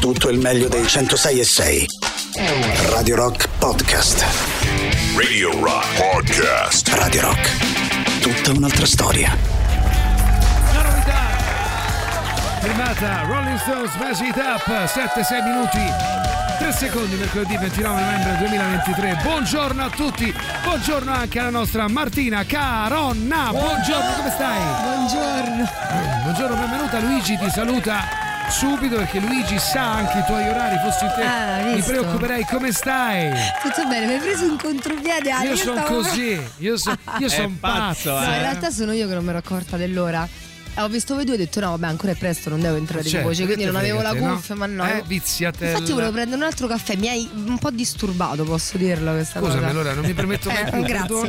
Tutto il meglio dei 106.6. Radio Rock Podcast. Radio Rock Podcast. Radio Rock. Tutta un'altra storia. La novità firmata Rolling Stones, Smash It Up. 7-6 minuti 3 secondi, mercoledì 29 novembre 2023. Buongiorno a tutti, buongiorno anche alla nostra Martina Caronna. Buongiorno, come stai? Buongiorno. Buongiorno, benvenuta. Luigi ti saluta subito perché Luigi sa anche i tuoi orari. Fossi te mi preoccuperei. Come stai? Tutto bene, mi hai preso in contropiede. Io sono così, io sono pazzo. No, in realtà sono io che non mi ero accorta dell'ora. Ho visto voi due e ho detto no, vabbè, ancora è presto, non devo entrare in voce, quindi non avevo la cuffia, no? Ma no. Viziatella. Infatti volevo prendere un altro caffè, mi hai un po' disturbato, posso dirlo questa cosa. Scusami, allora non mi permetto mai più.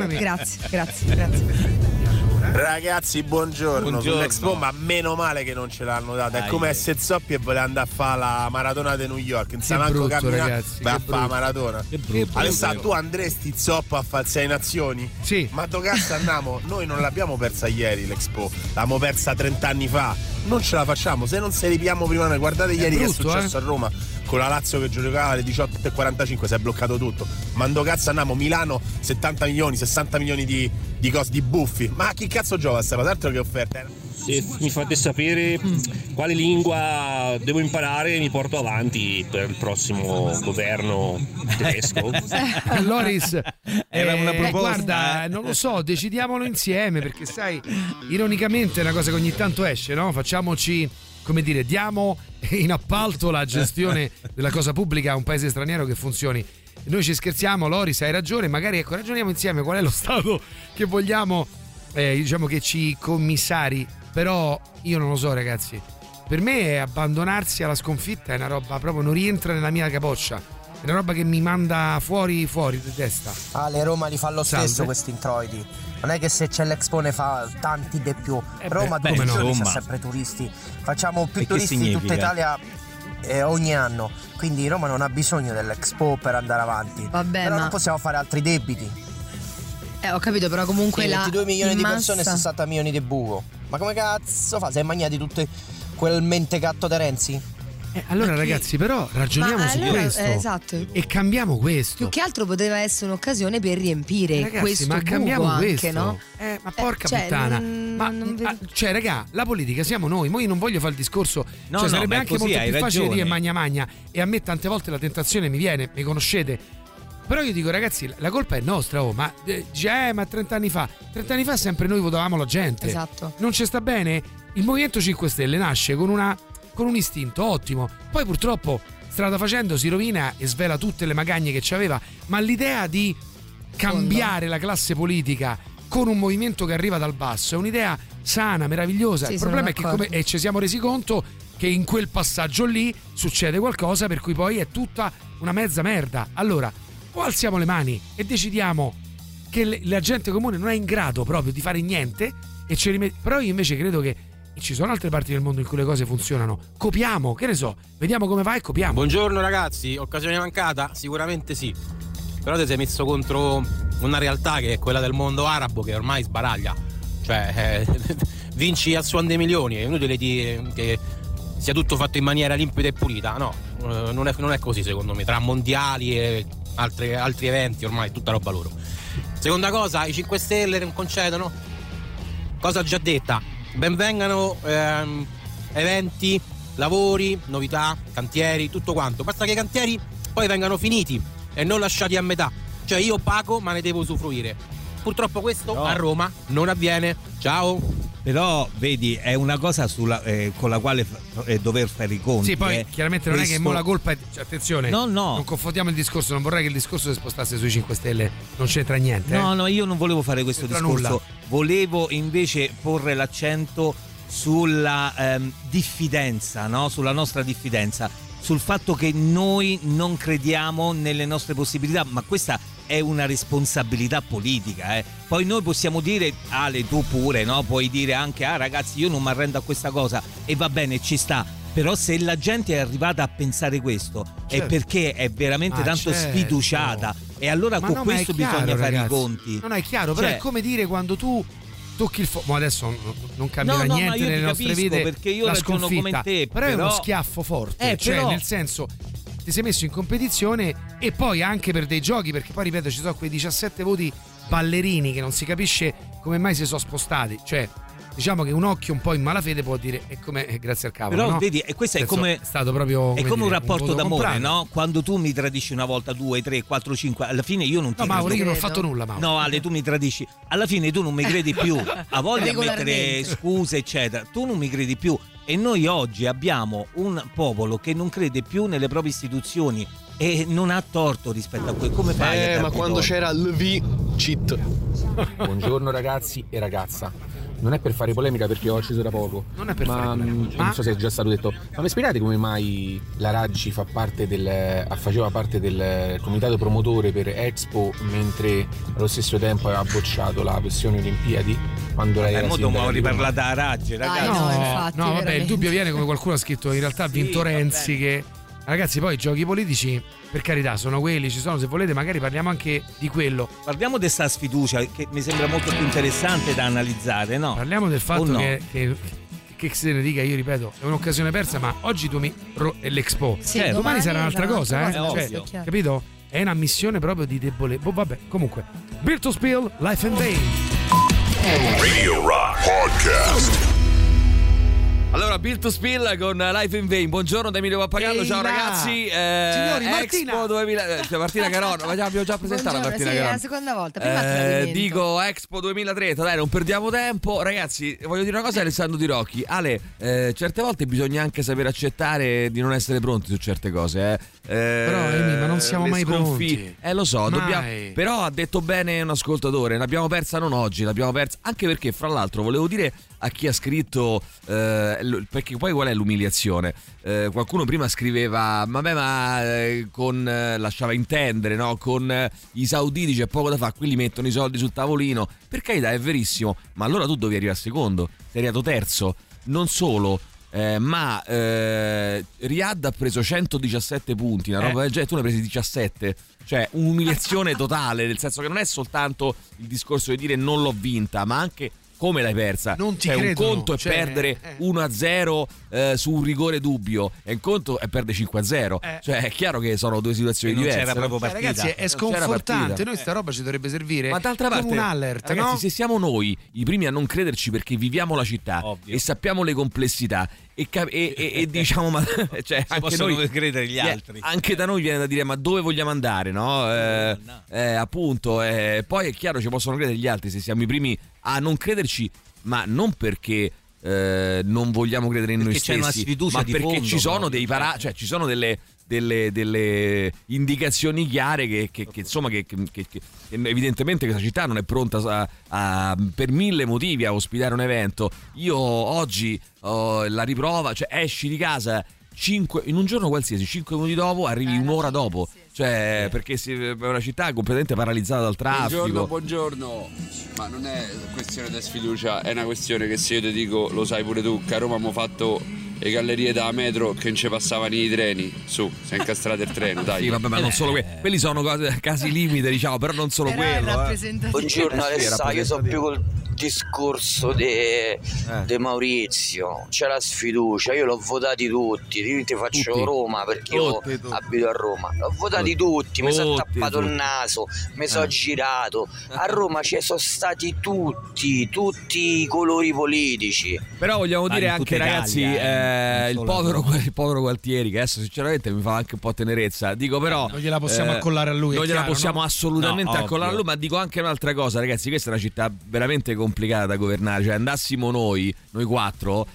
Grazie. Ragazzi, buongiorno. Sull'Expo, ma meno male che non ce l'hanno data. È come essere zoppi e voleva andare a fare la maratona di New York. Non sa manco camminare, va a fare la maratona. Alessandro, tu andresti zoppo a fare 6 nazioni? Sì. Ma dove cazzo andiamo? Noi non l'abbiamo persa ieri l'Expo, l'abbiamo persa 30 anni fa. Non ce la facciamo, se non se ripiamo prima noi. Guardate ieri che è successo a Roma con la Lazio che giocava alle 18:45, si è bloccato tutto. Ma dove cazzo andiamo? Milano 70 milioni, 60 milioni di buffi. Ma chi cazzo gioca a sta cosa? Altro che offerte. Se mi fate sapere quale lingua devo imparare, mi porto avanti per il prossimo governo tedesco. Loris, era una proposta. Guarda, non lo so, decidiamolo insieme, perché sai, ironicamente è una cosa che ogni tanto esce, no? Facciamoci, come dire, diamo in appalto la gestione della cosa pubblica a un paese straniero che funzioni. Noi ci scherziamo, Loris, hai ragione, magari ecco, ragioniamo insieme qual è lo stato che vogliamo, diciamo che ci commissari. Però io non lo so, ragazzi, per me abbandonarsi alla sconfitta è una roba proprio, non rientra nella mia capoccia, è una roba che mi manda fuori di testa. Le Roma li fa lo stesso questi introiti, non è che se c'è l'Expo ne fa tanti di più. Roma tutti i giorni c'è sempre turisti, facciamo più turisti in tutta Italia ogni anno, quindi Roma non ha bisogno dell'Expo per andare avanti. Vabbè, però non possiamo fare altri debiti. Ho capito, però comunque 22 milioni di persone e 60 milioni di buco. Ma come cazzo fa? Sei mangiati tutto quel mentecatto di Renzi? Allora ragazzi, però ragioniamo su questo, esatto, e cambiamo questo. Più che altro poteva essere un'occasione per riempire, ragazzi, questo ma cambiamo buco questo, anche, no? Ma porca puttana, cioè raga, la politica siamo noi. Io non voglio fare il discorso, sarebbe anche molto più facile dire magna, e a me tante volte la tentazione mi viene, mi conoscete. Però io dico, ragazzi, la colpa è nostra, ma 30 anni fa sempre noi votavamo la gente. Esatto. Non ci sta bene? Il Movimento 5 Stelle nasce con un istinto ottimo, poi purtroppo strada facendo si rovina e svela tutte le magagne che c'aveva, ma l'idea di cambiare la classe politica con un movimento che arriva dal basso è un'idea sana, meravigliosa. Il problema è che ci siamo resi conto che in quel passaggio lì succede qualcosa per cui poi è tutta una mezza merda. Allora, o alziamo le mani e decidiamo che la gente comune non è in grado proprio di fare niente e però io invece credo che ci sono altre parti del mondo in cui le cose funzionano. Copiamo, che ne so, vediamo come va e copiamo. Buongiorno ragazzi, occasione mancata? Sicuramente sì. Però ti sei messo contro una realtà che è quella del mondo arabo, che ormai sbaraglia. Cioè, vinci al suon dei milioni, è inutile dire che sia tutto fatto in maniera limpida e pulita. No, non è così secondo me. Tra mondiali e altri eventi ormai tutta roba loro. Seconda cosa, i 5 Stelle non concedono, cosa già detta, benvengano eventi, lavori, novità, cantieri, tutto quanto, basta che i cantieri poi vengano finiti e non lasciati a metà. Cioè io pago ma ne devo usufruire. Purtroppo questo a Roma non avviene. Ciao. Però vedi, è una cosa con la quale dover fare i conti. Sì, poi chiaramente non è che la colpa è, attenzione, no, non confondiamo il discorso, non vorrei che il discorso si spostasse sui 5 Stelle, non c'entra niente. No, io non volevo fare questo discorso, nulla. Volevo invece porre l'accento sulla diffidenza, no? Sulla nostra diffidenza, sul fatto che noi non crediamo nelle nostre possibilità, ma questa è una responsabilità politica. Poi noi possiamo dire, Ale, tu pure, no? Puoi dire anche, ragazzi, io non mi arrendo a questa cosa, e va bene, ci sta. Però se la gente è arrivata a pensare questo, è perché è veramente tanto sfiduciata, e allora con questo bisogna fare i conti. Non è chiaro, però è come dire quando tu tocchi il fuoco. Adesso non cambierà niente nelle nostre vite, perché io la ragiono sconfitta, come te, però è uno schiaffo forte, cioè però... nel senso ti sei messo in competizione e poi anche per dei giochi, perché poi ripeto ci sono quei 17 voti ballerini che non si capisce come mai si sono spostati, cioè diciamo che un occhio un po' in malafede può dire è come grazie al cavolo, però no? vedi, e questo è come, è stato proprio è come un rapporto d'amore, comprato. no? Quando tu mi tradisci una volta, 2, 3, 4, 5, alla fine io non ti no, Mauro, credo. io non ho fatto nulla, Mauro. No, Ale, tu mi tradisci, alla fine tu non mi credi più, a voglia di mettere scuse eccetera, tu non mi credi più, e noi oggi abbiamo un popolo che non crede più nelle proprie istituzioni e non ha torto rispetto a quello. Come fai? Ma quando c'era l'V cheat. Buongiorno ragazzi e ragazza. Non è per fare polemica perché ho acceso da poco. Non è per fare polemica. Non so se è già stato detto. Ma mi spiegate come mai la Raggi faceva parte del comitato promotore per Expo, mentre allo stesso tempo aveva bocciato la questione Olimpiadi quando lei era sindaca? Mo riparlata a Raggi, ragazzi. No, vabbè, il dubbio viene, come qualcuno ha scritto, in realtà ha vinto Renzi, che ragazzi poi i giochi politici per carità sono quelli, ci sono, se volete magari parliamo anche di quello. Parliamo di sta sfiducia che mi sembra molto più interessante da analizzare, no? Parliamo del fatto che se ne dica, io ripeto, è un'occasione persa, ma oggi è l'Expo, domani sarà un'altra cosa, cioè, capito? È una missione proprio di debole. Vabbè, comunque Built to Spill, Life and Vain. Radio Rock Podcast. Allora, Built to Spill con Life in Vain. Buongiorno da Emilio Pappagallo, ciao ragazzi. Signori, Martina. Expo 2000, Martina Carona, abbiamo già presentato Martina Carona. È la seconda volta, prima dico Expo 2030, dai, non perdiamo tempo. Ragazzi, voglio dire una cosa a Alessandro Di Rocchi. Ale, certe volte bisogna anche sapere accettare di non essere pronti su certe cose, Però Emi, ma non siamo mai pronti. Lo so, però ha detto bene un ascoltatore, l'abbiamo persa non oggi, l'abbiamo persa anche perché, fra l'altro, volevo dire a chi ha scritto, perché poi qual è l'umiliazione? Qualcuno prima scriveva lasciava intendere, no? Con i sauditi c'è poco da fare, quelli mettono i soldi sul tavolino. Per carità, è verissimo, ma allora tu dovevi arrivare secondo, sei arrivato terzo. Non solo, ma Riyadh ha preso 117 punti, una roba del genere, tu ne hai presi 17. Cioè un'umiliazione totale, nel senso che non è soltanto il discorso di dire non l'ho vinta, ma anche come l'hai persa. Non ti credono, un conto è perdere 1-0 su un rigore dubbio, e un conto è perdere 5-0. Cioè è chiaro che sono due situazioni diverse. C'era proprio partita. Ragazzi, è sconfortante. Noi sta roba ci dovrebbe servire, ma d'altra parte, come un alert, ragazzi, no? Se siamo noi i primi a non crederci perché viviamo la città, ovvio, e sappiamo le complessità e diciamo, ma cioè, anche noi credere gli altri, anche da noi viene da dire ma dove vogliamo andare, no? Appunto, poi è chiaro ci possono credere gli altri se siamo i primi a non crederci, ma non perché non vogliamo credere in noi stessi, c'è una sfiducia, ma di perché fondo, ci sono cioè ci sono delle indicazioni chiare che insomma che evidentemente questa città non è pronta per mille motivi a ospitare un evento. Io oggi la riprova, cioè esci di casa 5 in un giorno qualsiasi, 5 minuti dopo arrivi un'ora dopo, cioè perché è una città completamente paralizzata dal traffico. Buongiorno, ma non è questione di sfiducia, è una questione che se io ti dico, lo sai pure tu, che a Roma abbiamo fatto le gallerie da metro che non ci passavano i treni, si è incastrato il treno, dai. Sì, vabbè, ma non solo quelli sono casi limite, diciamo, però non solo quello. Buongiorno Alessà, io sono più col discorso di Maurizio, c'è la sfiducia, io l'ho votati tutti, io ti faccio Roma perché io abito a Roma, l'ho votati tutti, mi sono tappato il naso, mi sono girato, a Roma ci sono stati tutti i colori politici. Però vogliamo dire anche, ragazzi, il povero Gualtieri, che adesso sinceramente mi fa anche un po' tenerezza, dico, però non gliela possiamo accollare a lui, non gliela chiaro, possiamo assolutamente accollare a lui, ovvio. ma dico anche un'altra cosa, ragazzi, questa è una città veramente complicata da governare, cioè andassimo noi quattro,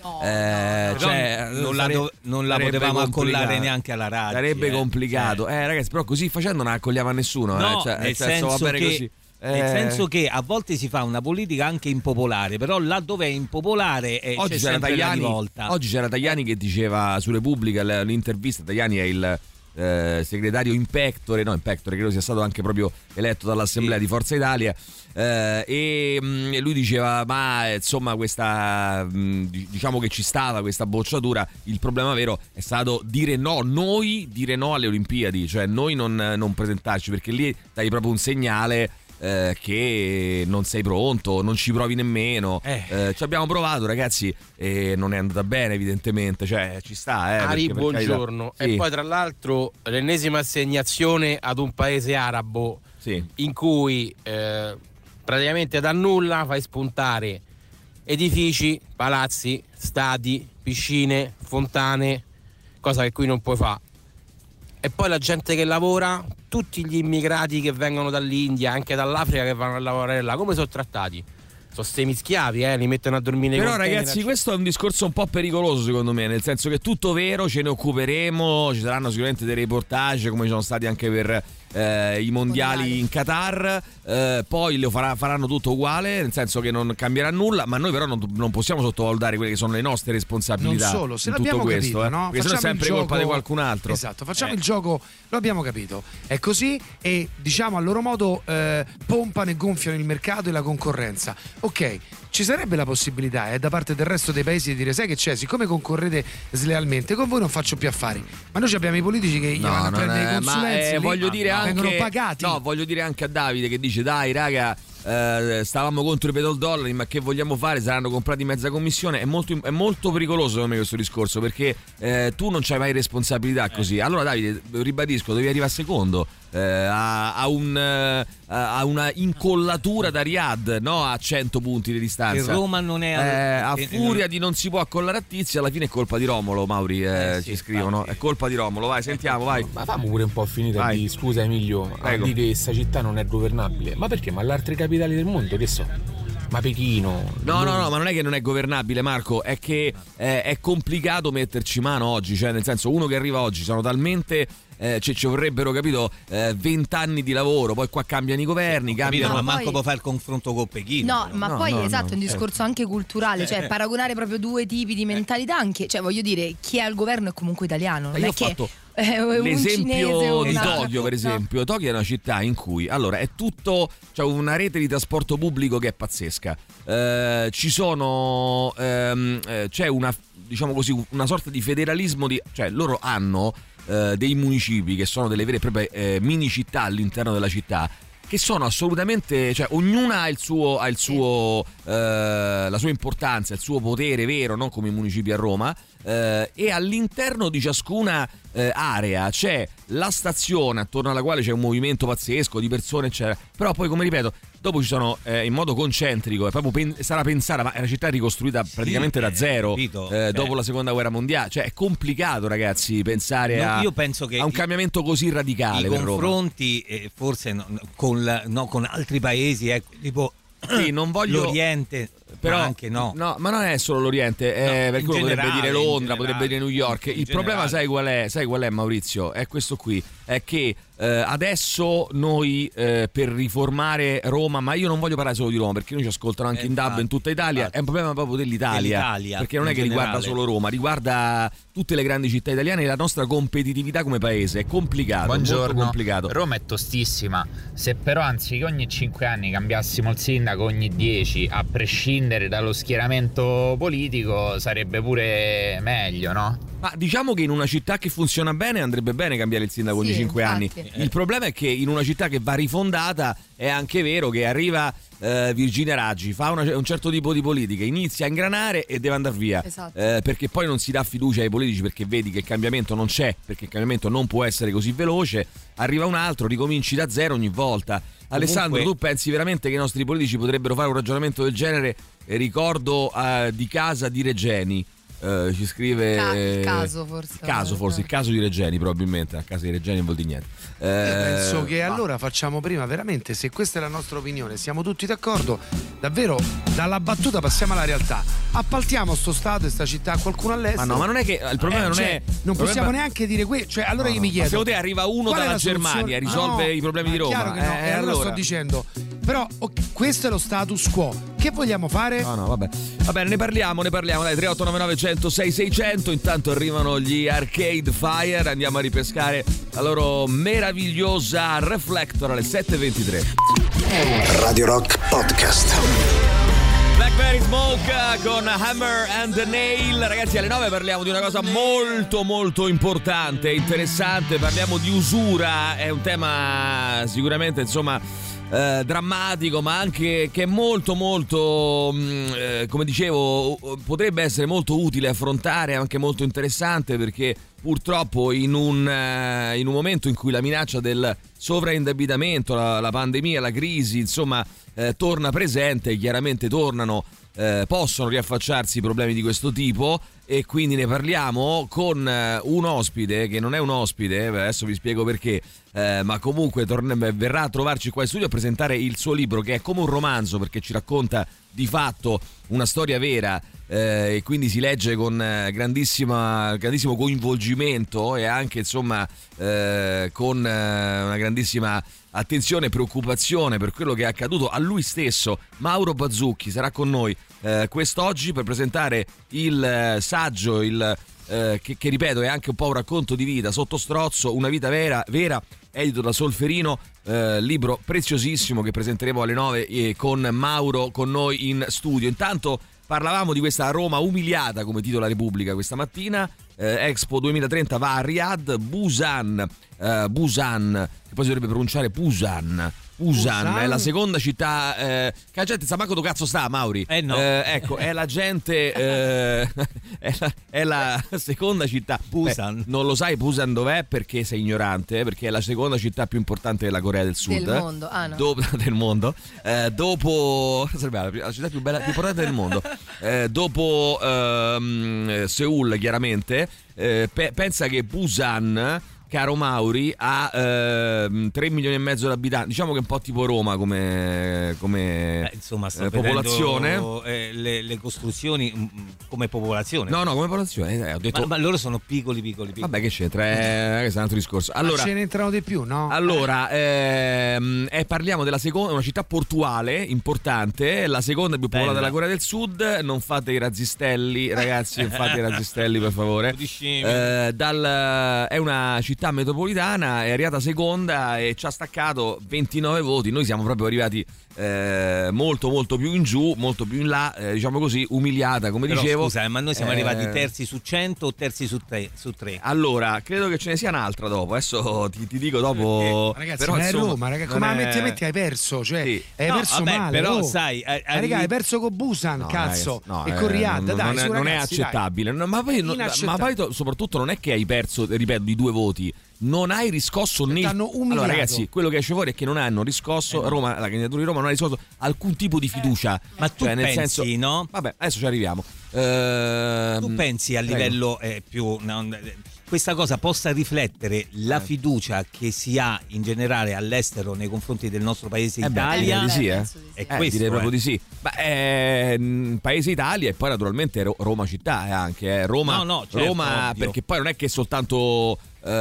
non la potevamo accollare neanche alla radio, sarebbe complicato, ragazzi, però così facendo non accogliamo a nessuno, nel senso va bene così. Nel senso che a volte si fa una politica anche impopolare, però là dove è impopolare oggi c'è sempre la rivolta. Oggi c'era Tajani che diceva su Repubblica l'intervista. Tajani è il segretario in pectore, credo sia stato anche proprio eletto dall'Assemblea di Forza Italia, e lui diceva ma insomma questa diciamo che ci stava questa bocciatura, il problema vero è stato dire no alle Olimpiadi, cioè noi non presentarci, perché lì dai proprio un segnale che non sei pronto, non ci provi nemmeno. Ci abbiamo provato, ragazzi, e non è andata bene, evidentemente. Cioè, ci sta. Ari, buongiorno. Sì. E poi, tra l'altro, l'ennesima assegnazione ad un paese arabo in cui praticamente da nulla fai spuntare edifici, palazzi, stadi, piscine, fontane, cosa che qui non puoi fare. E poi la gente che lavora, tutti gli immigrati che vengono dall'India, anche dall'Africa, che vanno a lavorare là, come sono trattati? Sono semischiavi, li mettono a dormire. Però ragazzi, questo è un discorso un po' pericoloso secondo me, nel senso che è tutto vero, ce ne occuperemo, ci saranno sicuramente dei reportage come ci sono stati anche per i mondiali in Qatar, poi lo faranno tutto uguale, nel senso che non cambierà nulla, ma noi però non possiamo sottovalutare quelle che sono le nostre responsabilità. Non solo, se in l'abbiamo tutto questo, capito, no? Perché è sempre colpa di qualcun altro. Esatto, facciamo il gioco, lo abbiamo capito, è così, e diciamo a loro modo pompano e gonfiano il mercato e la concorrenza. Ok, ci sarebbe la possibilità da parte del resto dei paesi di dire: sai che c'è, siccome concorrete slealmente, con voi non faccio più affari. Ma noi abbiamo i politici che gli vanno a prendere i consulenze, voglio dire vengono pagati. No, voglio dire anche a Davide che dice: dai raga, stavamo contro i petrodollari, ma che vogliamo fare? Saranno comprati mezza commissione. È molto pericoloso secondo me questo discorso, perché tu non c'hai mai responsabilità così. Allora Davide, ribadisco, devi arrivare secondo a una incollatura da Riyadh, no? A 100 punti di distanza. E Roma non è a furia di non si può accollare a Tizia, alla fine è colpa di Romolo, Mauri, ci scrivono, è colpa di Romolo. Vai, sentiamo, vai. Ma fammi pure un po' finita di scusa Emilio, di che questa città non è governabile. Ma perché? Ma le altre capitali del mondo che so? Ma Pechino? No, ma non è che non è governabile, Marco, è che è complicato metterci mano oggi, cioè nel senso, uno che arriva oggi sono talmente ci vorrebbero, capito, 20 anni di lavoro, poi qua cambiano i governi, cambiano. Ma manco può fare il confronto con Pechino. Esatto, è un discorso anche culturale, cioè paragonare proprio due tipi di mentalità anche, cioè voglio dire, chi è al governo è comunque italiano, non io è ho che fatto l'esempio di Tokyo, per esempio. No. Tokyo è una città in cui allora è tutto, c'è una rete di trasporto pubblico che è pazzesca, ci sono c'è una, diciamo così, una sorta di federalismo cioè loro hanno dei municipi che sono delle vere e proprie mini città all'interno della città, che sono assolutamente, cioè ognuna ha la sua importanza, il suo potere vero, non come i municipi a Roma, e all'interno di ciascuna area c'è la stazione attorno alla quale c'è un movimento pazzesco di persone, eccetera. Però poi, come ripeto, dopo ci sono in modo concentrico, è proprio sarà pensata, ma è una città ricostruita praticamente da zero dopo la seconda guerra mondiale, cioè è complicato, ragazzi, pensare io penso che a un cambiamento così radicale. I confronti forse con altri paesi, tipo non voglio l'Oriente, però anche no, ma non è solo l'Oriente, perché uno potrebbe dire Londra, potrebbe dire New York. Il problema sai qual è, Maurizio? È questo qui, è che adesso noi per riformare Roma, ma io non voglio parlare solo di Roma, perché noi ci ascoltano anche in DAB in tutta Italia, è un problema proprio dell'Italia, perché non è che riguarda solo Roma, riguarda tutte le grandi città italiane e la nostra competitività come paese. È complicato. Buongiorno. Molto complicato. Roma è tostissima. Se però anziché ogni 5 anni cambiassimo il sindaco ogni 10, a prescindere dallo schieramento politico, sarebbe pure meglio, no? Ma diciamo che in una città che funziona bene andrebbe bene cambiare il sindaco ogni 5 anni. Il problema è che in una città che va rifondata è anche vero che arriva Virginia Raggi, fa un certo tipo di politica, inizia a ingranare e deve andare via, perché poi non si dà fiducia ai politici, perché vedi che il cambiamento non c'è, perché il cambiamento non può essere così veloce. Arriva un altro, ricominci da zero ogni volta. Alessandro, tu pensi veramente che i nostri politici potrebbero fare un ragionamento del genere? Ricordo di casa di Regeni. Ci scrive il caso forse il caso di Regeni, probabilmente a casa di Regeni non vuol dire niente. Io penso che allora facciamo prima, veramente, se questa è la nostra opinione, siamo tutti d'accordo, davvero dalla battuta passiamo alla realtà. Appaltiamo sto stato e sta città a qualcuno all'estero. Ma no, ma non è che il problema non è, non possiamo neanche dire cioè allora io mi chiedo, secondo te arriva uno dalla Germania e risolve i problemi di Roma? Chiaro che no, e allora sto dicendo, però questo è lo status quo, che vogliamo fare? No, vabbè, va bene, ne parliamo, dai. 3899 106 600. Intanto arrivano gli Arcade Fire, andiamo a ripescare la loro meravigliosa Reflector alle 7:23. Radio Rock Podcast. Blackberry Smoke con Hammer and Nail. Ragazzi, alle 9 parliamo di una cosa molto molto importante, interessante. Parliamo di usura, è un tema sicuramente, insomma, drammatico, ma anche che è molto molto come dicevo, potrebbe essere molto utile affrontare, anche molto interessante, perché purtroppo in un momento in cui la minaccia del sovraindebitamento, la pandemia, la crisi, insomma, torna presente, chiaramente possono riaffacciarsi problemi di questo tipo, e quindi ne parliamo con un ospite che non è un ospite, adesso vi spiego perché, ma comunque verrà a trovarci qua in studio a presentare il suo libro, che è come un romanzo, perché ci racconta di fatto una storia vera, e quindi si legge con grandissimo coinvolgimento, e anche insomma con una grandissima attenzione e preoccupazione per quello che è accaduto a lui stesso. Mauro Bazzucchi sarà con noi quest'oggi per presentare il saggio, che ripeto è anche un po' un racconto di vita, Sottostrozzo, una vita vera, edito da Solferino, libro preziosissimo che presenteremo alle 9 con Mauro con noi in studio. Intanto parlavamo di questa Roma umiliata, come titola Repubblica questa mattina. Expo 2030 va a Riyadh. Busan, che poi si dovrebbe pronunciare Pusan, è la seconda città che la gente sa manco dove cazzo sta, Mauri. No. Ecco, è la gente è la seconda città. Busan. Non lo sai Busan dov'è, perché sei ignorante, perché è la seconda città più importante della Corea del Sud. Del mondo, no. Del mondo. Dopo la città più bella, più importante del mondo. Dopo Seoul, chiaramente. Pensa che Busan, caro Mauri, ha 3 milioni e mezzo di abitanti, diciamo che è un po' tipo Roma come insomma, popolazione. Le costruzioni come popolazione. No, come popolazione. Ho detto... ma loro sono piccoli. Vabbè, che c'entra? Questo è un altro discorso. Allora, ma ce ne entrano di più, no? Allora, parliamo della seconda, una città portuale importante, la seconda più popolata della Corea del Sud. Non fate i razzistelli, ragazzi, non fate i razzistelli, per favore. È una città metropolitana, è arrivata seconda e ci ha staccato 29 voti. Noi siamo proprio arrivati molto molto più in giù, molto più in là, diciamo così, umiliata, come però, dicevo. Scusa, ma noi siamo arrivati terzi su 100 o terzi su 3? Allora, credo che ce ne sia un'altra dopo. Adesso ti dico dopo. Ragazzi, però, ma è insomma, Roma, ragazzi, come la metti hai perso, cioè sì. hai perso male. Però sai, hai perso con Busan, cazzo, e con Riyadh, dai, non è accettabile. Dai. Ma poi soprattutto non è che hai perso, ripeto, di 2 voti. Non hai riscosso allora ragazzi, quello che esce fuori è che non hanno riscosso Roma, la candidatura di Roma non ha riscosso alcun tipo di fiducia. Ma tu nel pensi, senso, no? Vabbè, adesso ci arriviamo. Tu pensi a livello più questa cosa possa riflettere la fiducia che si ha in generale all'estero nei confronti del nostro paese Italia? Direi di sì, È questo, direi proprio di sì. Paese Italia e poi naturalmente Roma città anche Roma, certo, Roma, ovvio. perché poi non è che soltanto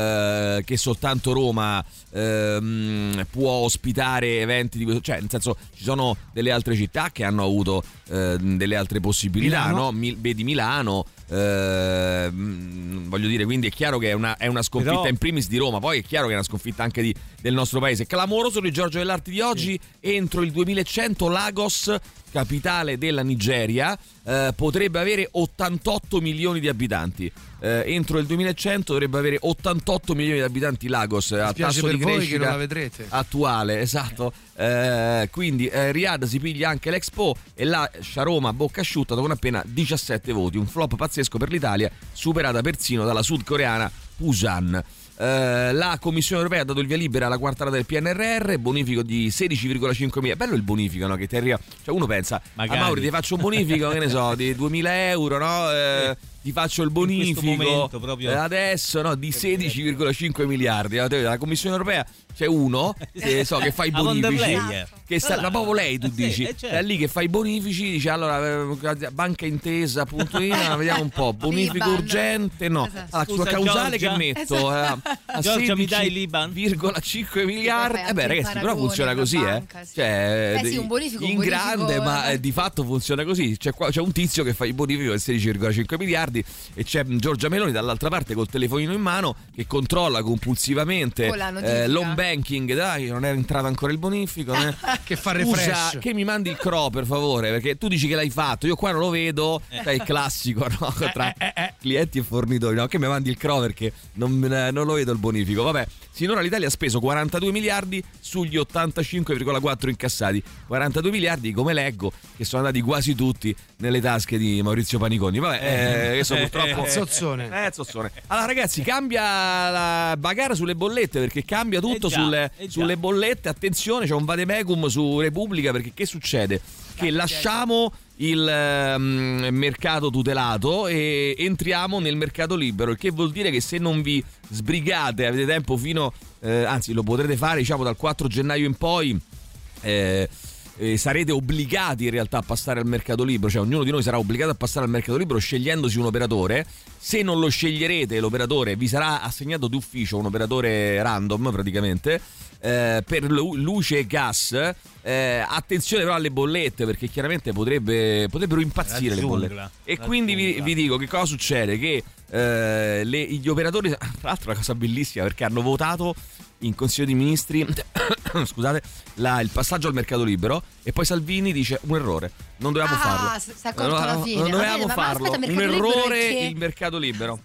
Roma può ospitare eventi di questo, cioè nel senso ci sono delle altre città che hanno avuto delle altre possibilità, Milano. no? Vedi Milano, voglio dire, quindi è chiaro che è una sconfitta. Però, in primis di Roma, poi è chiaro che è una sconfitta anche del nostro paese. Clamoroso di Giorgio dell'Arti di oggi. Entro il 2100 Lagos, capitale della Nigeria, potrebbe avere 88 milioni di abitanti. Entro il 2100 dovrebbe avere 88 milioni di abitanti Lagos, a tasso per di voi crescita che non la vedrete. attuale, esatto. Quindi Riyadh si piglia anche l'Expo e lascia Roma a bocca asciutta con appena 17 voti, un flop pazzesco per l'Italia, superata persino dalla sudcoreana Busan. La Commissione Europea ha dato il via libera alla quarta rata del PNRR, bonifico di 16,5 mila. Bello il bonifico, no? Che ti arriva, cioè uno pensa, Mauri, ti faccio un bonifico, che ne so, di 2000 euro, no? Ti faccio il bonifico adesso, no? Di 16,5 miliardi. La Commissione Europea c'è uno che fa i bonifici, che sta proprio lei, tu dici, è lì che fa i bonifici, dice allora bancaintesa.it, vediamo un po', bonifico urgente, no, sua causale Giorgia, che metto a Giorgia, mi dai l'Iban? 16,5 miliardi. Ragazzi, però funziona così, cioè sì, un bonifico, in grande, ma di fatto funziona così. C'è un tizio che fa il bonifico del 16,5 miliardi. miliardi e c'è Giorgia Meloni dall'altra parte col telefonino in mano che controlla compulsivamente l'home banking. Dai, non è entrato ancora il bonifico, che fa refresh. Che mi mandi il CRO per favore, perché tu dici che l'hai fatto, io qua non lo vedo. È il classico, no? Tra clienti e fornitori, no? Che mi mandi il CRO perché non lo vedo il bonifico. Vabbè, sinora l'Italia ha speso 42 miliardi sugli 85,4 incassati. 42 miliardi, come leggo, che sono andati quasi tutti nelle tasche di Maurizio Paniconi. Vabbè, adesso purtroppo Zozzone. Allora ragazzi, cambia la bagarre sulle bollette, perché cambia tutto sulle bollette. Attenzione, c'è un vademecum su Repubblica, perché che succede? Che lasciamo il mercato tutelato e entriamo nel mercato libero, il che vuol dire che se non vi sbrigate, avete tempo fino anzi lo potrete fare diciamo dal 4 gennaio in poi, sarete obbligati in realtà a passare al mercato libero, cioè ognuno di noi sarà obbligato a passare al mercato libero scegliendosi un operatore. Se non lo sceglierete, l'operatore vi sarà assegnato d'ufficio, un operatore random praticamente, per luce e gas. Attenzione però alle bollette, perché chiaramente potrebbero impazzire le bollette. E quindi vi dico che cosa succede, che gli operatori, tra l'altro, una cosa bellissima, perché hanno votato in Consiglio dei Ministri scusate, il passaggio al mercato libero, e poi Salvini dice un errore, non dovevamo farlo, si è accorto alla fine. Non dovevamo farlo, aspetta, un errore perché... il mercato libero.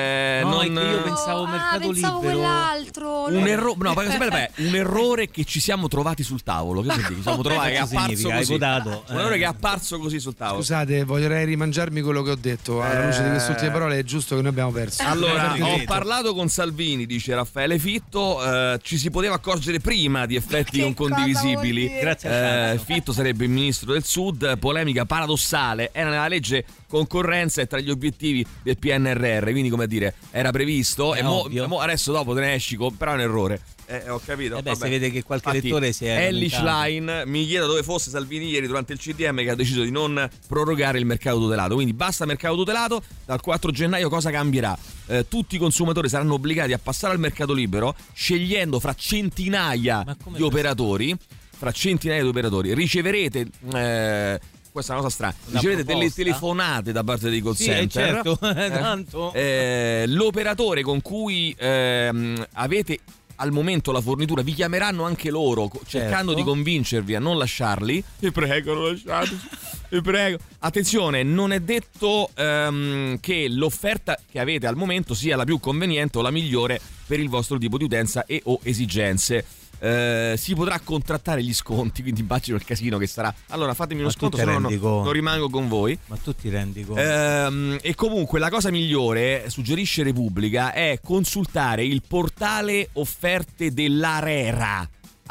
Io pensavo mercato libero, quell'altro. Un errore, no, un errore che ci siamo trovati sul tavolo. Che ci siamo trovati, che è apparso così. Un errore che è apparso così sul tavolo. Scusate, vorrei rimangiarmi quello che ho detto. Alla luce di queste ultime parole è giusto che noi abbiamo perso. Allora, ho parlato con Salvini, dice Raffaele Fitto, ci si poteva accorgere prima di effetti non condivisibili. Grazie. Fitto sarebbe il ministro del Sud, polemica paradossale, era nella legge concorrenza e tra gli obiettivi del PNRR, quindi come dire, era previsto e adesso dopo te ne esci, però è un errore. Ho capito. Si vede che qualche lettore si è Ellis Line mi chiedo dove fosse Salvini ieri durante il CDM, che ha deciso di non prorogare il mercato tutelato. Quindi basta mercato tutelato. Dal 4 gennaio cosa cambierà? Tutti i consumatori saranno obbligati a passare al mercato libero, scegliendo fra centinaia di operatori. Riceverete questa è una cosa strana. Ricevete delle telefonate da parte dei call center. Certo. Tanto. L'operatore con cui avete al momento la fornitura vi chiameranno anche loro, cercando di convincervi a non lasciarli. Vi prego, non lasciateci. Vi prego. Attenzione, non è detto che l'offerta che avete al momento sia la più conveniente o la migliore per il vostro tipo di utenza e o esigenze. Si potrà contrattare gli sconti, quindi immagino il casino che sarà. Allora fatemi uno sconto, se no non rimango con voi. Ma tu ti rendi conto? E comunque la cosa migliore, suggerisce Repubblica, è consultare il portale offerte dell'ARERA.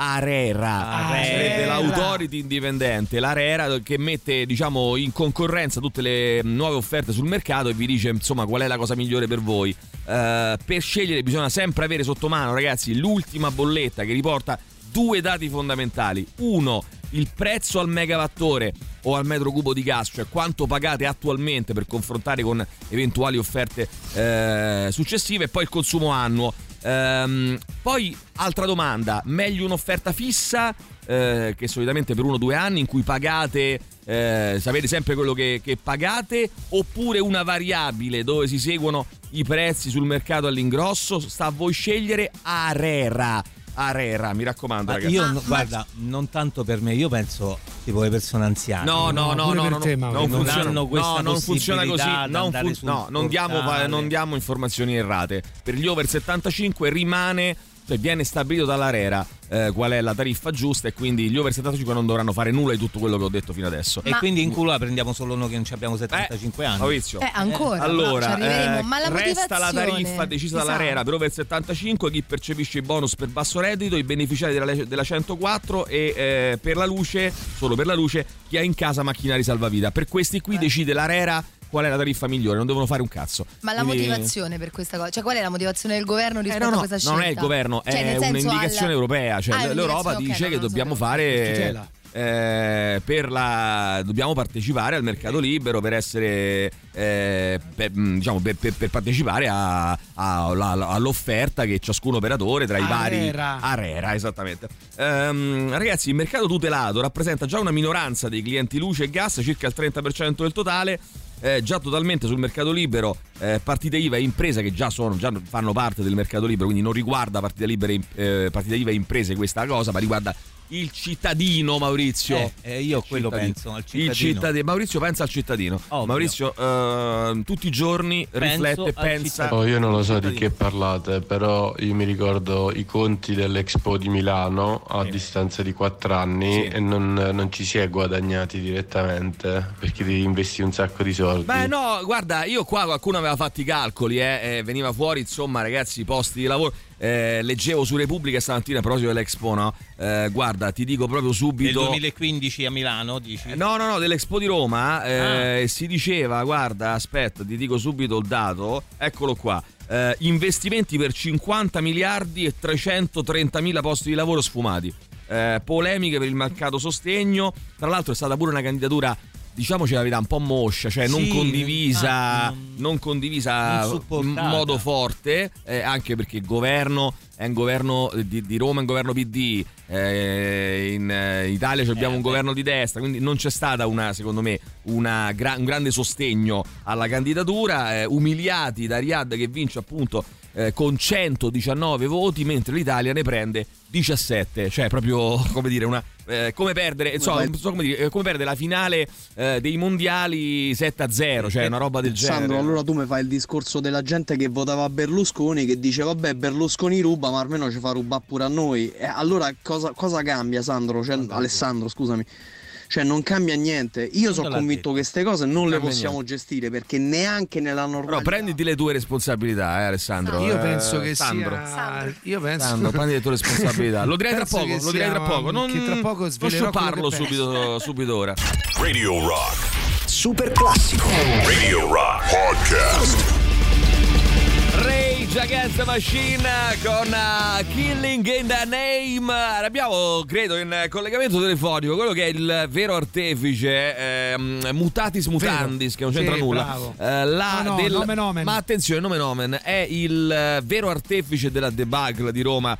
Sarebbe l'autority indipendente, l'ARERA, che mette diciamo in concorrenza tutte le nuove offerte sul mercato e vi dice insomma qual è la cosa migliore per voi. Per scegliere bisogna sempre avere sotto mano, ragazzi, l'ultima bolletta che riporta due dati fondamentali. Uno, il prezzo al megawattore o al metro cubo di gas, cioè quanto pagate attualmente per confrontare con eventuali offerte successive, e poi il consumo annuo. Poi altra domanda, meglio un'offerta fissa che solitamente per 1 o 2 anni in cui pagate sapete sempre quello che pagate, oppure una variabile dove si seguono i prezzi sul mercato all'ingrosso? Sta a voi scegliere. ARERA, mi raccomando, ragazzi. Io guarda, non tanto per me, io penso tipo le persone anziane. No, non funziona così. Non diamo informazioni errate. Per gli over 75 rimane, cioè viene stabilito dall'ARERA qual è la tariffa giusta, e quindi gli over 75 non dovranno fare nulla di tutto quello che ho detto fino adesso. E quindi in culo la prendiamo solo noi che non abbiamo 75 anni. Maurizio. Ancora. Allora, ma la resta la tariffa decisa dall'ARERA per over 75, chi percepisce i bonus per basso reddito, i beneficiari della 104 e per la luce, solo per la luce, chi ha in casa macchinari salvavita. Per questi qui decide l'ARERA qual è la tariffa migliore, non devono fare un cazzo. Ma la motivazione per questa cosa, cioè qual è la motivazione del governo rispetto a questa scelta? Non è il governo, è un'indicazione europea, cioè l'Europa dice che dobbiamo fare dobbiamo partecipare al mercato libero per essere per partecipare all'offerta che ciascun operatore tra i vari ARERA, esattamente. Ragazzi, il mercato tutelato rappresenta già una minoranza dei clienti luce e gas, circa il 30% del totale. già totalmente sul mercato libero, partite IVA e imprese che già fanno parte del mercato libero, quindi non riguarda partite IVA e imprese questa cosa, ma riguarda il cittadino, Maurizio. Io quello penso al cittadino. Il cittadino. Maurizio pensa al cittadino. Ovvio. Maurizio tutti i giorni pensa. Io non lo so di che parlate, però io mi ricordo i conti dell'Expo di Milano a distanza di 4 anni e non ci si è guadagnati direttamente perché devi investire un sacco di soldi. Beh no, guarda, io qua qualcuno aveva fatto i calcoli, veniva fuori, insomma, ragazzi, posti di lavoro. Leggevo su Repubblica stamattina a proposito dell'Expo, no? Guarda, ti dico proprio subito. Nel 2015 a Milano, dici? No, dell'Expo di Roma si diceva, guarda, aspetta, ti dico subito il dato, eccolo qua. Investimenti per 50 miliardi e 330.000 posti di lavoro sfumati. Polemiche per il mancato sostegno. Tra l'altro è stata pure una candidatura, diciamoci la verità, un po' moscia, cioè non condivisa in modo forte, anche perché il governo è un governo di Roma, è un governo PD, in Italia abbiamo un governo di destra, quindi non c'è stata secondo me un grande sostegno alla candidatura, umiliati da Riyad che vince appunto con 119 voti, mentre l'Italia ne prende 17, cioè proprio come dire come perdere, come perdere la finale dei mondiali 7-0, cioè una roba del genere. Sandro, allora tu mi fai il discorso della gente che votava Berlusconi, che dice vabbè Berlusconi ruba, ma almeno ci fa rubare pure a noi. Allora cosa cambia, Sandro? Alessandro, scusami. Cioè non cambia niente. Io sono convinto che queste cose non le possiamo gestire, perché neanche nella normalità. Però prenditi le tue responsabilità, Alessandro. Io penso che Sandro. Io penso. Sandro, prendi le tue responsabilità. Lo direi tra poco. Non tra poco sciopparlo subito ora. Radio Rock. Super classico. Radio Rock Podcast. Rage Against the Machine con Killing in the Name. Abbiamo, credo, in collegamento telefonico quello che è il vero artefice, mutatis mutandis, che non c'entra nulla. Nomen omen. Ma attenzione, nomen omen è il vero artefice della debacle di Roma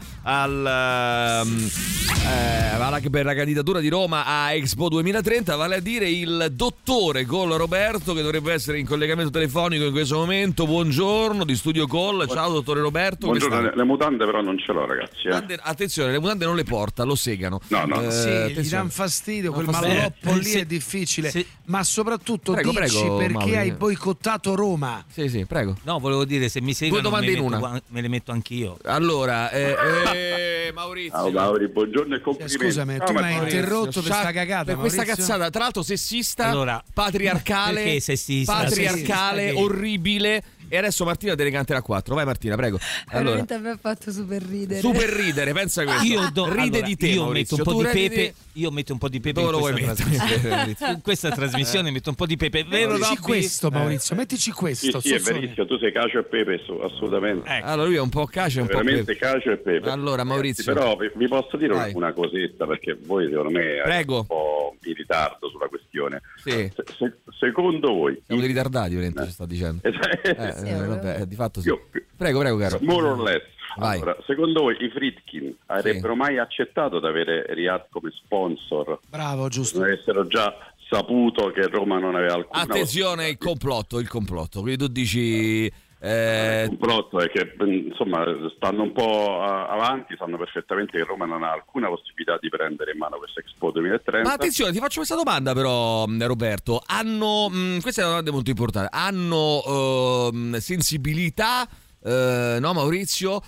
per la candidatura di Roma a Expo 2030, vale a dire il dottore Col Roberto, che dovrebbe essere in collegamento telefonico in questo momento. Buongiorno, di Studio Call. Ciao dottore Roberto. Buongiorno, le mutande però non ce l'ho, ragazzi. Attenzione, le mutande non le porta, lo segano. No. Gli danno fastidio, quel malloppo lì è difficile. Sì. Ma soprattutto prego, perché Mauri, hai boicottato Roma. Sì, prego. No, volevo dire, se mi seguono 2 domande in una. Me le metto anch'io. Allora, Maurizio. Ciao Mauri, buongiorno e complimenti. Scusami, tu mi hai interrotto per questa cagata, per questa cazzata, tra l'altro sessista, patriarcale. Perché sessista? Patriarcale, orribile. E adesso Martina te ne canterà 4. Vai Martina, prego. Allora, veramente a me ha fatto super ridere. Super ridere, pensa a questo. Ride di te, io Maurizio. metto un po' di pepe. Io metto un po' di pepe in questa trasmissione. Metto un po' di pepe. Mettici questo, Maurizio, mettici questo. Sì, è verissimo, tu sei cacio e pepe, assolutamente. Allora lui è un po' cacio e un po' pepe. Veramente cacio e pepe. Allora Maurizio, però vi posso dire una cosetta, perché voi secondo me siete un po' in ritardo sulla questione. Sì. Secondo voi siamo dei ritardati, veramente, ci sta dicendo. Vabbè, di fatto sì. Prego caro. More or less. Allora, secondo voi i Friedkin avrebbero mai accettato di avere Riyad come sponsor? Bravo, giusto. Non avessero già saputo che Roma non aveva alcuna. Attenzione, il complotto. Quindi tu dici il complotto è che insomma stanno un po' avanti, sanno perfettamente che Roma non ha alcuna possibilità di prendere in mano questa Expo 2030. Ma attenzione, ti faccio questa domanda però, Roberto. Questa è una domanda molto importante. Hanno sensibilità, no Maurizio,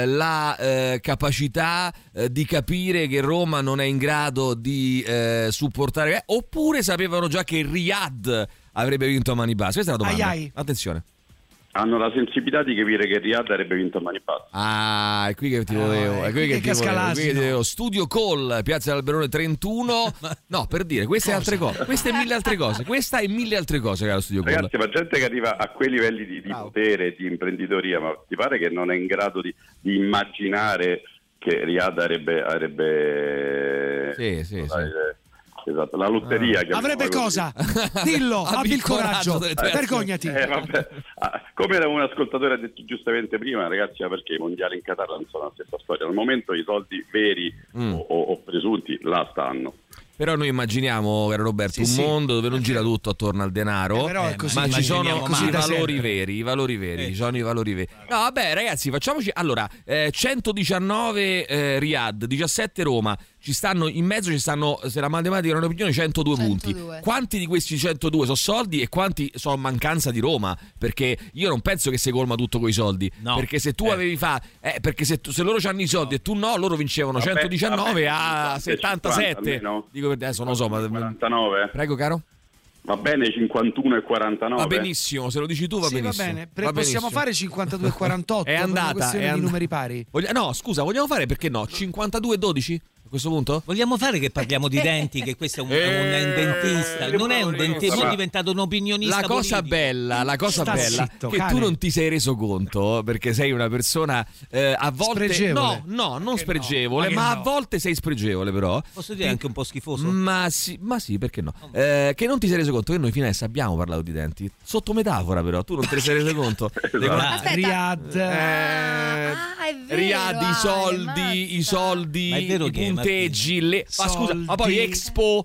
la capacità di capire che Roma non è in grado di supportare, oppure sapevano già che Riyad avrebbe vinto a mani basse? Questa è la domanda. Attenzione. Hanno la sensibilità di capire che Riyad avrebbe vinto a mani basse. È qui che ti volevo. È qui che ti volevo. Studio Call, Piazza Alberone 31. No, per dire, queste e altre cose. Queste e mille altre cose. Questa e mille altre cose, caro Studio Call. Ragazzi, ma gente che arriva a quei livelli di potere, di imprenditoria, ma ti pare che non è in grado di immaginare che Riyad avrebbe sì. Esatto, la lotteria. Avrebbe cosa? Dillo, abbi il coraggio, vergognati. Come un ascoltatore ha detto giustamente prima, ragazzi, perché i mondiali in Qatar non sono la stessa storia. Al momento i soldi veri o presunti là stanno. Però noi immaginiamo, caro Roberto, un mondo dove non gira tutto attorno al denaro, però è così, ma ci sono i valori veri, ci sono i valori veri. No, vabbè, ragazzi, facciamoci. Allora, 119 Riyadh, 17 Roma. Ci stanno in mezzo, ci stanno, se la matematica è un'opinione, 102 punti. Quanti di questi 102 sono soldi e quanti sono mancanza di Roma? Perché io non penso che si colma tutto coi soldi. No. Perché se tu avevi perché se loro hanno i soldi e tu no, loro vincevano 119 a 77. Dico, adesso non lo so, ma 49. Prego, caro. Va bene 51 e 49. Va benissimo, se lo dici tu va benissimo. Va bene. Possiamo fare 52 e 48? È andata. Di numeri pari. No, scusa, vogliamo fare, perché no? 52 e 12? A questo punto? Vogliamo fare che parliamo di denti, che questo è un dentista, non è un dentista, è diventato un opinionista. La cosa bella che tu non ti sei reso conto, perché sei una persona a volte spregevole. No, non spregevole, ma a volte sei spregevole, però. Posso dire anche un po' schifoso? Ma sì, perché no? Che non ti sei reso conto che noi fino adesso abbiamo parlato di denti. Sotto metafora, però, tu non te ne sei reso conto. Riyadh, i soldi, i punteggi, ma scusa, ma poi Expo,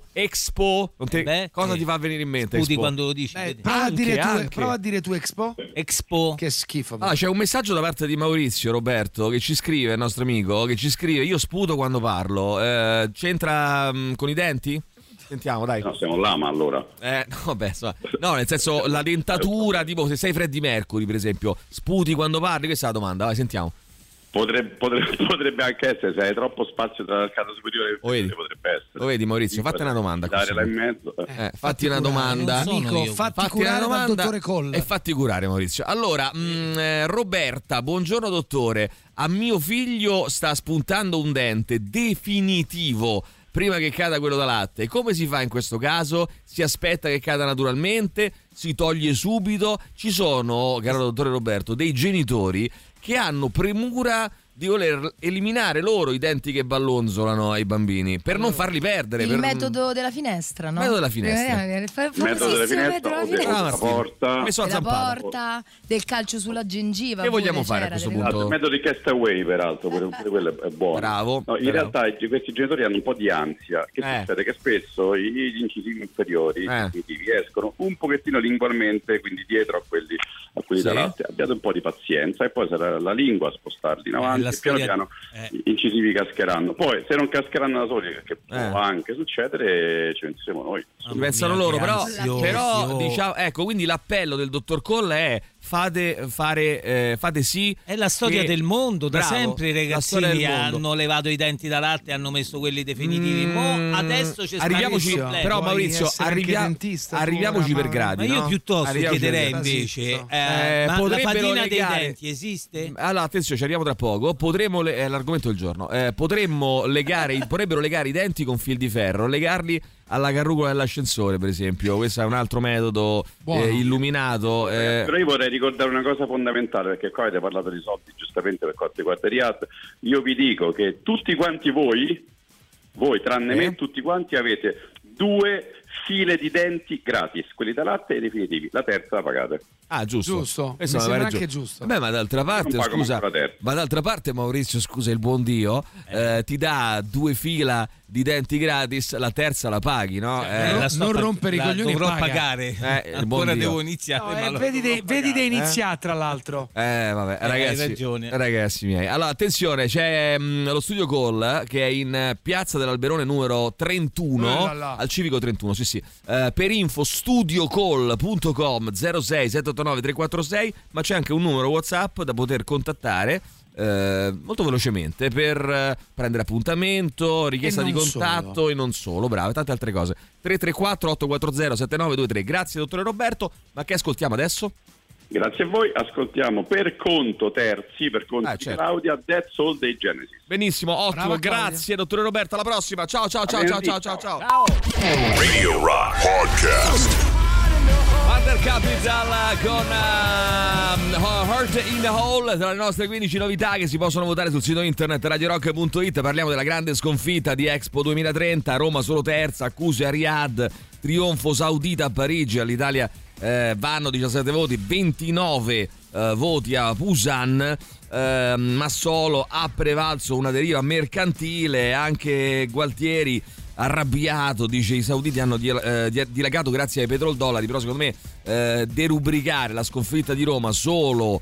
cosa ti fa venire in mente? Studi quando lo dici. Prova a dire tu Expo. Che schifo. C'è un messaggio da parte di Maurizio Roberto che ci scrive, il nostro amico, che ci scrive: io sputo quando parlo. C'entra con i denti? Sentiamo, dai. No, siamo là, ma allora. No, nel senso, la dentatura, tipo se sei Freddie Mercury, per esempio, sputi quando parli? Questa è la domanda, vai, sentiamo. Potrebbe anche essere, se hai troppo spazio tra l'arcata superiore, potrebbe essere. Lo vedi, Maurizio, fatti una domanda. Là in mezzo. Fatti una domanda. Fatti curare dal dottore Coll. E fatti curare, Maurizio. Allora, Roberta, buongiorno dottore. A mio figlio sta spuntando un dente definitivo prima che cada quello da latte. Come si fa in questo caso? Si aspetta che cada naturalmente? Si toglie subito? Ci sono, caro dottore Roberto, dei genitori che hanno premura di voler eliminare loro i denti che ballonzolano ai bambini per non farli perdere. Il metodo della finestra, no? Il metodo della finestra. Il metodo della finestra, della porta, della porta, del calcio sulla gengiva. Che vogliamo fare a questo punto? Il metodo di Castaway, peraltro, quello è buono. Bravo. No, in realtà questi genitori hanno un po' di ansia. Che succede? Che spesso gli incisivi inferiori escono un pochettino lingualmente, quindi dietro a quelli da latte. Abbiate un po' di pazienza e poi sarà la lingua a spostarli in avanti. Piano piano gli incisivi cascheranno. Poi se non cascheranno da soli, che può anche succedere, ci pensiamo noi. Pensano loro, però diciamo, ecco, quindi l'appello del dottor Coll è fate sì. È la storia del mondo, da sempre i ragazzini hanno levato i denti da latte e hanno messo quelli definitivi. Adesso c'è arriviamoci, però Maurizio, arriviamoci per gradi. Ma io piuttosto chiederei invece, ma la fatina dei denti esiste? Allora, attenzione, ci arriviamo tra poco. È l'argomento del giorno. Potrebbero legare i denti con fil di ferro, legarli alla carrucola dell'ascensore, per esempio. Questo è un altro metodo illuminato. Però io vorrei ricordare una cosa fondamentale, perché qua avete parlato di soldi giustamente per quanto riguarda Riyadh. Io vi dico che tutti quanti voi tranne me, tutti quanti avete 2 file di denti gratis, quelli da latte e definitivi, la terza la pagate. Giusto. Mi sembra anche giusto. Beh, ma d'altra parte, Maurizio, scusa, il buon Dio ti dà 2 fila di denti gratis, la terza la paghi, no? Non rompere i coglioni, dovrò pagare. Ancora devo iniziare. Vedi di iniziare, tra l'altro. Vabbè, ragazzi miei. Allora, attenzione, c'è lo studio Coll che è in Piazza dell'Alberone numero 31 al Civico 31, sì. Per info studiocoll.com 06 789 346, ma c'è anche un numero WhatsApp da poter contattare molto velocemente per prendere appuntamento, richiesta di contatto e non solo, bravo, e tante altre cose. 334 840 7923. Grazie dottore Roberto. Ma che ascoltiamo adesso? Grazie a voi, ascoltiamo per conto terzi, per conto di Claudia, That's All dei Genesis. Benissimo, ottimo, grazie dottore Roberto, alla prossima. Ciao. Radio Rock Podcast. Under Capital con Heart in the Hole, tra le nostre 15 novità che si possono votare sul sito internet radiorock.it. Parliamo della grande sconfitta di Expo 2030, Roma solo terza, accuse a Riyadh, trionfo saudita a Parigi, all'Italia vanno 17 voti, 29 voti a Busan, Massolo ha prevalso una deriva mercantile, anche Gualtieri arrabbiato, dice i sauditi hanno dilagato grazie ai petrodollari, però secondo me derubricare la sconfitta di Roma solo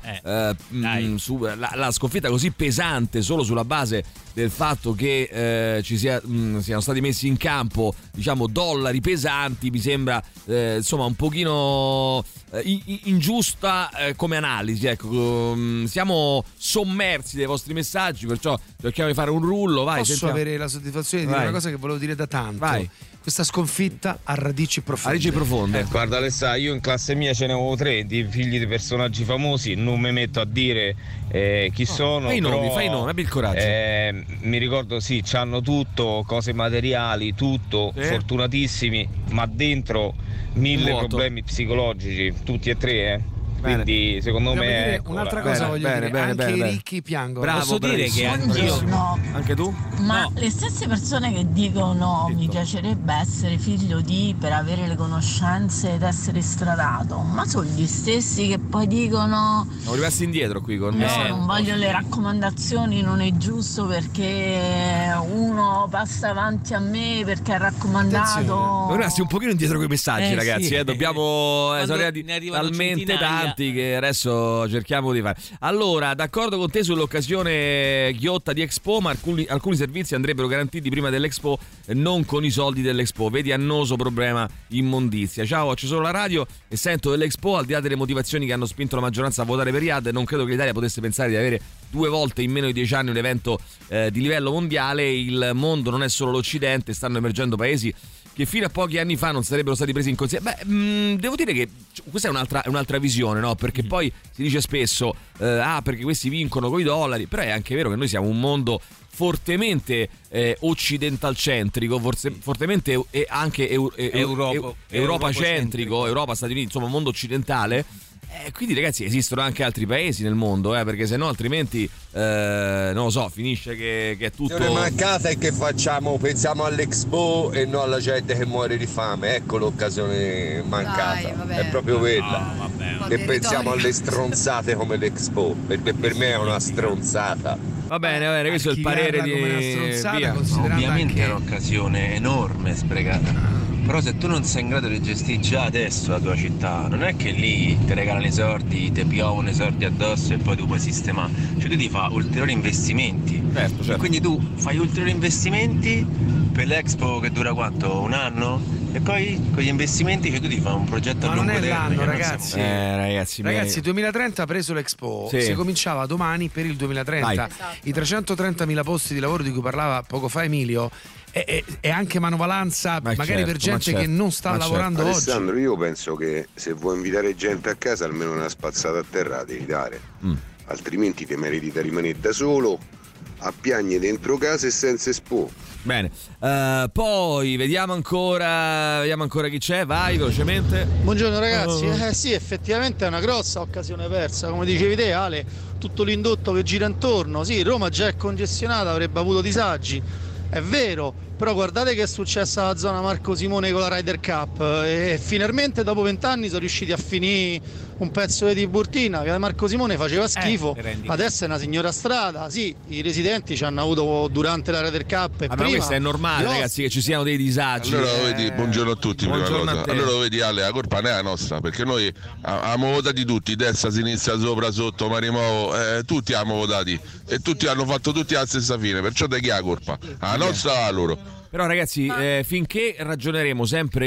la sconfitta così pesante solo sulla base del fatto che siano stati messi in campo, diciamo, dollari pesanti, mi sembra insomma un pochino ingiusta come analisi, ecco. Siamo sommersi dai vostri messaggi, perciò cerchiamo di fare un rullo. Vai, posso avere la soddisfazione di dire una cosa che volevo dire da tanto. Vai. Questa sconfitta ha radici profonde. Radici profonde. Guarda Alessà, io in classe mia ce ne avevo 3 di figli di personaggi famosi, non mi metto a dire chi sono. Fai i nomi, abbi il coraggio. Mi ricordo, sì, c'hanno tutto, cose materiali, tutto, fortunatissimi, ma dentro 1000 problemi psicologici, tutti e 3, Quindi secondo me un'altra cosa voglio dire, anche i ricchi piangono. Bravo, posso dire che anche tu? Ma le stesse persone che dicono mi piacerebbe essere figlio di per avere le conoscenze ed essere istradato, ma sono gli stessi che poi dicono siamo rimasti indietro qui con no, non voglio le raccomandazioni, non è giusto perché uno passa avanti a me perché è raccomandato. Siamo rimasti un pochino indietro con i messaggi, ragazzi, sì. Dobbiamo sono arrivati talmente tanti che adesso cerchiamo di fare. Allora, d'accordo con te sull'occasione ghiotta di Expo, ma alcuni servizi andrebbero garantiti prima dell'Expo, non con i soldi dell'Expo. Vedi annoso problema immondizia. Ciao, ho acceso la radio e sento dell'Expo, al di là delle motivazioni che hanno spinto la maggioranza a votare per Riyadh, non credo che l'Italia potesse pensare di avere 2 volte in meno di 10 anni un evento di livello mondiale. Il mondo non è solo l'Occidente, stanno emergendo paesi che fino a pochi anni fa non sarebbero stati presi in considerazione. Devo dire che questa è un'altra visione, no? Perché poi si dice spesso perché questi vincono coi dollari, però è anche vero che noi siamo un mondo fortemente occidentalcentrico, fortemente anche europacentrico, Europa, Stati Uniti, insomma un mondo occidentale. Quindi ragazzi esistono anche altri paesi nel mondo, perché sennò altrimenti non lo so, finisce che è tutto. La mancata è che facciamo, pensiamo all'Expo e non alla gente che muore di fame, ecco l'occasione mancata. Dai, è proprio quella. E pensiamo alle stronzate come l'Expo, perché per me è una stronzata. Va bene, questo è il parere di Via. Ovviamente è un'occasione enorme sprecata. Però se tu non sei in grado di gestire già adesso la tua città, non è che lì ti regalano i soldi, ti piovono i soldi addosso e poi tu puoi sistemare. Cioè tu ti fai ulteriori investimenti. Certo. Quindi tu fai ulteriori investimenti per l'Expo che dura quanto? Un anno? E poi con gli investimenti tu ti fai un progetto a lungo termine. Ma non è l'anno, ragazzi, 2030 ha preso l'Expo, sì. Si cominciava domani per il 2030. Esatto. I 330.000 posti di lavoro di cui parlava poco fa Emilio è anche manovalanza, magari per gente che non sta lavorando oggi. Alessandro, io penso che se vuoi invitare gente a casa almeno una spazzata a terra la devi dare, altrimenti ti meriti da rimanere da solo a piagne dentro casa e senza Expo. Bene, poi vediamo ancora chi c'è, vai velocemente. Buongiorno ragazzi, sì, effettivamente è una grossa occasione persa, come dicevi te Ale, tutto l'indotto che gira intorno, sì, Roma già è congestionata, avrebbe avuto disagi, è vero, però guardate che è successo alla zona Marco Simone con la Ryder Cup e finalmente dopo 20 anni sono riusciti a finire un pezzo di Tiburtina che Marco Simone faceva schifo, adesso è una signora strada, sì, i residenti ci hanno avuto durante la Ryder Cup e prima. Ma questo è normale ragazzi che ci siano dei disagi. Allora lo vedi, buongiorno a tutti, buongiorno prima cosa. Allora lo vedi Ale, la colpa non è la nostra, perché noi abbiamo votati tutti, destra, sinistra, sopra, sotto, Marimovo, tutti abbiamo votati e tutti hanno fatto tutti la stessa fine, perciò da chi è la colpa? La nostra o la loro? Però ragazzi, finché ragioneremo sempre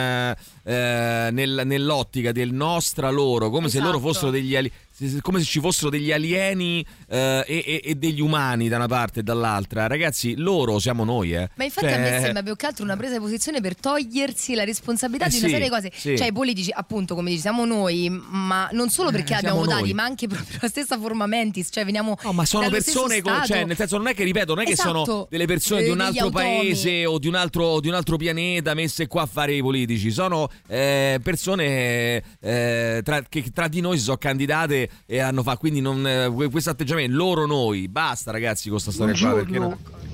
nell'ottica del nostra loro, come se loro fossero come se ci fossero degli alieni e degli umani da una parte e dall'altra, ragazzi, loro siamo noi. Ma infatti a me sembra più che altro una presa di posizione per togliersi la responsabilità di una serie di cose. Sì. Cioè i politici, appunto, come dici, siamo noi, ma non solo perché abbiamo votati, ma anche proprio la stessa forma mentis, cioè veniamo ma sono persone cioè nel senso non è che ripeto, non è che sono delle persone di un altro paese o di un altro pianeta messe qua a fare i politici, sono persone che tra di noi si sono candidate e hanno fatto, quindi non questo atteggiamento loro noi, basta ragazzi con sta storia qua, perché no?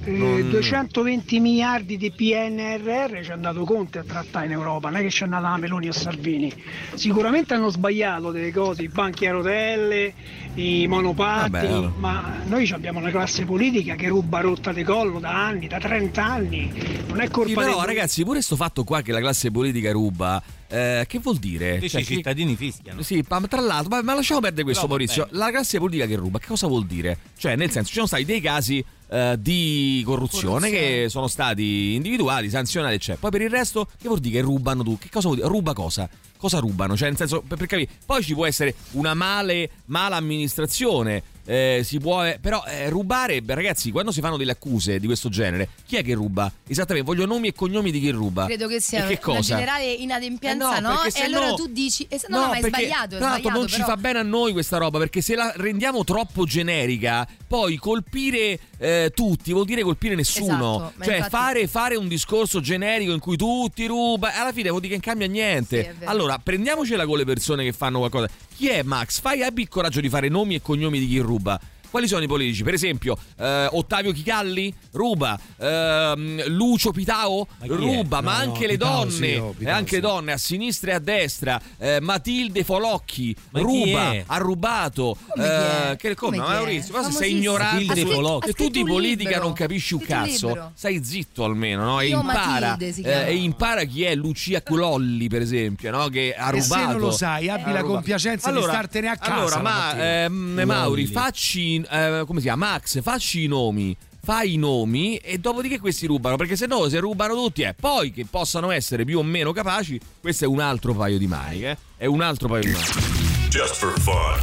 220 miliardi di PNRR ci è andato Conte a trattare in Europa, non è che ci è andata la Meloni o Salvini. Sicuramente hanno sbagliato delle cose, i banchi a rotelle, i monopattini, ma noi abbiamo una classe politica che ruba rotta di collo da anni, da 30 anni, non è colpa però ragazzi, pure sto fatto qua che la classe politica ruba, che vuol dire? Invece i cittadini fischiano. Sì, ma tra l'altro, ma lasciamo perdere questo, Maurizio. La classe politica che ruba, che cosa vuol dire? Cioè, nel senso, ci sono stati dei casi di corruzione che sono stati individuati, sanzionati, eccetera. Poi per il resto, che vuol dire che rubano tu? Che cosa vuol dire? Ruba cosa? Cosa rubano? Cioè, nel senso, per capire. Poi ci può essere una mala amministrazione. Si può, però rubare, ragazzi, quando si fanno delle accuse di questo genere, chi è che ruba? Esattamente, voglio nomi e cognomi di chi ruba. Credo che sia una generale inadempienza, no? E allora tu dici no, ma è sbagliato. Tra l'altro non ci fa bene a noi questa roba, perché se la rendiamo troppo generica, poi colpire tutti vuol dire colpire nessuno. Esatto, cioè infatti... fare un discorso generico in cui tutti ruba, alla fine vuol dire che non cambia niente. Sì, allora prendiamocela con le persone che fanno qualcosa. Chi è Max? Abbi il coraggio di fare nomi e cognomi di chi ruba. Quali sono i politici? Per esempio Ottavio Chicalli ruba, Lucio Pitao ruba, ma anche le donne, anche le donne a sinistra e a destra, Matilde Folocchi ruba, ha rubato. Come Maurizio, cosa sei ignorante? Se tu di politica non capisci un cazzo, stai zitto almeno, no? E impara chi è Lucia Cololli, per esempio, no? Che ha rubato. Se non lo sai, abbi la compiacenza di startene a casa. Allora, Mauri, facci come si chiama? Max, facci i nomi. Fai i nomi e dopodiché questi rubano, perché se no se rubano tutti poi che possano essere più o meno capaci, questo è un altro paio di maniche, è un altro paio di maniche. Just for fun.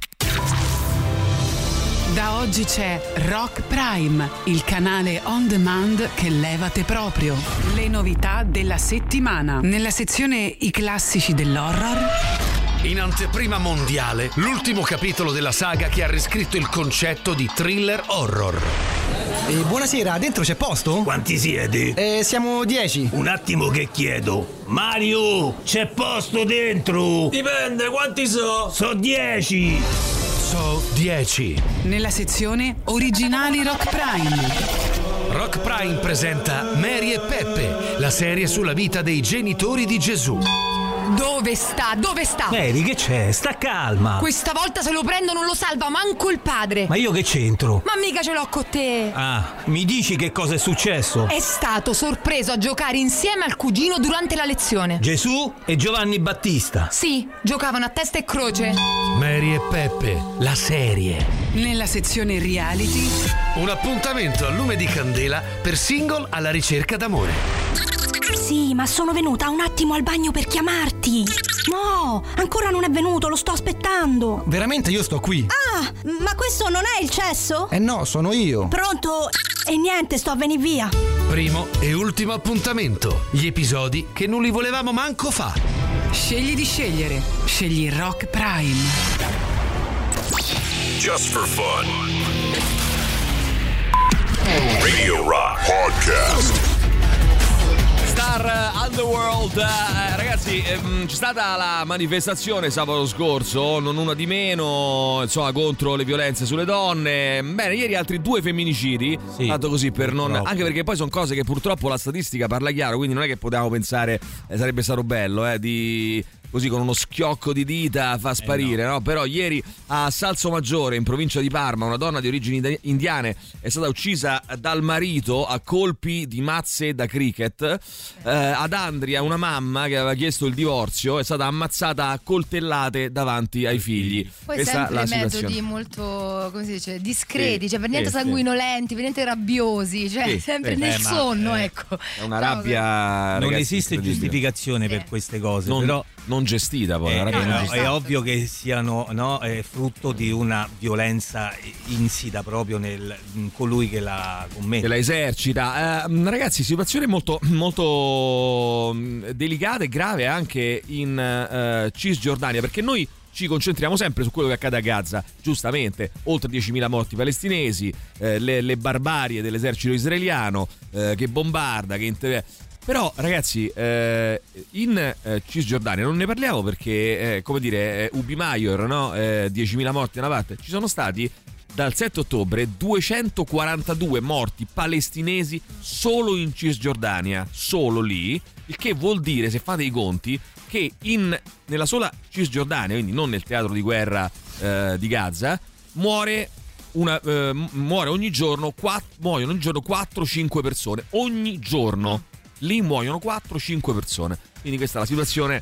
Da oggi c'è Rock Prime, il canale on demand che levate proprio. Le novità della settimana. Nella sezione I classici dell'horror. In anteprima mondiale, l'ultimo capitolo della saga che ha riscritto il concetto di thriller horror. Buonasera, dentro c'è posto? Quanti siete? Siamo 10. Un attimo che chiedo. Mario, c'è posto dentro? Dipende, quanti so? So 10. So 10. Nella sezione Originali Rock Prime. Rock Prime presenta Mary e Peppe, la serie sulla vita dei genitori di Gesù. Dove sta? Dove sta? Mary, che c'è? Sta calma. Questa volta se lo prendo non lo salva manco il padre. Ma io che c'entro? Ma mica ce l'ho con te. Ah, mi dici che cosa è successo? È stato sorpreso a giocare insieme al cugino durante la lezione. Gesù e Giovanni Battista. Sì, giocavano a testa e croce. Mary e Peppe, la serie. Nella sezione reality. Un appuntamento a lume di candela per single alla ricerca d'amore. Sì, ma sono venuta un attimo al bagno per chiamarti. No, ancora non è venuto, lo sto aspettando. Veramente io sto qui. Ah, ma questo non è il cesso? No, sono io. Pronto? E niente, sto a venire via. Primo e ultimo appuntamento. Gli episodi che non li volevamo manco fa. Scegli di scegliere. Scegli Rock Prime. Just for fun. Radio Rock Podcast. Star Underworld, ragazzi, c'è stata la manifestazione sabato scorso, non una di meno, insomma, contro le violenze sulle donne. Bene, ieri altri 2 femminicidi, tanto così per non, anche perché poi sono cose che purtroppo la statistica parla chiaro, quindi non è che potevamo pensare sarebbe stato bello di così con uno schiocco di dita fa sparire, no? Però ieri a Salsomaggiore, in provincia di Parma, una donna di origini indiane è stata uccisa dal marito a colpi di mazze da cricket. Ad Andria una mamma che aveva chiesto il divorzio è stata ammazzata a coltellate davanti ai figli. Poi questa sempre metodi molto, come si dice, discreti, cioè per niente sanguinolenti, per niente rabbiosi, cioè sempre nel sonno, ecco. È una rabbia, non ragazzi, esiste giustificazione per queste cose, però non gestita poi. È ovvio che siano frutto di una violenza insita proprio in colui che la commette, che la esercita. Ragazzi, situazione molto, molto delicata e grave anche in Cisgiordania, perché noi ci concentriamo sempre su quello che accade a Gaza, giustamente, oltre 10.000 morti palestinesi, le barbarie dell'esercito israeliano che bombarda, che però ragazzi, in Cisgiordania non ne parliamo perché come dire, Ubi Maior, no? 10.000 morti da una parte, ci sono stati dal 7 ottobre 242 morti palestinesi solo in Cisgiordania, solo lì, il che vuol dire, se fate i conti, che nella sola Cisgiordania, quindi non nel teatro di guerra di Gaza, muore ogni giorno 4-5 persone, ogni giorno lì muoiono 4-5 persone, quindi questa è la situazione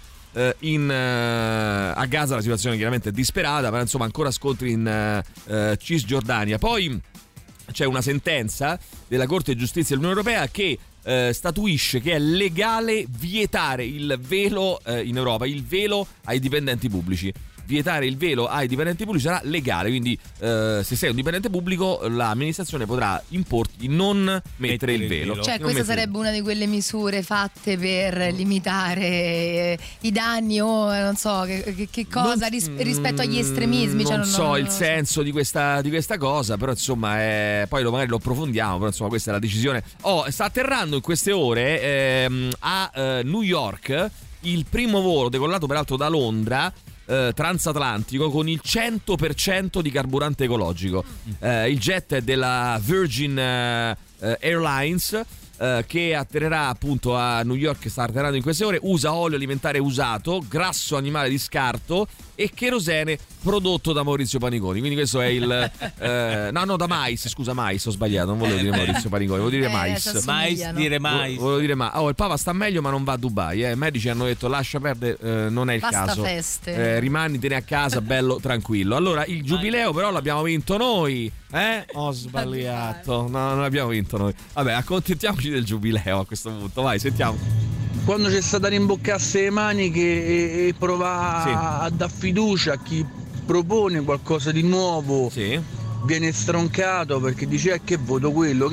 a Gaza. La situazione chiaramente è disperata, ma insomma ancora scontri in Cisgiordania. Poi c'è una sentenza della Corte di Giustizia dell'Unione Europea che statuisce che è legale vietare il velo in Europa, il velo ai dipendenti pubblici. Vietare il velo ai dipendenti pubblici sarà legale, quindi se sei un dipendente pubblico l'amministrazione potrà importi di non mettere il velo. Cioè questa sarebbe una di quelle misure fatte per limitare i danni o non so che cosa rispetto agli estremismi. Non so il senso di questa cosa, però insomma poi magari lo approfondiamo, però insomma questa è la decisione. Sta atterrando in queste ore a New York il primo volo decollato peraltro da Londra, transatlantico, con il 100% di carburante ecologico. Il jet è della Virgin Airlines, che atterrerà appunto a New York, sta atterrando in queste ore. Usa olio alimentare usato, grasso animale di scarto e cherosene prodotto da Maurizio Paniconi. Quindi questo è il da mais, scusa, mais, ho sbagliato, non volevo dire Maurizio Paniconi, volevo dire mais. Volevo dire mais. Il Papa sta meglio ma non va a Dubai, I medici hanno detto lascia perdere, non è il basta caso. Feste. Rimanitene a casa bello tranquillo. Allora il giubileo però l'abbiamo vinto noi. Ho sbagliato. No, non l'abbiamo vinto noi. Vabbè, accontentiamoci del giubileo a questo punto. Vai, sentiamo. Quando c'è stata rimboccarsi le maniche e provare a dar fiducia a chi propone qualcosa di nuovo, viene stroncato perché dice che voto quello.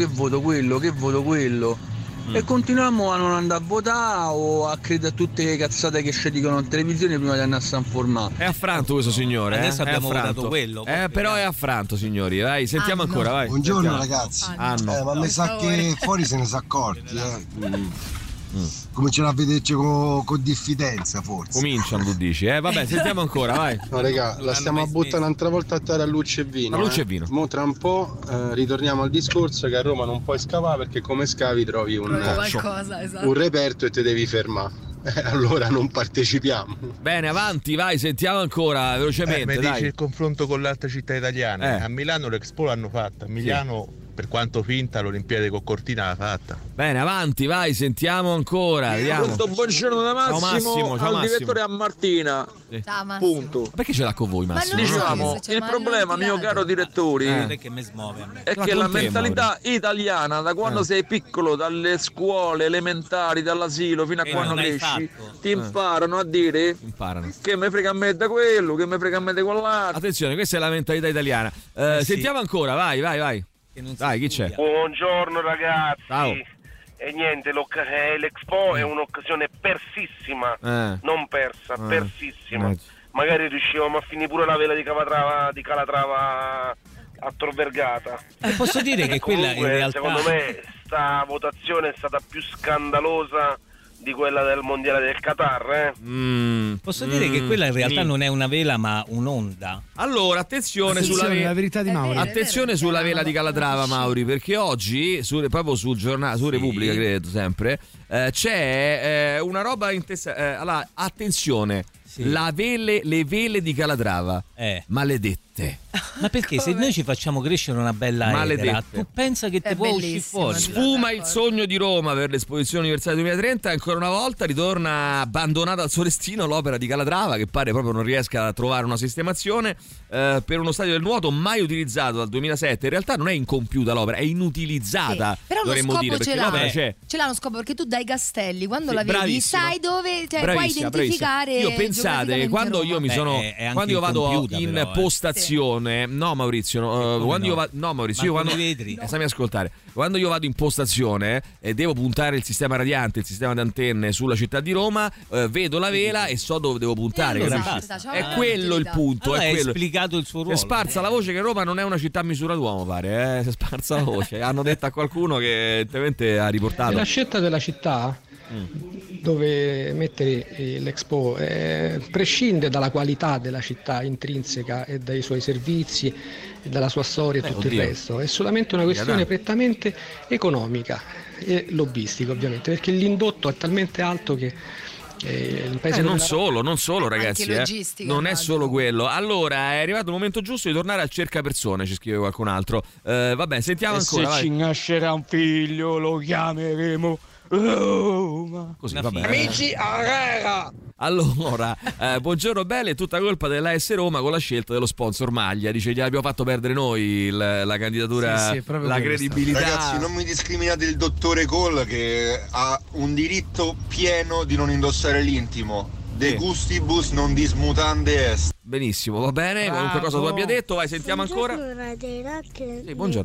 E continuiamo a non andare a votare o a credere a tutte le cazzate che ci dicono in televisione prima di andare a informare. È affranto questo signore. Adesso abbiamo votato quello. Però è affranto, signori. Vai, sentiamo ancora. Vai. Buongiorno ragazzi. Ma mi sa che fuori se ne sono accorti. Cominciano a vederci con diffidenza, forse. Cominciano, tu dici. Vabbè, sentiamo ancora, vai. No, raga, la stiamo a buttare un'altra volta a terra a luce e vino. Luce e vino. Mo tra un po' ritorniamo al discorso che a Roma non puoi scavare perché come scavi trovi un reperto e te devi fermare. Allora non partecipiamo. Bene, avanti, vai, sentiamo ancora velocemente. Mi dici il confronto con le altre città italiane. A Milano l'Expo l'hanno fatta, a Milano per quanto finta l'Olimpiade con Cortina l'ha fatta. Bene, avanti, vai, sentiamo ancora. Vediamo. Buongiorno da Massimo, al direttore a Martina. Ciao Massimo. Punto. Perché ce l'ha con voi, Massimo? Diciamo, il problema, mio caro direttore, è che la mentalità italiana, da quando sei piccolo, dalle scuole elementari, dall'asilo fino a quando cresci, ti imparano a dire che me frega a me da quello, che me frega a me da quell'altro. Attenzione, questa è la mentalità italiana. Sentiamo ancora, vai. Dai, chi c'è? Buongiorno ragazzi. Ciao. E niente, l'Expo è un'occasione persissima, non persa, persissima. Magari riuscivamo a finire pure la vela di Calatrava a Tor Vergata. Posso dire che quella in realtà, secondo me, sta votazione è stata più scandalosa di quella del mondiale del Qatar, Posso dire che quella in realtà non è una vela ma un'onda. Allora attenzione sulla la verità di Mauri. Attenzione sulla vela di Calatrava, Mauri, perché oggi proprio sul giornale, su Repubblica credo sempre, c'è una roba allora, attenzione, le vele di Calatrava maledette. Ma perché se noi ci facciamo crescere una bella edera, tu pensa che ti può uscire fuori? Sfuma il sogno di Roma per l'Esposizione Universale 2030 e ancora una volta ritorna abbandonata al suo destino l'opera di Calatrava, che pare proprio non riesca a trovare una sistemazione per uno stadio del nuoto mai utilizzato dal 2007. In realtà non è incompiuta l'opera, è inutilizzata, però dovremmo dire, perché l'opera c'è. Ce l'ha uno scopo, perché tu dai Castelli, quando la vedi sai dove, puoi identificare. Io pensate, quando io mi sono quando io vado in postazione, no Maurizio, quando io vado, no Maurizio, io quando stammi ascoltare, quando io vado in postazione e devo puntare il sistema radiante, il sistema d'antenne sulla città di Roma, vedo la vela e so dove devo puntare. È quello il punto. Allora è quello. Esplicato il suo ruolo. È sparsa la voce che Roma non è una città a misura d'uomo, pare. Si è sparsa la voce. Hanno detto a qualcuno che evidentemente ha riportato. La scelta della città dove mettere l'Expo prescinde dalla qualità della città intrinseca e dai suoi servizi e dalla sua storia e tutto il resto, è solamente una questione prettamente economica e lobbistica, ovviamente, perché l'indotto è talmente alto che il paese non solo ragazzi, non è solo quello. Allora è arrivato il momento giusto di tornare al cercapersone, ci scrive qualcun altro. Vabbè, sentiamo ancora. Se ci nascerà un figlio lo chiameremo Roma. Così, vabbè. Amici, Arera. Allora, buongiorno belli, è tutta colpa dell'AS Roma con la scelta dello sponsor maglia. Dice, gli abbiamo fatto perdere noi la candidatura, la credibilità. Ragazzi, non mi discriminate il dottore Cole che ha un diritto pieno di non indossare l'intimo. De gustibus non dismutande est. Benissimo, va bene, qualunque cosa tu abbia detto, vai, sentiamo ancora. Sì, buongiorno.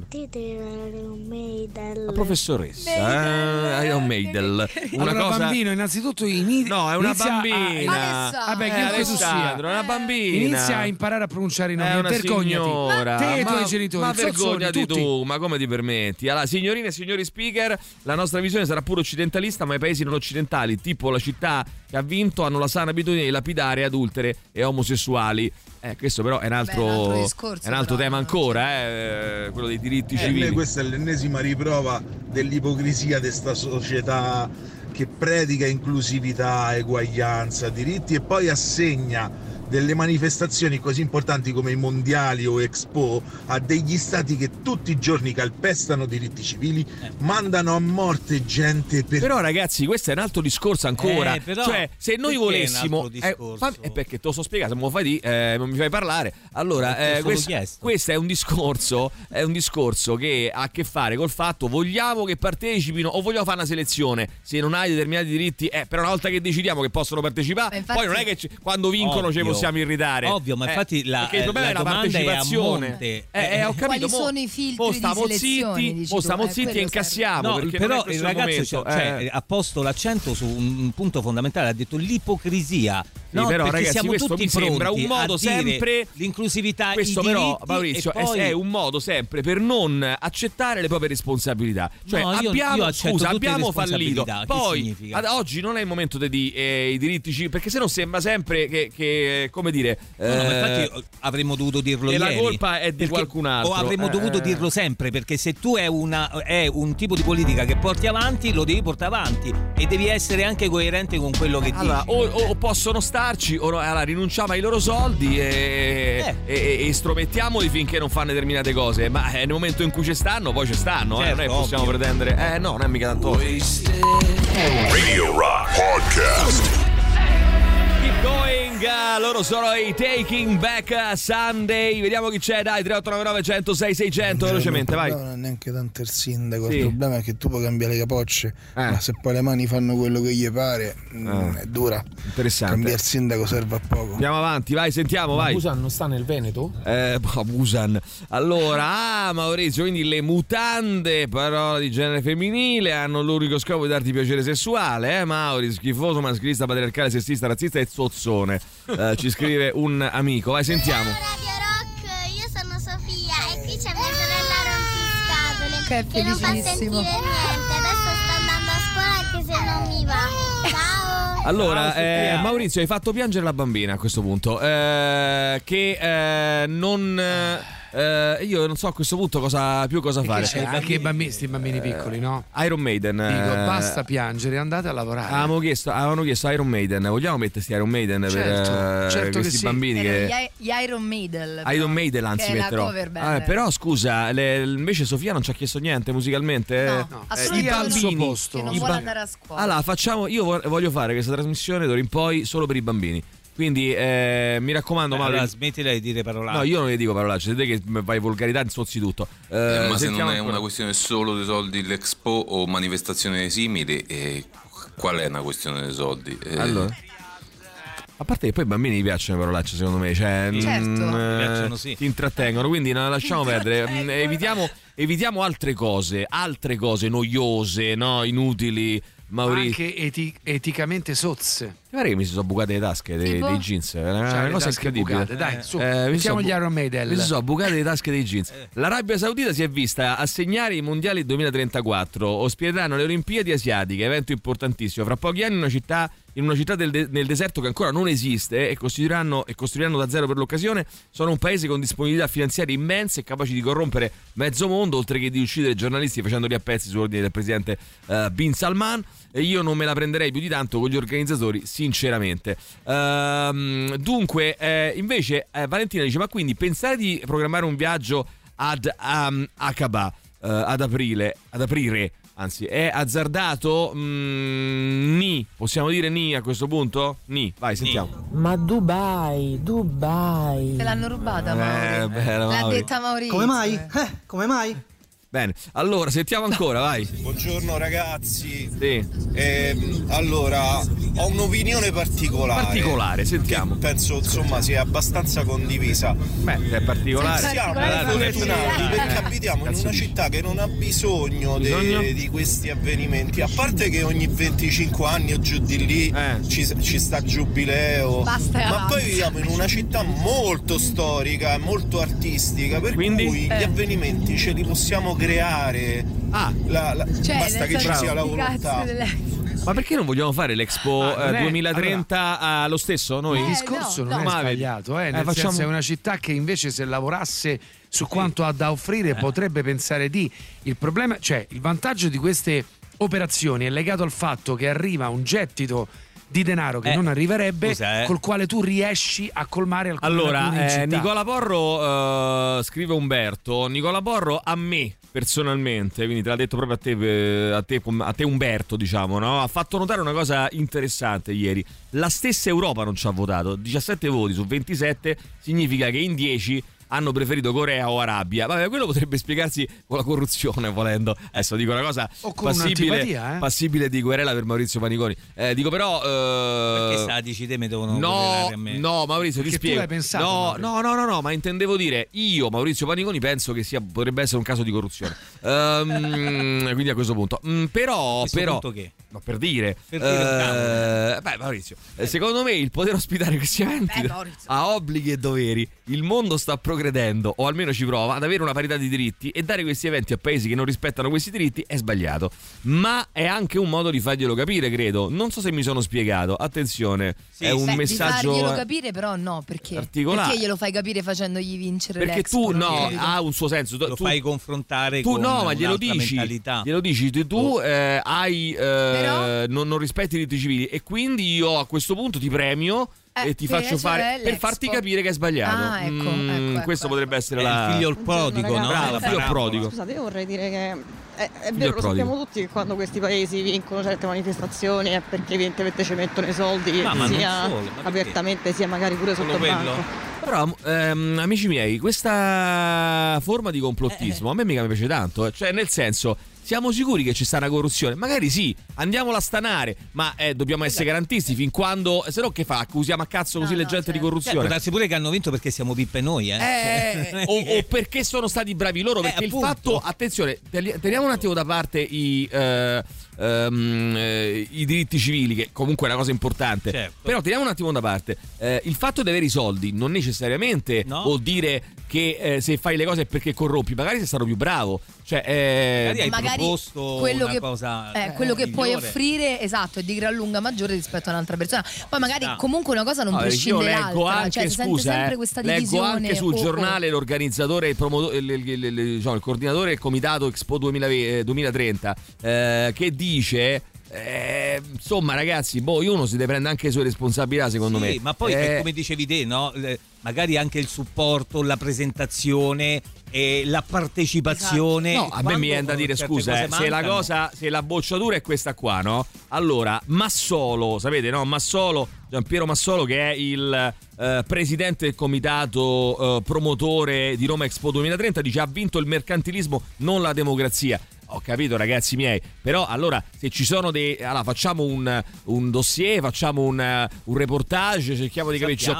La professoressa Iron Maiden. Una cosa... bambino, innanzitutto no, è una bambina. Vabbè, chiunque tu sia, è una bambina. Inizia a imparare a pronunciare i nomi. È una signora. Te e i tuoi genitori. Ma vergognati tu, ma come ti permetti? Allora, signorine e signori speaker, la nostra visione sarà pure occidentalista, ma i paesi non occidentali, tipo la città che ha vinto, hanno la sana abitudine di lapidare adultere e omosessuali. Questo però è un altro tema ancora, quello dei diritti civili. Questa è l'ennesima riprova dell'ipocrisia di sta società che predica inclusività, eguaglianza, diritti e poi assegna delle manifestazioni così importanti come i mondiali o Expo a degli stati che tutti i giorni calpestano diritti civili, mandano a morte gente per... Però ragazzi, questo è un altro discorso ancora, cioè se noi volessimo perché te lo so spiegare, se me lo fai non mi fai parlare, allora questo è un discorso che ha a che fare col fatto vogliamo che partecipino o vogliamo fare una selezione, se non hai determinati diritti però una volta che decidiamo che possono partecipare, infatti, poi non è che quando vincono possiamo irritare. Ovvio, ma infatti perché il problema è la partecipazione. Ho capito. Quali sono i filtri di selezione? Stiamo zitti e incassiamo. No, però il ragazzo ha posto l'accento su un punto fondamentale, ha detto l'ipocrisia. Sì, però ragazzi, siamo questo tutti mi sembra un modo sempre l'inclusività, questo i però Maurizio poi... è un modo sempre per non accettare le proprie responsabilità, cioè abbiamo fallito, poi oggi non è il momento di i diritti civili, perché sennò sembra sempre che come dire infatti avremmo dovuto dirlo ieri, la colpa è di qualcun altro, o avremmo dovuto dirlo sempre, perché se tu è un tipo di politica che porti avanti, lo devi portare avanti e devi essere anche coerente con quello che dici. O possono starci o rinunciamo ai loro soldi e estromettiamoli finché non fanno determinate cose, ma nel momento in cui ci stanno poi ci stanno, non è che possiamo pretendere non è mica tanto. Radio Rock Podcast. Keep going, loro sono i Taking Back Sunday. Vediamo chi c'è, dai, 3899 106 600 velocemente, vai. Non è neanche tanto il sindaco, il problema è che tu puoi cambiare le capocce, ma se poi le mani fanno quello che gli pare è dura. Interessante. Cambiare il sindaco serve a poco. Andiamo avanti, vai, sentiamo, vai. Busan non sta nel Veneto? Busan. Allora, Maurizio, quindi le mutande, parola di genere femminile, hanno l'unico scopo di darti piacere sessuale, Mauri, schifoso, maschilista, patriarcale, sessista, razzista e zozzone. Ci scrive un amico, vai, sentiamo. Radio Rock, io sono Sofia e qui c'è mia sorella rompiscatole che non fa sentire niente, adesso sta andando a scuola anche se non mi va. Ciao. Allora, Maurizio, hai fatto piangere la bambina a questo punto, che non... io non so a questo punto cosa fare. C'è anche i bambini piccoli, no? Iron Maiden. Dico, basta piangere, andate a lavorare. Avevano chiesto Iron Maiden. Vogliamo mettersi Iron Maiden per questi bambini? Gli Iron Maiden. Iron Maiden, anzi, metterò. Però scusa, invece Sofia non ci ha chiesto niente musicalmente. No, assolutamente al suo posto. Che non vuole andare a scuola. Allora, facciamo. Io voglio fare questa trasmissione d'ora in poi solo per i bambini. Quindi mi raccomando, allora smettila di dire parolacce. No, io non le dico parolacce, siete che vai volgarità insozzi tutto. Ma se non è una questione solo dei soldi l'Expo o manifestazioni simili, qual è una questione dei soldi? Allora, a parte che poi ai bambini gli piacciono le parolacce, secondo me, cioè piacciono, sì. Ti intrattengono, quindi non lasciamo perdere. Evitiamo altre cose noiose, no? Inutili. Maurizio. Anche eticamente sozze. Guarda che mi si sono bucate le tasche dei jeans, è una cosa incredibile. Bucate. Dai, su, mettiamo gli Iron Maiden. Mi si sono bucate le tasche dei jeans. L'Arabia Saudita si è vista assegnare i mondiali 2034, ospiteranno le Olimpiadi asiatiche, evento importantissimo. Fra pochi anni in una città nel deserto che ancora non esiste e costruiranno da zero per l'occasione. Sono un paese con disponibilità finanziarie immense e capaci di corrompere mezzo mondo, oltre che di uccidere giornalisti facendoli a pezzi sull'ordine del presidente Bin Salman. E io non me la prenderei più di tanto con gli organizzatori, sinceramente. Dunque, invece Valentina dice: ma quindi pensare di programmare un viaggio ad Aqaba ad aprire, anzi, è azzardato? Ni, possiamo dire ni a questo punto? Ni, vai, sentiamo. Ma Dubai. Se l'hanno rubata, Maurizio. L'ha detta Maurizio. Come mai? Bene, allora sentiamo ancora, vai. Buongiorno ragazzi. Sì. Allora, ho un'opinione particolare. Sentiamo. Che penso insomma sia abbastanza condivisa. Beh, è particolare. Siamo fortunati perché abitiamo in una città che non ha bisogno di questi avvenimenti. A parte che ogni 25 anni o giù di lì ci sta giubileo. Ma poi viviamo in una città molto storica, molto artistica, per cui gli avvenimenti ce li possiamo creare. Basta che ci sia la volontà. Ma perché non vogliamo fare l'Expo 2030 lo stesso noi? Il discorso non è sbagliato, nel senso è una città che invece se lavorasse su quanto ha da offrire potrebbe pensare di. Il problema, cioè il vantaggio di queste operazioni è legato al fatto che arriva un gettito di denaro che non arriverebbe, col quale tu riesci a colmare alcune lacune in città. Nicola Porro, scrive Umberto, Nicola Porro a me personalmente, quindi te l'ha detto proprio a te Umberto, diciamo, no? Ha fatto notare una cosa interessante ieri. La stessa Europa non ci ha votato, 17 voti su 27 significa che in 10 hanno preferito Corea o Arabia. Vabbè, quello potrebbe spiegarsi con la corruzione, volendo. Adesso dico una cosa passibile di querela per Maurizio Paniconi. Dico però perché sta dici te mi devono querelare a me? No, Maurizio, ti spiego. Tu l'hai pensato, no, ma intendevo dire, io Maurizio Paniconi penso che potrebbe essere un caso di corruzione. Quindi a questo punto. Però punto che? No, per dire Maurizio, secondo me il poter ospitare questi eventi ha obblighi e doveri. Il mondo sta progredendo, o almeno ci prova, ad avere una parità di diritti, e dare questi eventi a paesi che non rispettano questi diritti è sbagliato. Ma è anche un modo di farglielo capire, credo. Non so se mi sono spiegato. Attenzione, è un messaggio. Di farglielo capire, però no, perché? Perché glielo fai capire facendogli vincere l'Expo? Perché tu ha un suo senso. Lo fai confrontare con ma glielo dici. Mentalità. Glielo dici, tu hai non rispetti i diritti civili, e quindi io a questo punto ti premio e ti faccio fare per farti capire che è sbagliato. Ecco, questo potrebbe essere il figlio prodigo, no? Brava, figlio prodigo. Scusate, io vorrei dire che è vero, lo sappiamo tutti che quando questi paesi vincono certe manifestazioni è perché evidentemente ci mettono i soldi, sia apertamente sia magari pure sotto il banco. Però amici miei, questa forma di complottismo a me mica mi piace tanto, cioè nel senso, siamo sicuri che ci sta una corruzione? Magari sì, andiamola a stanare, ma dobbiamo essere garantisti fin quando, se no che fa? Accusiamo a cazzo così le gente di corruzione. Può darsi pure che hanno vinto perché siamo pippe noi, o perché sono stati bravi loro, perché il fatto, attenzione, teniamo un attimo da parte i diritti civili, che comunque è una cosa importante, però teniamo un attimo da parte il fatto di avere i soldi non necessariamente vuol dire che se fai le cose è perché corrompi. Magari sei stato più bravo, cioè magari proposto quello una cosa quello che puoi offrire, esatto, è di gran lunga maggiore rispetto a un'altra persona. Poi magari comunque una cosa non prescinde dall'altra, anche, cioè si sente sempre questa divisione. Leggo anche sul giornale l'organizzatore, il coordinatore del comitato Expo 2030 che dice insomma ragazzi, uno si deve prendere anche le sue responsabilità, secondo me. Ma poi è come dicevi te, no? Magari anche il supporto, la presentazione e la partecipazione. No, a me mi viene da dire, scusa, se la bocciatura è questa qua, no? Allora Massolo, sapete, no? Giampiero Massolo, che è il presidente del comitato promotore di Roma Expo 2030, dice: ha vinto il mercantilismo, non la democrazia. Ho capito, ragazzi miei, però allora se ci sono facciamo un dossier, facciamo un reportage, cerchiamo di capire, ci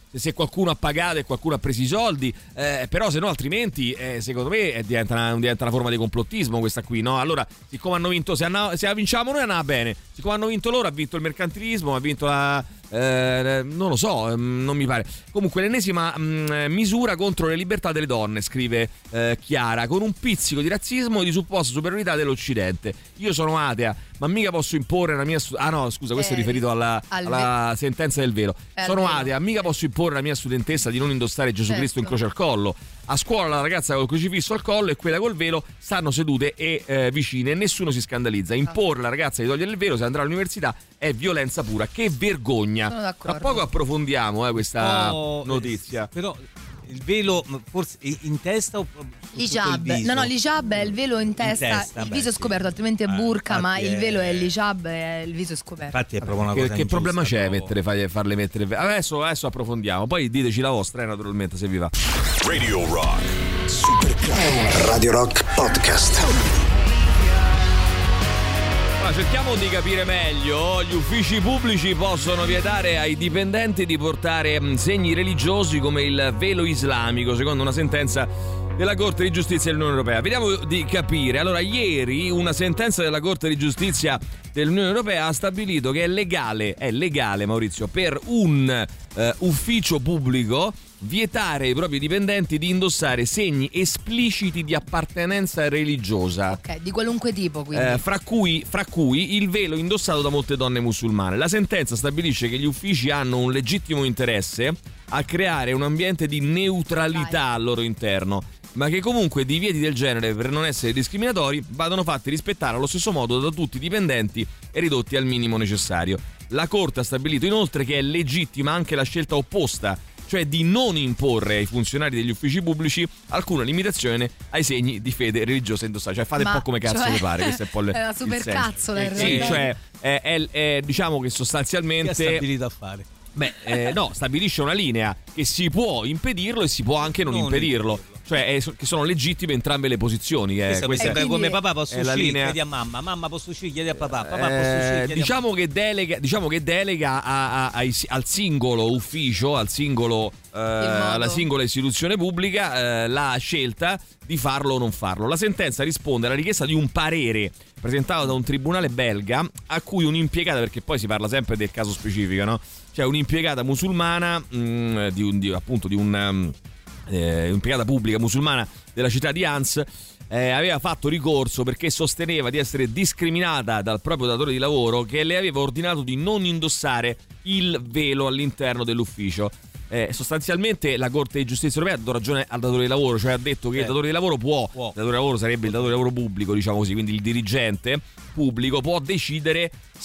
se qualcuno ha pagato e qualcuno ha preso i soldi, però se no altrimenti secondo me diventa una forma di complottismo questa qui, no? Allora, siccome hanno vinto, se vinciamo noi andava bene, siccome hanno vinto loro, ha vinto il mercantilismo, ha vinto la non lo so, non mi pare. Comunque l'ennesima misura contro le libertà delle donne, scrive Chiara, con un pizzico di razzismo e di supposta superiorità dell'Occidente. Io sono atea, ma mica posso imporre la mia questo è riferito alla sentenza del velo. Sono atea, mica posso imporre alla mia studentessa di non indossare Gesù Cristo in croce al collo. A scuola la ragazza col crocifisso al collo e quella col velo stanno sedute e vicine e nessuno si scandalizza. Imporre alla ragazza di togliere il velo se andrà all'università è violenza pura. Che vergogna. Tra poco approfondiamo questa notizia. Però il velo forse in testa o l'hijab? No, l'hijab è il velo in testa, il viso è scoperto, altrimenti è burka, ma il velo è l'hijab e il viso è scoperto. Infatti è proprio una cosa che problema c'è farle mettere? Adesso approfondiamo, poi diteci la vostra naturalmente se vi va. Radio Rock Super Radio Rock Podcast. Cerchiamo di capire meglio. Gli uffici pubblici possono vietare ai dipendenti di portare segni religiosi come il velo islamico, secondo una sentenza della Corte di Giustizia dell'Unione Europea. Vediamo di capire. Allora, ieri una sentenza della Corte di Giustizia dell'Unione Europea ha stabilito che è legale Maurizio, per un ufficio pubblico vietare ai propri dipendenti di indossare segni espliciti di appartenenza religiosa. Ok, di qualunque tipo, quindi. Fra cui il velo indossato da molte donne musulmane. La sentenza stabilisce che gli uffici hanno un legittimo interesse a creare un ambiente di neutralità al loro interno, ma che comunque divieti del genere, per non essere discriminatori, vadano fatti rispettare allo stesso modo da tutti i dipendenti e ridotti al minimo necessario. La Corte ha stabilito inoltre che è legittima anche la scelta opposta, cioè di non imporre ai funzionari degli uffici pubblici alcuna limitazione ai segni di fede religiosa indossati. Cioè fate un po' come cazzo vi pare. Questo è un po' è una super cazzola in realtà. Sì, cioè è diciamo che sostanzialmente che è stabilito a fare. No, stabilisce una linea che si può impedirlo e si può anche non impedirlo. Cioè che sono legittime entrambe le posizioni. Questa mi sembra come papà posso uscire, linea... chiedi a mamma posso uscire, chiedi a papà posso uscire, chiedi diciamo che delega al singolo ufficio, alla singola istituzione pubblica la scelta di farlo o non farlo. La sentenza risponde alla richiesta di un parere presentato da un tribunale belga a cui un'impiegata, perché poi si parla sempre del caso specifico, no? Cioè un'impiegata musulmana un'impiegata pubblica musulmana della città di Ans aveva fatto ricorso perché sosteneva di essere discriminata dal proprio datore di lavoro che le aveva ordinato di non indossare il velo all'interno dell'ufficio. Sostanzialmente la Corte di Giustizia Europea ha dato ragione al datore di lavoro, cioè ha detto che il datore di lavoro può. Il datore di lavoro sarebbe il datore di lavoro pubblico, diciamo così, quindi il dirigente pubblico può decidere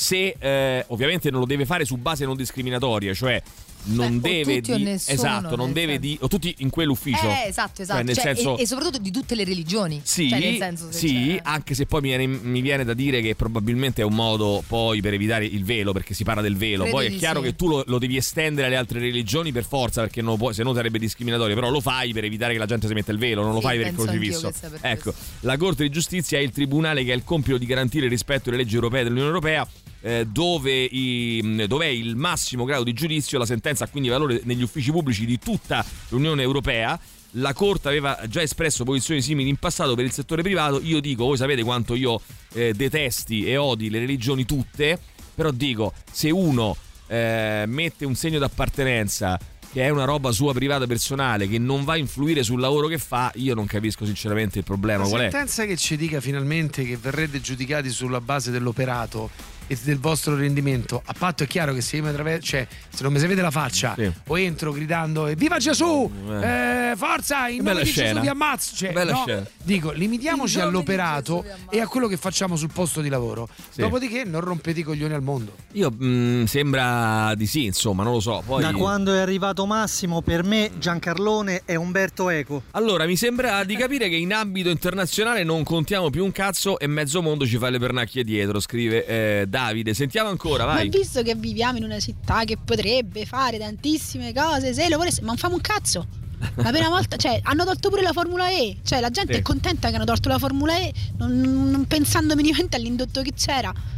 se ovviamente non lo deve fare su base non discriminatoria, cioè non deve non deve o tutti in quell'ufficio. Esatto. Cioè, nel senso, e soprattutto di tutte le religioni. Sì, cioè, nel senso, sì, anche se poi mi viene da dire che probabilmente è un modo poi per evitare il velo, perché si parla del velo. Credo poi è chiaro che tu lo devi estendere alle altre religioni per forza, perché non puoi, se no sarebbe discriminatorio, però lo fai per evitare che la gente si metta il velo, non lo fai per il crocifisso. Ecco, la Corte di Giustizia è il tribunale che ha il compito di garantire il rispetto delle leggi europee dell'Unione Europea, dove è il massimo grado di giudizio. La sentenza ha quindi valore negli uffici pubblici di tutta l'Unione Europea. La Corte aveva già espresso posizioni simili in passato per il settore privato. Io dico, voi sapete quanto io detesti e odi le religioni tutte, però dico, se uno mette un segno d'appartenenza che è una roba sua privata personale, che non va a influire sul lavoro che fa, io non capisco sinceramente il problema. La qual è? Sentenza che ci dica finalmente che verrete giudicati sulla base dell'operato e del vostro rendimento, a patto è chiaro che se se non mi sapete la faccia, sì, o entro gridando viva Gesù, forza, in nome di Gesù vi ammazzo, cioè, no, dico, limitiamoci all'operato e a quello che facciamo sul posto di lavoro, sì, dopodiché non rompete i coglioni al mondo. Io sembra di sì, insomma, non lo so. Poi... Da quando è arrivato Massimo, per me Giancarlone è Umberto Eco. Allora, mi sembra di capire che in ambito internazionale non contiamo più un cazzo e mezzo mondo ci fa le pernacchie dietro, scrive Davide. Sentiamo ancora, vai. Ma visto che viviamo in una città che potrebbe fare tantissime cose, se lo volesse, ma non famo un cazzo. La prima volta, cioè, hanno tolto pure la Formula E, cioè la gente è contenta che hanno tolto la Formula E, non pensando minimamente all'indotto che c'era.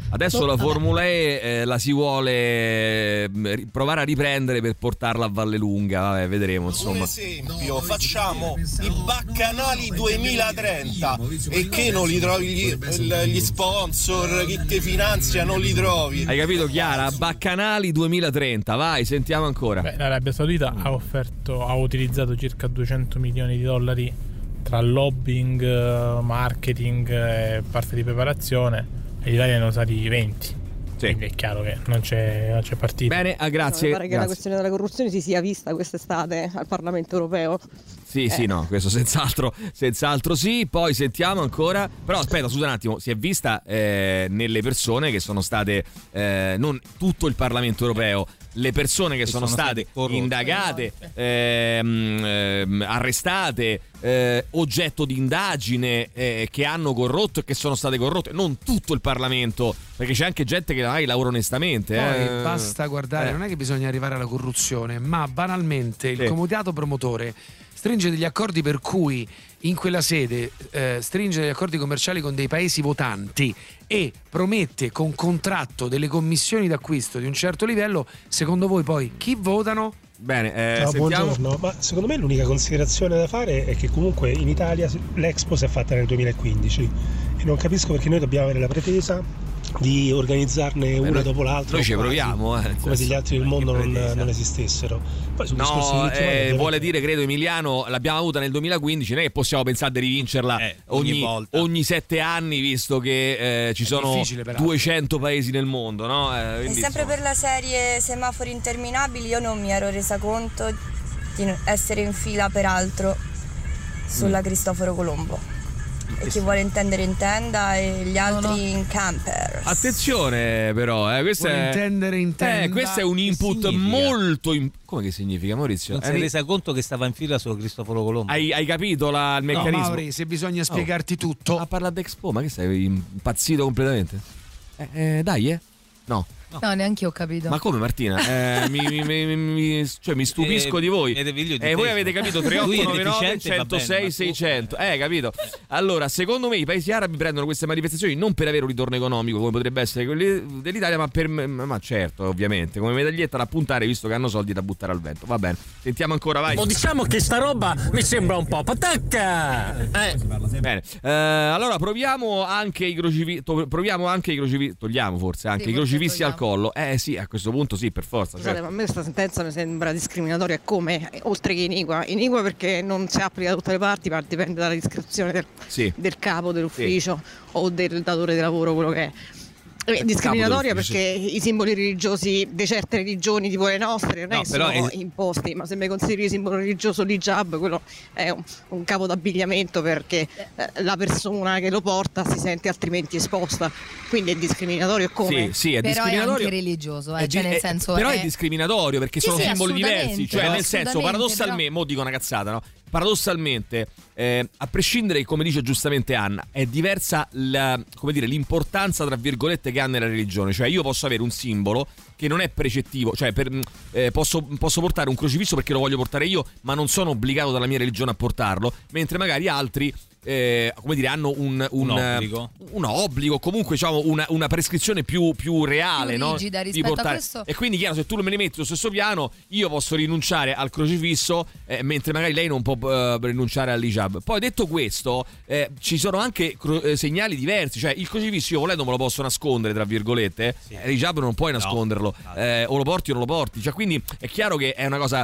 Adesso la Formula E la si vuole provare a riprendere per portarla a Vallelunga. Vabbè, vedremo, insomma. Un esempio, facciamo i Baccanali 2030 e che non li trovi gli sponsor, chi ti finanzia non li trovi. Hai capito, Chiara? Baccanali 2030, vai, sentiamo ancora. L'Arabia Saudita ha utilizzato circa 200 milioni di dollari tra lobbying, marketing e parte di preparazione. L'Italia ne ha usati 20. Quindi è chiaro che non c'è partita. Bene, grazie. Mi pare che la questione della corruzione si sia vista quest'estate al Parlamento europeo. Sì, no, questo senz'altro sì. Poi sentiamo ancora. Però aspetta, scusa un attimo, si è vista nelle persone che sono state non tutto il Parlamento europeo, le persone che sono state indagate, arrestate, oggetto di indagine, che hanno corrotto e che sono state corrotte, non tutto il Parlamento, perché c'è anche gente che magari lavora onestamente. Poi basta guardare, non è che bisogna arrivare alla corruzione, ma banalmente il comitato promotore stringe degli accordi per cui in quella sede stringe degli accordi commerciali con dei paesi votanti e promette con contratto delle commissioni d'acquisto di un certo livello. Secondo voi poi chi votano? Bene, ciao, buongiorno. Ma secondo me l'unica considerazione da fare è che comunque in Italia l'Expo si è fatta nel 2015 e non capisco perché noi dobbiamo avere la pretesa di organizzarne una dopo l'altra. Noi ci proviamo, come se gli altri del mondo non esistessero. Poi sul discorso di vuole dire, credo, Emiliano, l'abbiamo avuta nel 2015, non è che possiamo pensare di rivincerla ogni 7 anni, visto che ci sono 200 paesi nel mondo, no? E sempre per la serie semafori interminabili, io non mi ero resa conto di essere in fila per altro sulla Cristoforo Colombo. E chi vuole intendere intenda e gli altri in camper. Attenzione però, questo è intendere questo è un input molto come che significa, Maurizio? Non si è resa conto che stava in fila solo Cristoforo Colombo. Hai capito il meccanismo? No, Mauri, se bisogna spiegarti tutto. Ma parla d'Expo, ma che sei impazzito completamente? Dai, No, neanche io ho capito. Ma come, Martina? mi stupisco di voi. Voi avete capito 3899 106 600. Capito? Allora, secondo me i paesi arabi prendono queste manifestazioni non per avere un ritorno economico come potrebbe essere quelli dell'Italia, ma certo, ovviamente, come medaglietta da puntare, visto che hanno soldi da buttare al vento. Va bene, sentiamo ancora, vai. Diciamo che sta roba mi sembra un po' patacca. Bene, allora proviamo anche i crocifisso. Togliamo forse anche i crocifisso al collo. Sì, a questo punto sì, per forza. Scusate, ma a me questa sentenza mi sembra discriminatoria come, oltre che inigua perché non si applica da tutte le parti, ma dipende dalla descrizione del capo dell'ufficio o del datore di lavoro, quello che è. Discriminatoria perché i simboli religiosi di certe religioni tipo le nostre non sono imposti, ma se mi consideri simbolo religioso l'hijab, quello è un capo d'abbigliamento perché la persona che lo porta si sente altrimenti esposta, quindi è discriminatorio come? Sì, è però discriminatorio. È anche religioso, cioè nel senso però è discriminatorio perché sono simboli diversi, cioè nel senso paradossalmente, mo dico una cazzata, no? Paradossalmente, a prescindere, come dice giustamente Anna, è diversa l'importanza tra virgolette che ha nella religione. Cioè io posso avere un simbolo che non è precettivo, cioè posso portare un crocifisso perché lo voglio portare io, ma non sono obbligato dalla mia religione a portarlo, mentre magari altri hanno un obbligo, comunque diciamo una prescrizione più reale, più rigida, no? Rispetto a questo. E quindi chiaro, se tu me li metti sullo stesso piano, io posso rinunciare al crocifisso, mentre magari lei non può rinunciare all'hijab. Poi detto questo, ci sono anche segnali diversi, cioè il crocifisso io volendo me lo posso nascondere tra virgolette, l'hijab non puoi nasconderlo, o lo porti o non lo porti, cioè quindi è chiaro che è una cosa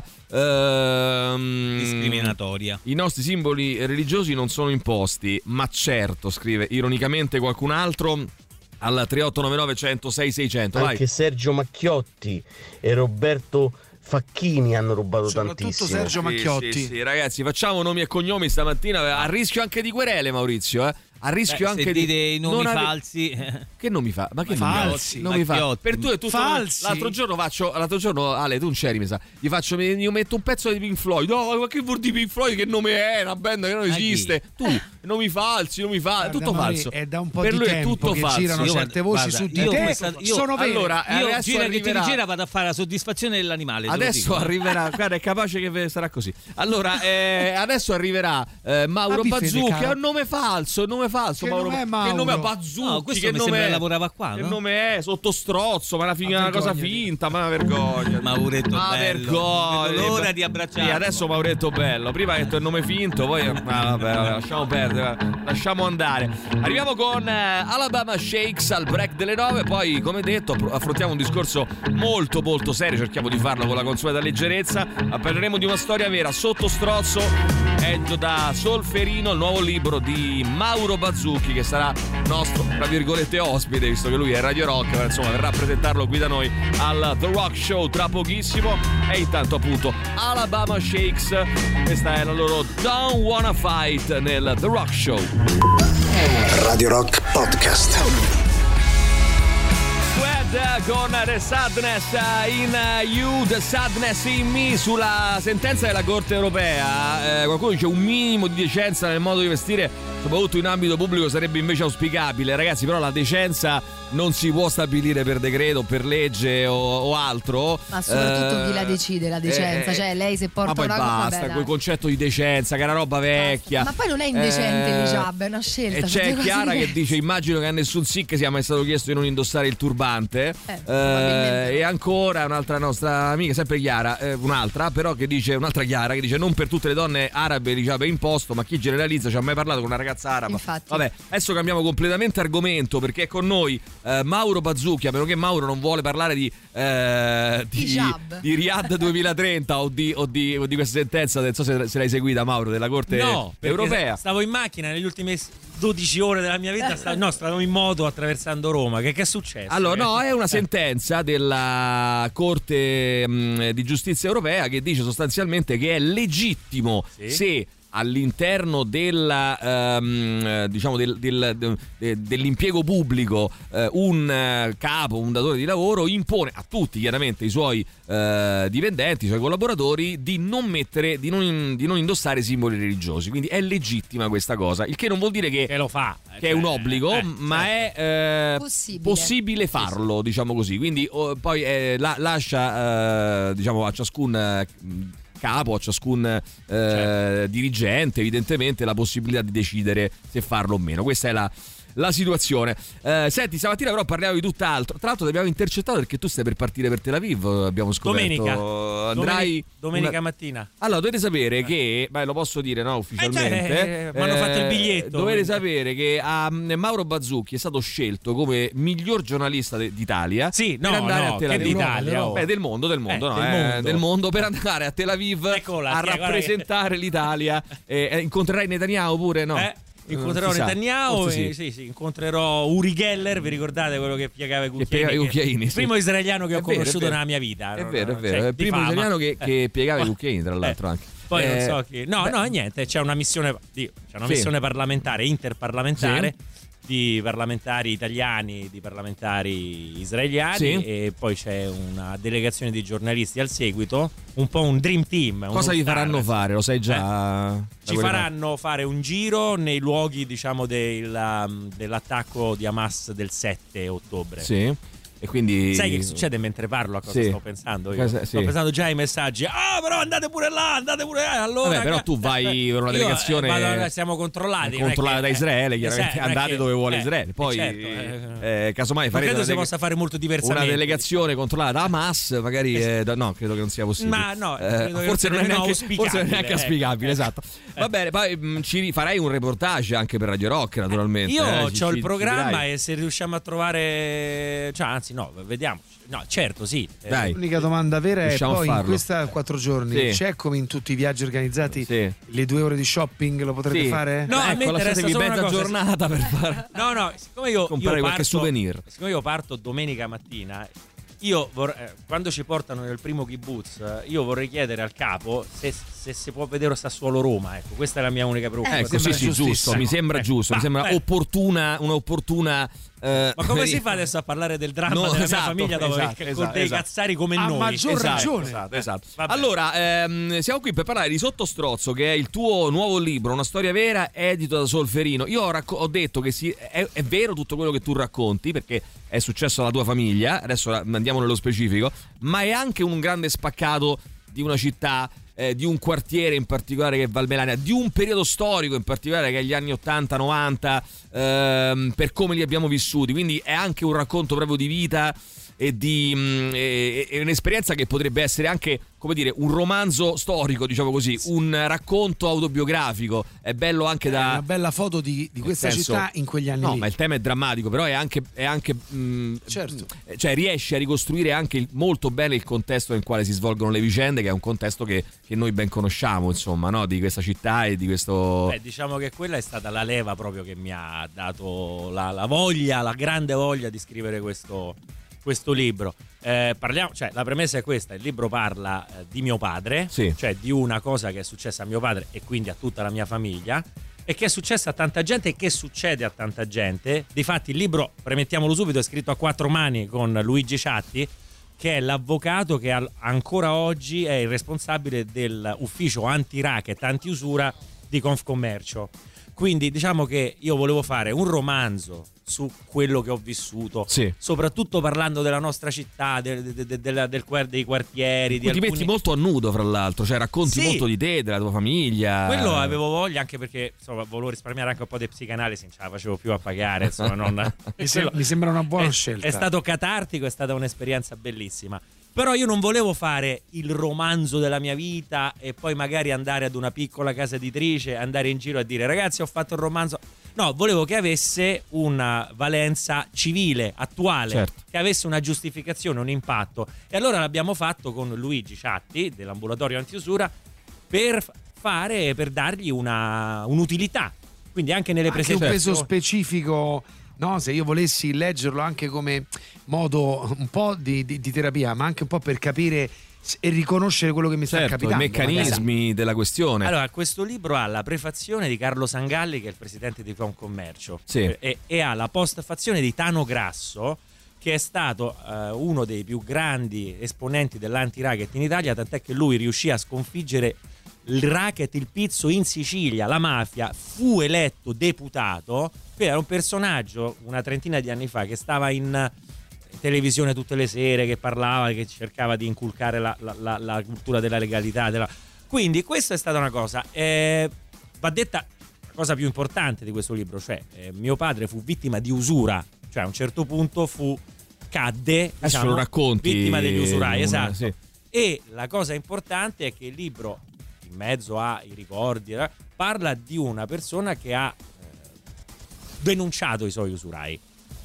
discriminatoria. I nostri simboli religiosi non sono imposti, ma certo, scrive ironicamente qualcun altro al 3899 106 600. Anche vai. Sergio Macchiotti e Roberto Facchini hanno rubato tantissimo. Soprattutto Sergio Macchiotti. Sì, ragazzi, facciamo nomi e cognomi stamattina, a rischio anche di querele, Maurizio, a rischio anche se di dite i nomi falsi. Che nomi fa? Ma che falsi? Nomi fa? Per tu è tutto falsi. L'altro giorno Ale, tu non c'eri, mi sa. Io metto un pezzo di Pink Floyd. No, ma che vuol dire Pink Floyd? Che nome è? Una band che non esiste. Tu nomi falsi, guarda, tutto falso. È da un po' per di lui tempo è tutto che falso. girano certe voci su di te. Sono vere. Allora, io gira che ti rigira vado a fare la soddisfazione dell'animale. Adesso arriverà, guarda, è capace che sarà così. Allora, adesso arriverà Mauro Bazzucchi, è un nome falso, falso, Che Mauro. nome è Mauro? Che nome è Bazzucchi? No, questo che mi nome sembra è? lavorava qua, Che no? nome è? Sottostrozzo, ma una cosa finta, ma una vergogna. Mauretto ma bello. vergogna. Non vedo l'ora di abbracciarlo. Sì, adesso Mauretto bello. Prima ha detto il nome finto, poi vabbè, lasciamo perdere, lasciamo andare. Arriviamo con Alabama Shakes al break delle 9, poi come detto affrontiamo un discorso molto molto serio, cerchiamo di farlo con la consueta leggerezza. Parleremo di una storia vera, Sottostrozzo, edito da Solferino, il nuovo libro di Mauro Bazzucchi, che sarà nostro, tra virgolette, ospite, visto che lui è Radio Rock, ma insomma verrà a presentarlo qui da noi al The Rock Show tra pochissimo. E intanto appunto Alabama Shakes, questa è la loro Don't Wanna Fight nel The Rock Show. Radio Rock Podcast. Con The Sadness in You, The Sadness in Me, sulla sentenza della Corte Europea. Qualcuno dice un minimo di decenza nel modo di vestire, soprattutto in ambito pubblico, sarebbe invece auspicabile. Ragazzi, però la decenza non si può stabilire per decreto, per legge o altro. Ma soprattutto chi la decide la decenza? Cioè lei se porta ma poi una basta, vabbè, quel concetto di decenza, che è una roba vecchia. Ma poi non è indecente l'hijab, è una scelta. E c'è Chiara che dice: immagino che a nessun sikh sia mai stato chiesto di non indossare il turbante. E ancora un'altra nostra amica, sempre Chiara, un'altra Chiara che dice: non per tutte le donne arabe l'hijab è imposto, ma chi generalizza, ci ha mai parlato con una ragazza araba? Infatti. Vabbè, adesso cambiamo completamente argomento, perché è con noi Mauro Bazzucchi, a meno che Mauro non vuole parlare di Riyadh 2030 o di questa sentenza. Non so se l'hai seguita, Mauro, della Corte Europea. Stavo in macchina negli ultimi 12 ore della mia vita, stavo in moto attraversando Roma. Che è successo? Allora, no, è una sentenza della Corte di Giustizia Europea che dice sostanzialmente che è legittimo se all'interno della dell'impiego pubblico un capo, un datore di lavoro impone a tutti, chiaramente, i suoi dipendenti, i suoi collaboratori, di non indossare simboli religiosi. Quindi è legittima questa cosa, il che non vuol dire che lo fa, che è un obbligo, ma è possibile farlo, diciamo così. Quindi poi lascia diciamo a ciascun capo, a ciascun dirigente, evidentemente, la possibilità di decidere se farlo o meno. Questa è la situazione. Senti, stamattina però parliamo di tutt'altro. Tra l'altro ti abbiamo intercettato perché tu stai per partire per Tel Aviv, abbiamo scoperto. Andrai domenica mattina. Allora, dovete sapere che, lo posso dire, no, ufficialmente, mi hanno fatto il biglietto. Dovete sapere che Mauro Bazzucchi è stato scelto come miglior giornalista d'Italia per andare a Tel Aviv. D'Italia, del mondo, del mondo, per andare a Tel Aviv a rappresentare l'Italia. Incontrerai Netanyahu pure, no? Incontrerò Netanyahu e incontrerò Uri Geller, vi ricordate quello che piegava i cucchiaini? Il primo israeliano che ho conosciuto nella mia vita. È vero. È il primo italiano che piegava i cucchiaini, tra l'altro, anche. Poi non so chi. No, niente, c'è una missione parlamentare, interparlamentare, di parlamentari italiani, di parlamentari israeliani, e poi c'è una delegazione di giornalisti al seguito, un po' un dream team. Cosa gli faranno fare? Lo sai già? Ci faranno fare un giro nei luoghi, diciamo, dell'attacco di Hamas del 7 ottobre. Sì. E quindi sai che succede mentre parlo? A cosa sto pensando io? Sto pensando già ai messaggi. Però andate pure là. Allora, vabbè, però tu vai per una delegazione. Siamo controllati da Israele, chiaramente. Andate dove vuole Israele. Poi casomai farete. Credo si possa fare molto diversamente. Una delegazione controllata da Hamas, magari no, credo che non sia possibile. Ma no, forse non è neanche auspicabile, esatto. Va bene, poi ci farai un reportage anche per Radio Rock, naturalmente. Io ho il programma e se riusciamo a trovare, anzi, no, vediamo. No, certo, sì. L'unica domanda vera è: poi in questi 4 giorni c'è, come in tutti i viaggi organizzati, le 2 ore di shopping? Lo potrete fare? No, a me interessa solo mezza giornata per fare. No, siccome io comprare qualche souvenir. Siccome io parto domenica mattina, io quando ci portano nel primo kibbutz, io vorrei chiedere al capo se si può vedere Sassuolo Roma. Ecco, questa è la mia unica preoccupazione. Sì, giusto. Mi sembra giusto. Mi sembra un'opportuna. Ma come si fa adesso a parlare del dramma della mia famiglia con dei cazzari come noi? A maggior ragione. Esatto. Allora, siamo qui per parlare di Sottostrozzo, che è il tuo nuovo libro, una storia vera, edito da Solferino. Io ho detto che è vero tutto quello che tu racconti, perché è successo alla tua famiglia. Adesso andiamo nello specifico, ma è anche un grande spaccato di una città di un quartiere in particolare che è Valmelania, di un periodo storico in particolare che è gli anni 80-90, per come li abbiamo vissuti, quindi è anche un racconto proprio di vita e di è un'esperienza che potrebbe essere anche, come dire, un romanzo storico, diciamo così, un racconto autobiografico. È bello anche da una bella foto di questa città in quegli anni lì. Ma il tema è drammatico, però è anche certo, cioè riesce a ricostruire anche molto bene il contesto nel quale si svolgono le vicende, che è un contesto che noi ben conosciamo, insomma, no? Di questa città e di questo. Diciamo che quella è stata la leva proprio che mi ha dato la voglia, la grande voglia di scrivere questo libro. Cioè, la premessa è questa: il libro parla di mio padre, cioè di una cosa che è successa a mio padre e quindi a tutta la mia famiglia, e che è successa a tanta gente e che succede a tanta gente. Difatti il libro, premettiamolo subito, è scritto a 4 mani con Luigi Ciatti, che è l'avvocato che ancora oggi è il responsabile dell'ufficio anti-racket, anti-usura di Confcommercio. Quindi diciamo che io volevo fare un romanzo su quello che ho vissuto, soprattutto parlando della nostra città, dei quartieri. Ti metti molto a nudo, fra l'altro, cioè racconti molto di te, della tua famiglia. Quello avevo voglia, anche perché insomma volevo risparmiare anche un po' di psicanalisi, non ce la facevo più a pagare, insomma, mi sembra una buona scelta. È stato catartico, è stata un'esperienza bellissima. Però io non volevo fare il romanzo della mia vita e poi magari andare ad una piccola casa editrice, andare in giro a dire ragazzi ho fatto il romanzo. No, volevo che avesse una valenza civile, attuale, che avesse una giustificazione, un impatto. E allora l'abbiamo fatto con Luigi Ciatti dell'ambulatorio antiusura per dargli un'utilità. Quindi anche nelle presentazioni. Un peso specifico. No, se io volessi leggerlo anche come modo un po' di terapia, ma anche un po' per capire e riconoscere quello che mi sta capitando, i meccanismi della questione. Allora, questo libro ha la prefazione di Carlo Sangalli, che è il presidente di Confcommercio, e ha la postfazione di Tano Grasso, che è stato uno dei più grandi esponenti dell'anti-racket in Italia, tant'è che lui riuscì a sconfiggere il racket, il pizzo in Sicilia, la mafia, fu eletto deputato. Era un personaggio una trentina di anni fa che stava in televisione tutte le sere, che parlava, che cercava di inculcare la cultura della legalità. Quindi questa è stata una cosa. Va detta la cosa più importante di questo libro, cioè mio padre fu vittima di usura, cioè a un certo punto cadde, diciamo, lo racconti, vittima degli usurai, esatto. Sì. E la cosa importante è che il libro, in mezzo ai ricordi, parla di una persona che ha denunciato i suoi usurai.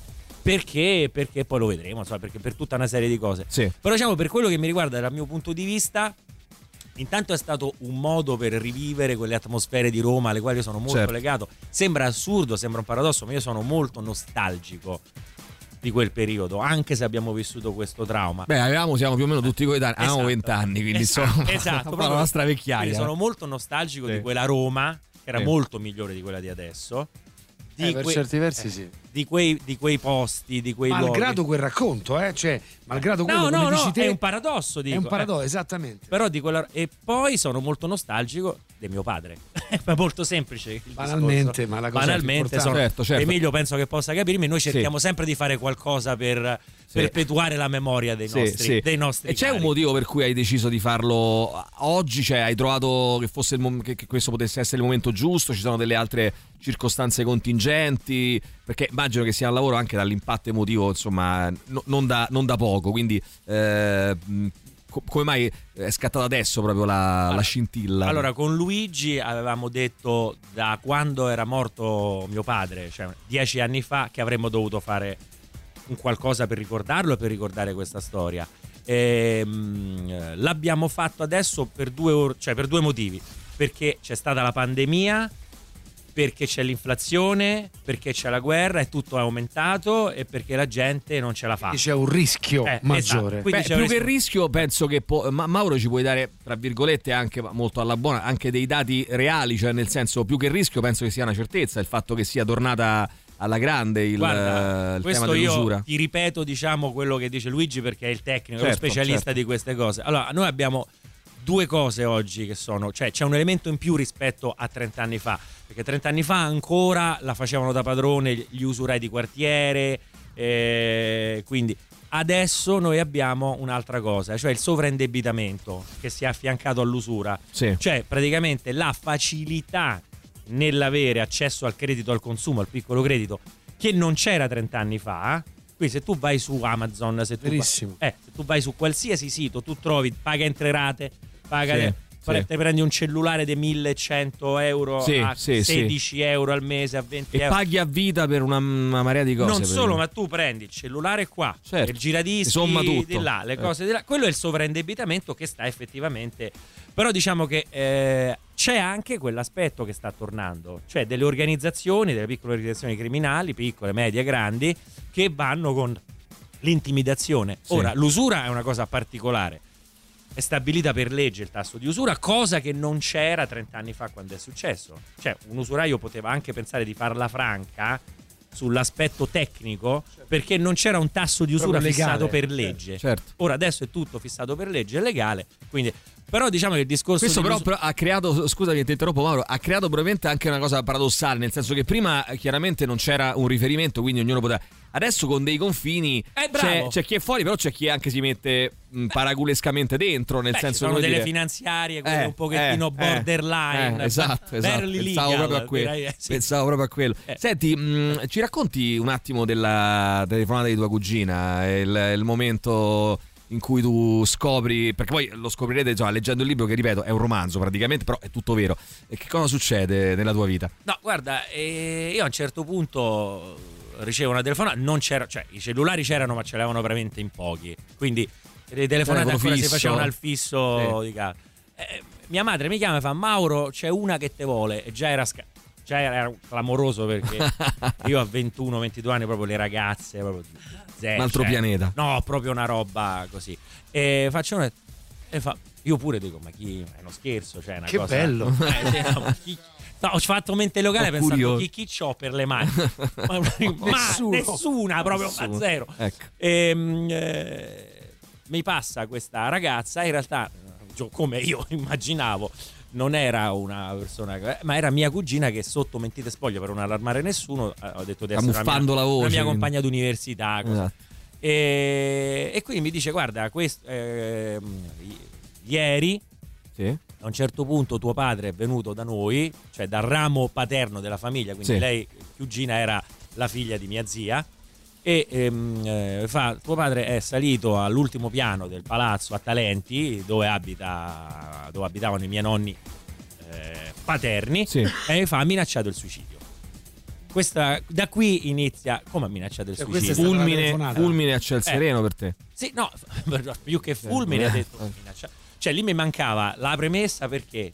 Perché poi lo vedremo, insomma, perché per tutta una serie di cose. Però diciamo, per quello che mi riguarda, dal mio punto di vista, intanto è stato un modo per rivivere quelle atmosfere di Roma alle quali io sono molto legato. Sembra assurdo, sembra un paradosso, ma io sono molto nostalgico di quel periodo, anche se abbiamo vissuto questo trauma. Siamo più o meno tutti coetanei, avevamo 20 anni, quindi esatto, la nostra vecchiaia. Quindi sono molto nostalgico di quella Roma, che era molto migliore di quella di adesso. Per certi versi sì. Di quei posti, di quei malgrado luoghi. Quel racconto, cioè malgrado quello come dici te, è un paradosso, dico. È un paradosso, esattamente. Però di quella. E poi sono molto nostalgico di mio padre. È molto semplice. Banalmente, ma la cosa banalmente sono. Certo. Emilio penso che possa capirmi. Noi cerchiamo sempre di fare qualcosa per perpetuare la memoria dei nostri. E c'è un motivo per cui hai deciso di farlo oggi? Cioè, hai trovato che fosse che questo potesse essere il momento giusto? Ci sono delle altre circostanze contingenti? Perché immagino che sia un lavoro anche dall'impatto emotivo, insomma, non da poco. Quindi come mai è scattata adesso proprio la scintilla? Allora, con Luigi avevamo detto da quando era morto mio padre, cioè 10 anni fa, che avremmo dovuto fare un qualcosa per ricordarlo e per ricordare questa storia. L'abbiamo fatto adesso per due motivi: perché c'è stata la pandemia, perché c'è l'inflazione, perché c'è la guerra e tutto è aumentato, e perché la gente non ce la fa. C'è un rischio maggiore. Esatto. Più che il rischio, penso che Mauro ci puoi dare, tra virgolette, anche molto alla buona, anche dei dati reali, cioè nel senso, più che il rischio penso che sia una certezza il fatto che sia tornata alla grande il tema dell'usura. Io ti ripeto, diciamo, quello che dice Luigi, perché è il tecnico, lo specialista di queste cose. Allora, noi abbiamo due cose oggi che sono, cioè c'è un elemento in più rispetto a 30 anni fa, perché 30 anni fa ancora la facevano da padrone gli usurai di quartiere, Quindi adesso noi abbiamo un'altra cosa, cioè il sovraindebitamento che si è affiancato all'usura, cioè praticamente la facilità nell'avere accesso al credito al consumo, al piccolo credito, che non c'era 30 anni fa. Quindi se tu vai su Amazon, se tu vai su qualsiasi sito, tu trovi paga in 3 rate, te prendi un cellulare di 1.100 euro a 16 euro al mese, a 20 e euro. Paghi a vita per una marea di cose. Non solo, ma tu prendi il cellulare qua, il giradischi di là, le cose di là. Quello è il sovraindebitamento che sta effettivamente. Però diciamo che c'è anche quell'aspetto che sta tornando, cioè delle organizzazioni, delle piccole organizzazioni criminali, piccole, medie, grandi, che vanno con l'intimidazione. Ora, l'usura è una cosa particolare. È stabilita per legge il tasso di usura, cosa che non c'era 30 anni fa quando è successo. Cioè, un usuraio poteva anche pensare di farla franca sull'aspetto tecnico, perché non c'era un tasso di usura fissato per legge. Ora adesso è tutto fissato per legge, è legale, quindi. Però diciamo che il discorso questo però ha creato, scusa che ti interrompo Mauro, ha creato probabilmente anche una cosa paradossale, nel senso che prima chiaramente non c'era un riferimento, quindi ognuno poteva. Adesso con dei confini c'è chi è fuori, però c'è chi anche si mette paraculescamente dentro, nel senso sono delle finanziarie, quelle un pochettino borderline. Esatto. Pensavo proprio a quello. Senti, ci racconti un attimo della telefonata di tua cugina, il momento in cui tu scopri, perché poi lo scoprirete leggendo il libro, che ripeto è un romanzo praticamente, però è tutto vero. E che cosa succede nella tua vita? No, guarda, io a un certo punto ricevo una telefonata, non c'era, cioè i cellulari c'erano ma ce l'avevano veramente in pochi, quindi le telefonate ancora si facevano al fisso di casa. Mia madre mi chiama e fa: Mauro, c'è una che te vuole, e già era clamoroso, perché io a 21-22 anni proprio le ragazze proprio un altro pianeta. No, proprio una roba così. E faccio una e fa, io pure dico, ma chi, è uno scherzo, cioè una che cosa bello. No, ho fatto mente locale pensando chi c'ho per le mani. ma nessuna, proprio a zero. Ecco. Mi passa questa ragazza, in realtà come io immaginavo non era una persona, ma era mia cugina, che sotto mentite spoglie, per non allarmare nessuno, ho detto di essere una mia compagna d'università, esatto. E quindi mi dice: guarda, ieri a un certo punto tuo padre è venuto da noi, cioè dal ramo paterno della famiglia, quindi lei cugina era la figlia di mia zia, e tuo padre è salito all'ultimo piano del palazzo a Talenti, dove abitavano i miei nonni paterni, e ha minacciato il suicidio. Da qui inizia. Come ha minacciato il suicidio? Fulmine a ciel sereno per te? Sì, no, più che fulmine ha detto minaccia. Cioè lì mi mancava la premessa, perché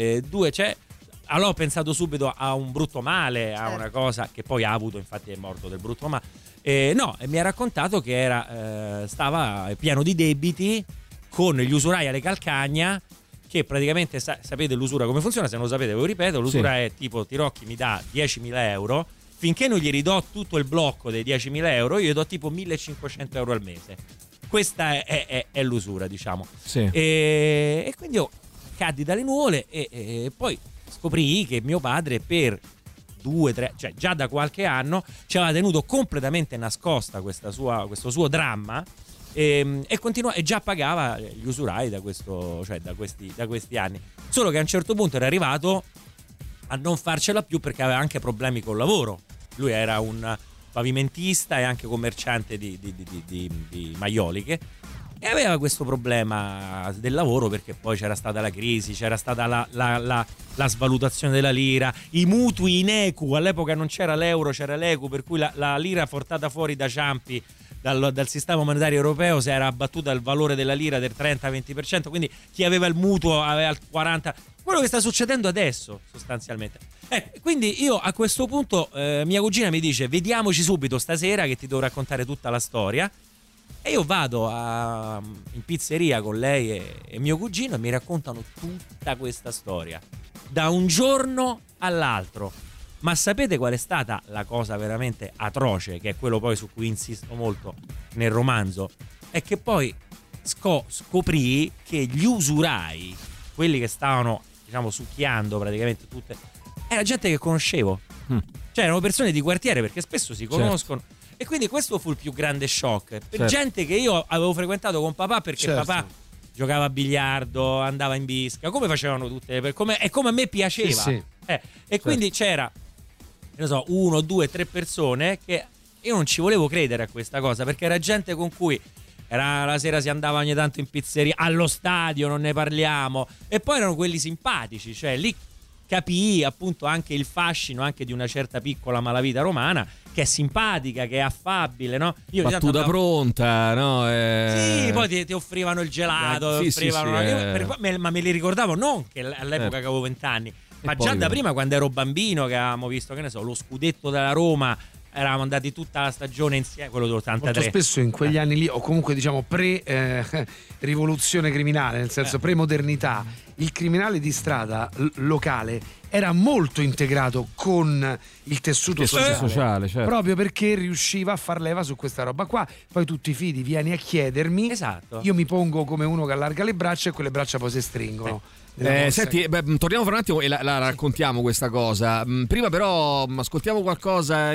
allora ho pensato subito a un brutto male, a una cosa che poi ha avuto, infatti è morto del brutto male. No, e mi ha raccontato che stava pieno di debiti con gli usurai alle calcagna, che praticamente sapete l'usura come funziona? Se non lo sapete ve lo ripeto, l'usura è tipo: Tirocchi mi dà 10.000 euro, finché non gli ridò tutto il blocco dei 10.000 euro io gli do tipo 1.500 euro al mese. Questa è l'usura, diciamo. E quindi io caddi dalle nuvole e poi scoprì che mio padre per 2-3, cioè già da qualche anno, ci aveva tenuto completamente nascosta questo suo dramma, e continua, e già pagava gli usurai da questi anni. Solo che a un certo punto era arrivato a non farcela più, perché aveva anche problemi col lavoro. Lui era un pavimentista e anche commerciante di maioliche, e aveva questo problema del lavoro, perché poi c'era stata la crisi, c'era stata la svalutazione della lira, i mutui in ecu. All'epoca non c'era l'euro, c'era l'ecu, per cui la lira portata fuori da Ciampi dal sistema monetario europeo si era abbattuta il valore della lira del 30-20%, quindi chi aveva il mutuo aveva il 40%. Quello che sta succedendo adesso, sostanzialmente. Quindi io a questo punto, mia cugina mi dice: vediamoci subito stasera, che ti devo raccontare tutta la storia. E io vado in pizzeria con lei e mio cugino, e mi raccontano tutta questa storia da un giorno all'altro. Ma sapete qual è stata la cosa veramente atroce, che è quello poi su cui insisto molto nel romanzo? È che poi scoprì che gli usurai, quelli che stavano, diciamo, succhiando praticamente tutte, era gente che conoscevo. Cioè erano persone di quartiere, perché spesso si conoscono. E quindi questo fu il più grande shock per Certo. gente che io avevo frequentato con papà, perché Certo. papà giocava a biliardo, andava in bisca, come facevano tutte, come a me piaceva. Sì, sì. E quindi c'era, non so, 1, 2, 3 persone che io non ci volevo credere a questa cosa, perché era gente con cui la sera si andava ogni tanto in pizzeria, allo stadio non ne parliamo, e poi erano quelli simpatici, cioè lì capii appunto anche il fascino anche di una certa piccola malavita romana, che è simpatica, che è affabile, no? Io Battuta pronta, no? Sì, poi ti offrivano il gelato, Sì, offrivano sì, ma me li ricordavo non che all'epoca che avevo 20 anni, ma già da prima, quando ero bambino, che avevamo visto, che ne so, lo scudetto della Roma, eravamo andati tutta la stagione insieme, quello dell'83. Molto spesso in quegli anni lì, o comunque diciamo pre-rivoluzione criminale, nel senso pre-modernità, il criminale di strada locale era molto integrato con il tessuto sociale, certo. proprio perché riusciva a far leva su questa roba qua. Poi tutti i fidi, vieni a chiedermi, esatto. Io mi pongo come uno che allarga le braccia e quelle braccia poi si stringono. Senti, torniamo fra un attimo e la raccontiamo questa cosa. Prima però ascoltiamo qualcosa,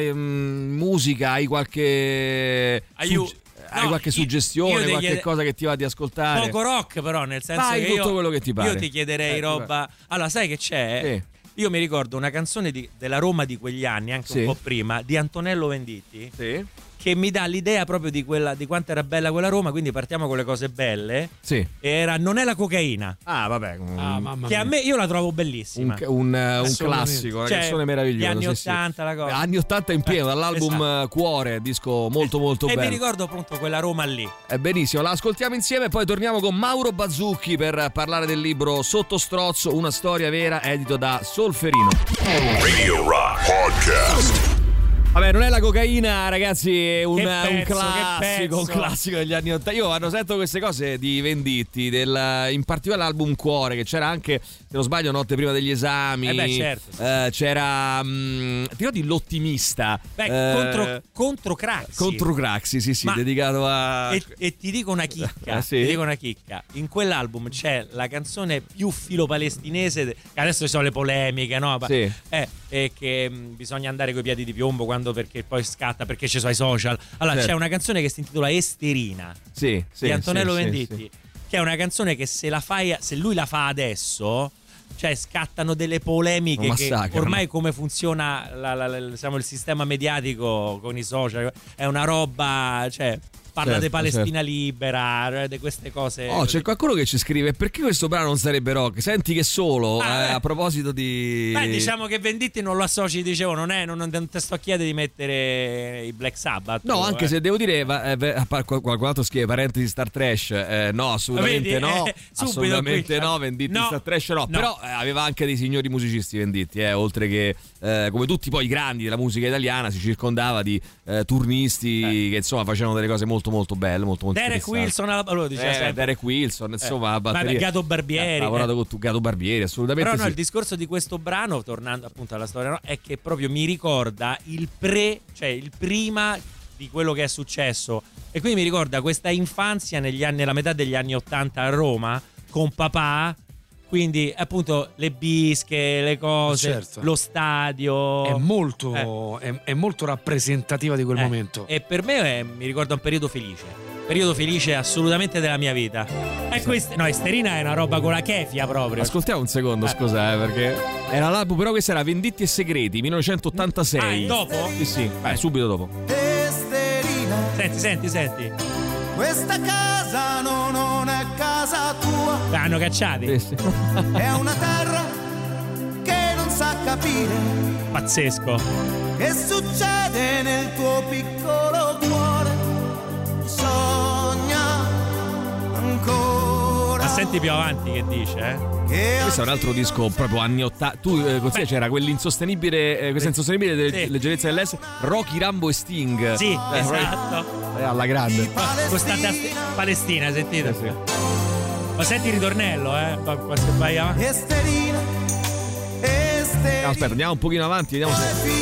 musica, hai qualche qualche suggestione, qualche cosa che ti va di ascoltare? Poco rock, però, nel senso Dai, che tutto quello che ti pare. Io ti chiederei roba. Allora, sai che c'è? Io mi ricordo una canzone della Roma di quegli anni, anche un po' prima, di Antonello Venditti, che mi dà l'idea proprio di quanto era bella quella Roma. Quindi partiamo con le cose belle. Sì. Non è la cocaina. Ah, vabbè. Che a me, io la trovo bellissima. Un classico, una canzone meravigliosa. Gli anni 80, la cosa. Anni 80 in pieno, dall'album Cuore, disco molto molto bello. E mi ricordo appunto quella Roma lì. È benissimo, la ascoltiamo insieme, poi torniamo con Mauro Bazzucchi per parlare del libro Sotto Strozzo, una storia vera, edito da Solferino. Radio Rock Podcast. Vabbè, non è la cocaina, ragazzi, è un pezzo. classico degli anni 80. Io quando sento queste cose di Venditti, in particolare l'album Cuore, che c'era anche, se non sbaglio, Notte prima degli esami. Certo. C'era ti ricordi L'Ottimista? Contro Craxi. Contro Craxi, sì, dedicato a... E ti dico una chicca, sì? Ti dico una chicca. In quell'album c'è la canzone più filo-palestinese, che adesso ci sono le polemiche, no? Sì. E che bisogna andare coi piedi di piombo perché poi scatta, perché ci sono i social. Allora, certo. C'è una canzone che si intitola Esterina di Antonello Venditti, che è una canzone che se lui la fa adesso, cioè scattano delle polemiche, che ormai come funziona il sistema mediatico con i social, è una roba, cioè parla di Palestina libera, di queste cose. C'è qualcuno che ci scrive: perché questo brano non sarebbe rock? Senti che solo a proposito di... diciamo che Venditti non lo associ, dicevo, non te sto a chiedere di mettere i Black Sabbath. No, anche se devo dire, qualcun altro scrive parentesi Star Trash, no, assolutamente. Vedi? No, assolutamente qui, no, Venditti Star Trash no. Però aveva anche dei signori musicisti Venditti, oltre che come tutti poi i grandi della musica italiana, si circondava di turnisti che insomma facevano delle cose molto molto belle, molto Derek Wilson Derek Wilson, insomma, la batteria. Gato Barbieri, ha lavorato con Gato Barbieri, assolutamente. Però sì. Il discorso di questo brano, tornando appunto alla storia, no, è che proprio mi ricorda il prima di quello che è successo, e quindi mi ricorda questa infanzia nella metà degli anni 80 a Roma con papà. Quindi appunto le bische, le cose, lo stadio è molto rappresentativa di quel momento. E per me mi ricorda un periodo felice assolutamente della mia vita. E Esterina è una roba con la chefia proprio. Ascoltiamo un secondo, scusa, perché era l'album, però questo era Venditti e Segreti 1986. Dopo? Sì, subito dopo. Senti. Questa casa non è casa tua. L'hanno cacciati. È una terra che non sa capire. Pazzesco. Che succede nel tuo piccolo cuore? Sogna ancora. Ma senti più avanti che dice, Questo è un altro disco proprio anni 80. Tu consigli, c'era quell'insostenibile, questa insostenibile leggerezza dell'essere, Rocky, Rambo e Sting. Sì, esatto. Alla grande. Questa Palestina, sentite. Sì. Ma senti il ritornello, se vai avanti. Esterina. No, aspetta, andiamo un pochino avanti, vediamo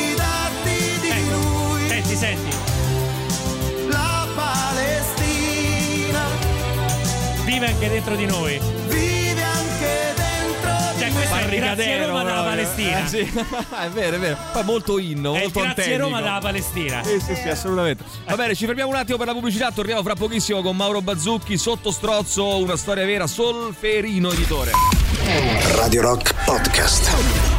se... Senti. La Palestina vive anche dentro di noi. Vive anche dentro di questa Grazie Roma dalla Palestina. Sì. È vero. Poi molto inno, molto grazie antenico. Roma dalla Palestina. Sì, assolutamente. Va bene, ci fermiamo un attimo per la pubblicità, torniamo fra pochissimo con Mauro Bazzucchi, Sotto Strozzo, una storia vera, Solferino editore. Radio Rock Podcast.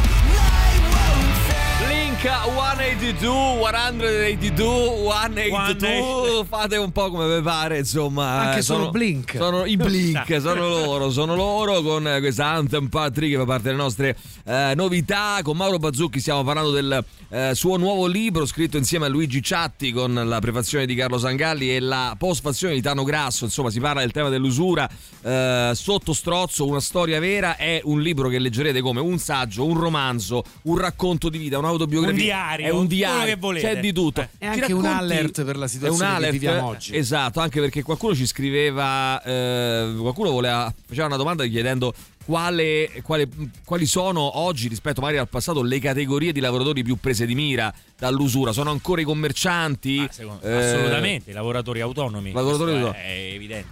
182, fate un po' come vi pare, insomma. Anche sono Blink. Sono i Blink, sono loro con questa Anthem Patrick che fa parte delle nostre novità. Con Mauro Bazzucchi stiamo parlando del suo nuovo libro scritto insieme a Luigi Ciatti con la prefazione di Carlo Sangalli e la postfazione di Tano Grasso. Insomma, si parla del tema dell'usura. Sotto Strozzo, una storia vera, è un libro che leggerete come un saggio, un romanzo, un racconto di vita, un'autobiografia. Un diario, è un diario, quello che volete. c'è di tutto. È anche un alert per la situazione che viviamo oggi. Esatto, anche perché qualcuno ci scriveva, qualcuno faceva una domanda chiedendo quali sono oggi rispetto magari al passato le categorie di lavoratori più prese di mira dall'usura. Sono ancora i commercianti? Assolutamente, i lavoratori autonomi. È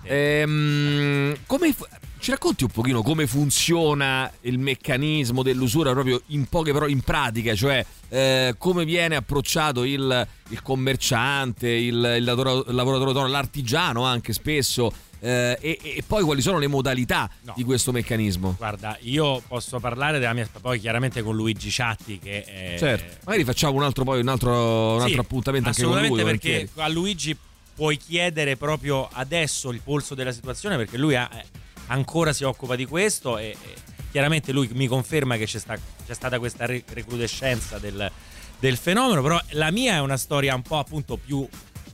evidente. Ci racconti un pochino come funziona il meccanismo dell'usura proprio in poche parole, in pratica, cioè come viene approcciato il commerciante, il lavoratore autonomo, l'artigiano anche spesso, e poi quali sono le modalità di questo meccanismo? Guarda, io posso parlare della mia, poi chiaramente con Luigi Ciatti che certo, magari facciamo un altro appuntamento anche con lui, perché a Luigi puoi chiedere proprio adesso il polso della situazione, perché lui ancora si occupa di questo e chiaramente lui mi conferma che c'è stata questa recrudescenza del fenomeno. Però la mia è una storia un po' appunto più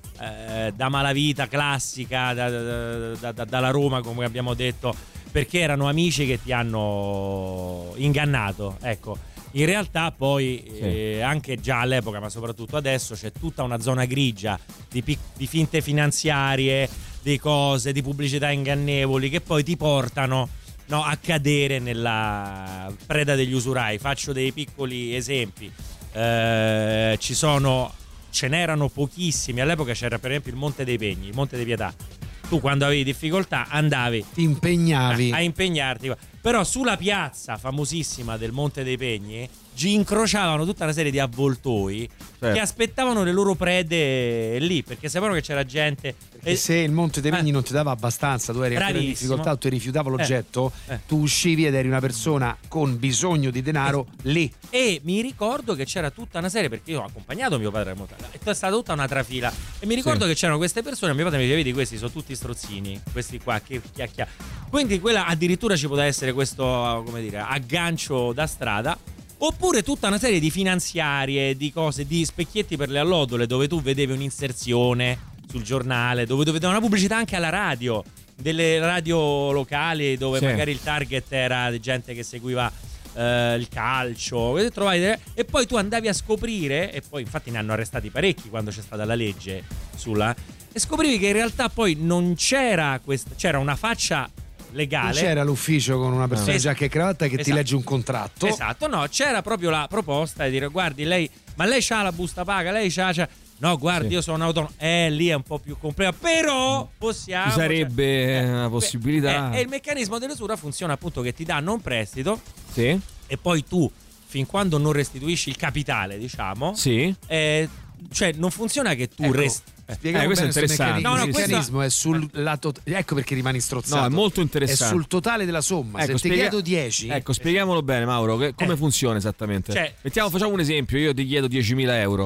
da malavita classica, dalla Roma, come abbiamo detto, perché erano amici che ti hanno ingannato, ecco. In realtà poi anche già all'epoca, ma soprattutto adesso, c'è tutta una zona grigia di finte finanziarie, di cose, di pubblicità ingannevoli che poi ti portano a cadere nella preda degli usurai. Faccio dei piccoli esempi. Ce n'erano pochissimi. All'epoca c'era per esempio il Monte dei Pegni, il Monte dei Pietà. Tu quando avevi difficoltà andavi, ti impegnavi a impegnarti, però sulla piazza famosissima del Monte dei Pegni incrociavano tutta una serie di avvoltoi che aspettavano le loro prede lì, perché sapevano che c'era gente. E se il Monte dei Pegni non ti dava abbastanza, tu eri ancora in difficoltà, tu rifiutavo l'oggetto, tu uscivi ed eri una persona con bisogno di denaro lì. E mi ricordo che c'era tutta una serie, perché io ho accompagnato mio padre a montare, è stata tutta una trafila, e mi ricordo che c'erano queste persone. Mio padre mi diceva: vedi, questi sono tutti strozzini, questi qua che chiacchia. Quindi quella addirittura ci poteva essere questo, come dire, aggancio da strada. Oppure tutta una serie di finanziarie, di cose, di specchietti per le allodole, dove tu vedevi un'inserzione sul giornale, dove vedevi una pubblicità anche alla radio, delle radio locali, dove magari il target era gente che seguiva il calcio, e poi tu andavi a scoprire, e poi infatti ne hanno arrestati parecchi quando c'è stata la legge e scoprivi che in realtà poi non c'era c'era una faccia legale. C'era l'ufficio con una persona in giacca e cravatta che ti legge un contratto. Esatto, no, c'era proprio la proposta di dire: guardi, lei c'ha la busta paga, lei c'ha. No, guardi, io sono autonomo. Lì è un po' più complesso, però possiamo. Ci sarebbe una possibilità. E il meccanismo dell'usura funziona appunto che ti danno un prestito. Sì. E poi tu, fin quando non restituisci il capitale, diciamo. Sì. Cioè, non funziona che tu Spieghiamo questo è bene interessante. Il meccanismo è sul lato. Ecco perché rimani strozzato. No, è molto interessante. È sul totale della somma. Se ti chiedo 10. Ecco, spieghiamolo bene, Mauro. Come funziona esattamente? Facciamo un esempio. Io ti chiedo 10.000 euro.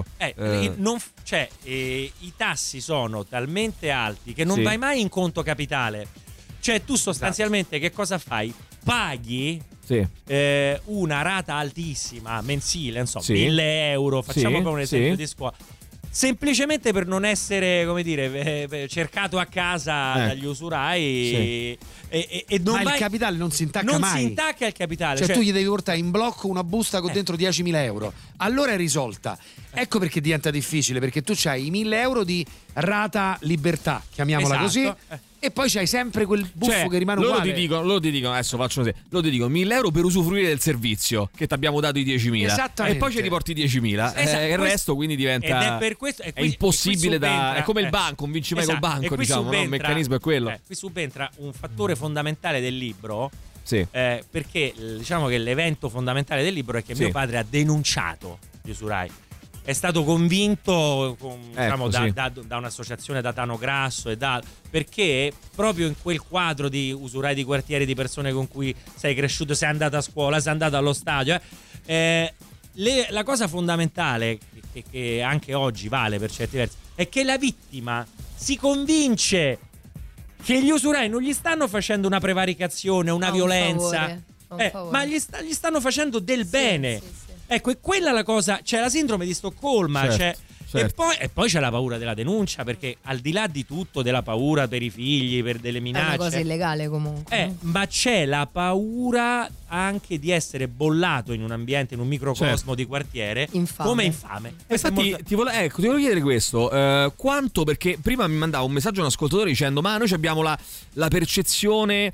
I tassi sono talmente alti che non vai mai in conto capitale. Cioè, tu sostanzialmente che cosa fai? Paghi una rata altissima mensile, insomma, 1.000 euro. Facciamo proprio un esempio di scuola. Semplicemente per non essere, come dire, cercato a casa dagli usurai. E non il capitale non si intacca mai. Non si intacca il capitale. Cioè tu gli devi portare in blocco una busta con dentro 10.000 euro. Allora è risolta. Ecco perché diventa difficile, perché tu c'hai i 1.000 euro di rata libertà, chiamiamola così. E poi c'hai sempre quel buffo che rimane uguale. Loro ti dicono, adesso faccio un esempio, loro ti dicono 1.000 euro per usufruire del servizio che ti abbiamo dato i 10.000. Esattamente. E poi ci riporti 10.000. Il resto quindi diventa. Ed è per questo. È impossibile è come il banco, non vinci mai col banco, diciamo. Il meccanismo è quello. Qui subentra un fattore fondamentale del libro, perché diciamo che l'evento fondamentale del libro è che mio padre ha denunciato gli usurai. È stato convinto diciamo, da un'associazione da Tano Grasso perché proprio in quel quadro di usurai di quartiere, di persone con cui sei cresciuto, sei andato a scuola, sei andato allo stadio, la cosa fondamentale che anche oggi vale per certi versi è che la vittima si convince che gli usurai non gli stanno facendo una prevaricazione, una violenza, ma gli stanno facendo del bene. Sì. Ecco, è quella la cosa, c'è la sindrome di Stoccolma, certo. E poi c'è la paura della denuncia, perché al di là di tutto, della paura per i figli, per delle minacce, è una cosa illegale comunque, ma c'è la paura anche di essere bollato in un ambiente, in un microcosmo di quartiere come infame. Infatti ti volevo chiedere questo, quanto, perché prima mi mandava un messaggio un ascoltatore dicendo ma noi abbiamo la percezione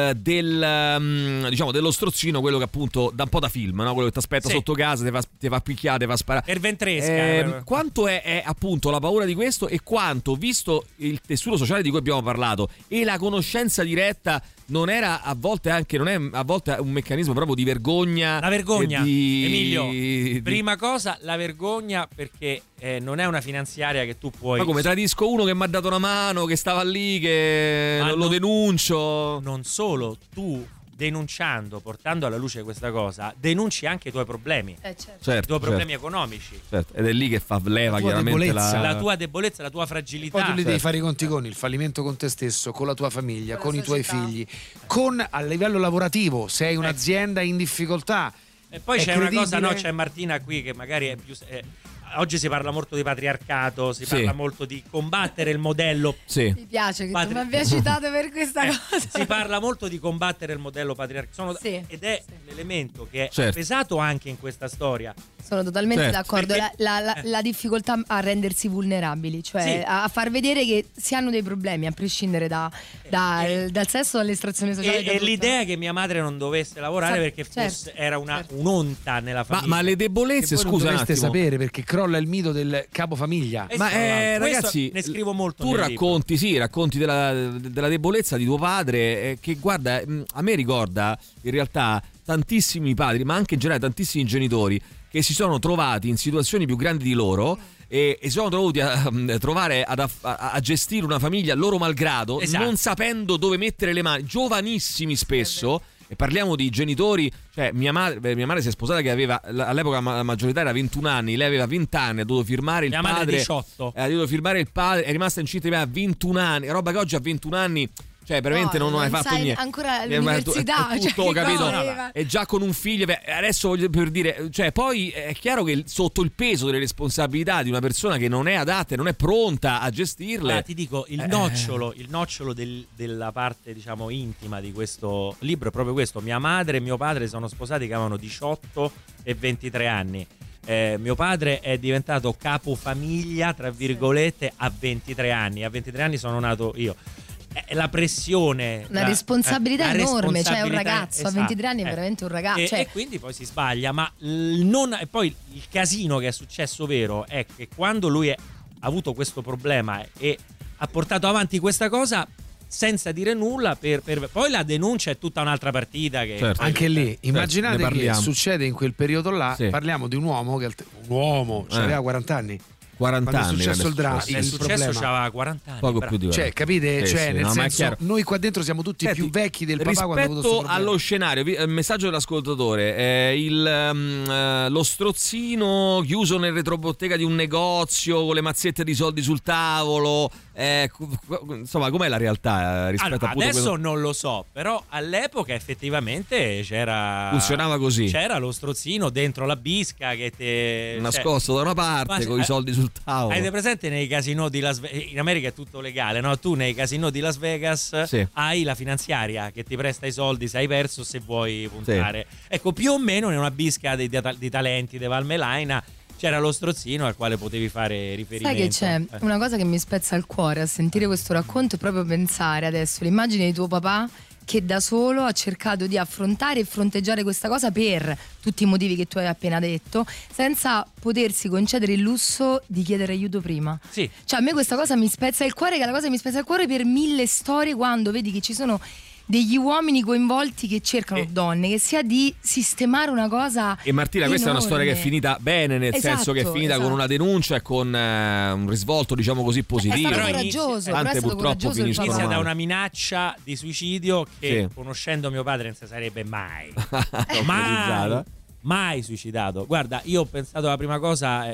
dello strozzino, quello che appunto da un po' da film, no? Quello che ti aspetta sotto casa, ti fa picchiare, ti fa sparare, per ventresca. Quanto è appunto la paura di questo, e quanto, visto il tessuto sociale di cui abbiamo parlato e la conoscenza diretta, non era a volte anche, non è a volte un meccanismo proprio di vergogna? La vergogna, Emilio, prima cosa la vergogna, perché non è una finanziaria che tu puoi... Ma come, tradisco uno che mi ha dato una mano, che stava lì, che lo denuncio? Non solo, tu denunciando, portando alla luce questa cosa, denunci anche i tuoi problemi, i tuoi problemi economici. Certo. Ed è lì che fa leva chiaramente la tua debolezza, la tua fragilità. Poi tu li devi fare i conti con il fallimento con te stesso, con la tua famiglia, con i tuoi figli, a livello lavorativo, se hai un'azienda in difficoltà. E poi c'è una cosa, c'è Martina qui che magari è più... oggi si parla molto di patriarcato, si parla molto di combattere il modello. Mi piace che tu mi abbia citato per questa cosa. Si parla molto di combattere il modello patriarcato ed è l'elemento che è pesato anche in questa storia. Sono totalmente d'accordo. La difficoltà a rendersi vulnerabili, cioè a far vedere che si hanno dei problemi, a prescindere dal sesso, dall'estrazione sociale. E l'idea che mia madre non dovesse lavorare perché era un'onta nella famiglia. Ma le debolezze, scusa, dovreste sapere, perché crolla il mito del capofamiglia. Ma ragazzi, ne scrivo molto. Tu racconti della debolezza di tuo padre, che guarda, a me ricorda in realtà tantissimi padri, ma anche in generale tantissimi genitori che si sono trovati in situazioni più grandi di loro e si sono dovuti trovare a gestire una famiglia loro malgrado, non sapendo dove mettere le mani, giovanissimi spesso. E parliamo di genitori, cioè mia madre si è sposata che aveva all'epoca la maggioritaria era 21 anni, lei aveva 20 anni, ha dovuto firmare il mia padre. Madre 18. Ha dovuto firmare il padre, è rimasta incinta di me a 21 anni, roba che oggi a 21 anni, cioè veramente non hai fatto niente. Ancora l'università, è tutto, capito? E già con un figlio, adesso voglio per dire, cioè poi è chiaro che sotto il peso delle responsabilità di una persona che non è adatta e non è pronta a gestirle. Allora, ti dico, il nocciolo della parte, diciamo, intima di questo libro è proprio questo. Mia madre e mio padre sono sposati che avevano 18 e 23 anni. Mio padre è diventato capofamiglia, tra virgolette, a 23 anni. A 23 anni sono nato io. La pressione, una responsabilità enorme, cioè un ragazzo a 23 anni è veramente un ragazzo, e quindi poi si sbaglia, ma e poi il casino che è successo vero è che quando lui ha avuto questo problema e ha portato avanti questa cosa senza dire nulla, poi la denuncia è tutta un'altra partita che anche lì immaginate che succede in quel periodo là. Parliamo di un uomo che aveva 40 anni. 40 quando anni è successo il dramma, il successo c'aveva 40 anni, poco più di cioè capite, nel senso, noi qua dentro siamo tutti più vecchi del papà quando ha avuto questo problema. Allo scenario, il messaggio dell'ascoltatore, lo strozzino chiuso nel retrobottega di un negozio con le mazzette di soldi sul tavolo, insomma, com'è la realtà rispetto a adesso non lo so, però all'epoca effettivamente funzionava così, c'era lo strozzino dentro la bisca che nascosto da una parte con i soldi sul tavolo. Avete presente nei casinò di Las Vegas? In America è tutto legale, no? Tu nei casinò di Las Vegas hai la finanziaria che ti presta i soldi se hai perso, se vuoi puntare. Ecco, più o meno in una bisca di talenti di Valmelaina c'era lo strozzino al quale potevi fare riferimento. Sai che c'è una cosa che mi spezza il cuore a sentire questo racconto, è proprio pensare adesso l'immagine di tuo papà che da solo ha cercato di affrontare e fronteggiare questa cosa per tutti i motivi che tu hai appena detto, senza potersi concedere il lusso di chiedere aiuto prima. Sì. Cioè a me questa cosa mi spezza il cuore, che è la cosa che mi spezza il cuore per 1000 storie, quando vedi che ci sono degli uomini coinvolti che cercano donne, che sia di sistemare una cosa. E Martina, questa enorme. è una storia che è finita bene, nel senso che è finita con una denuncia e con un risvolto, diciamo così, positivo. È stato coraggioso, Tante purtroppo finiscono inizia da male. una minaccia di suicidio che, conoscendo mio padre, non si sarebbe mai suicidato. Guarda, io ho pensato la prima cosa,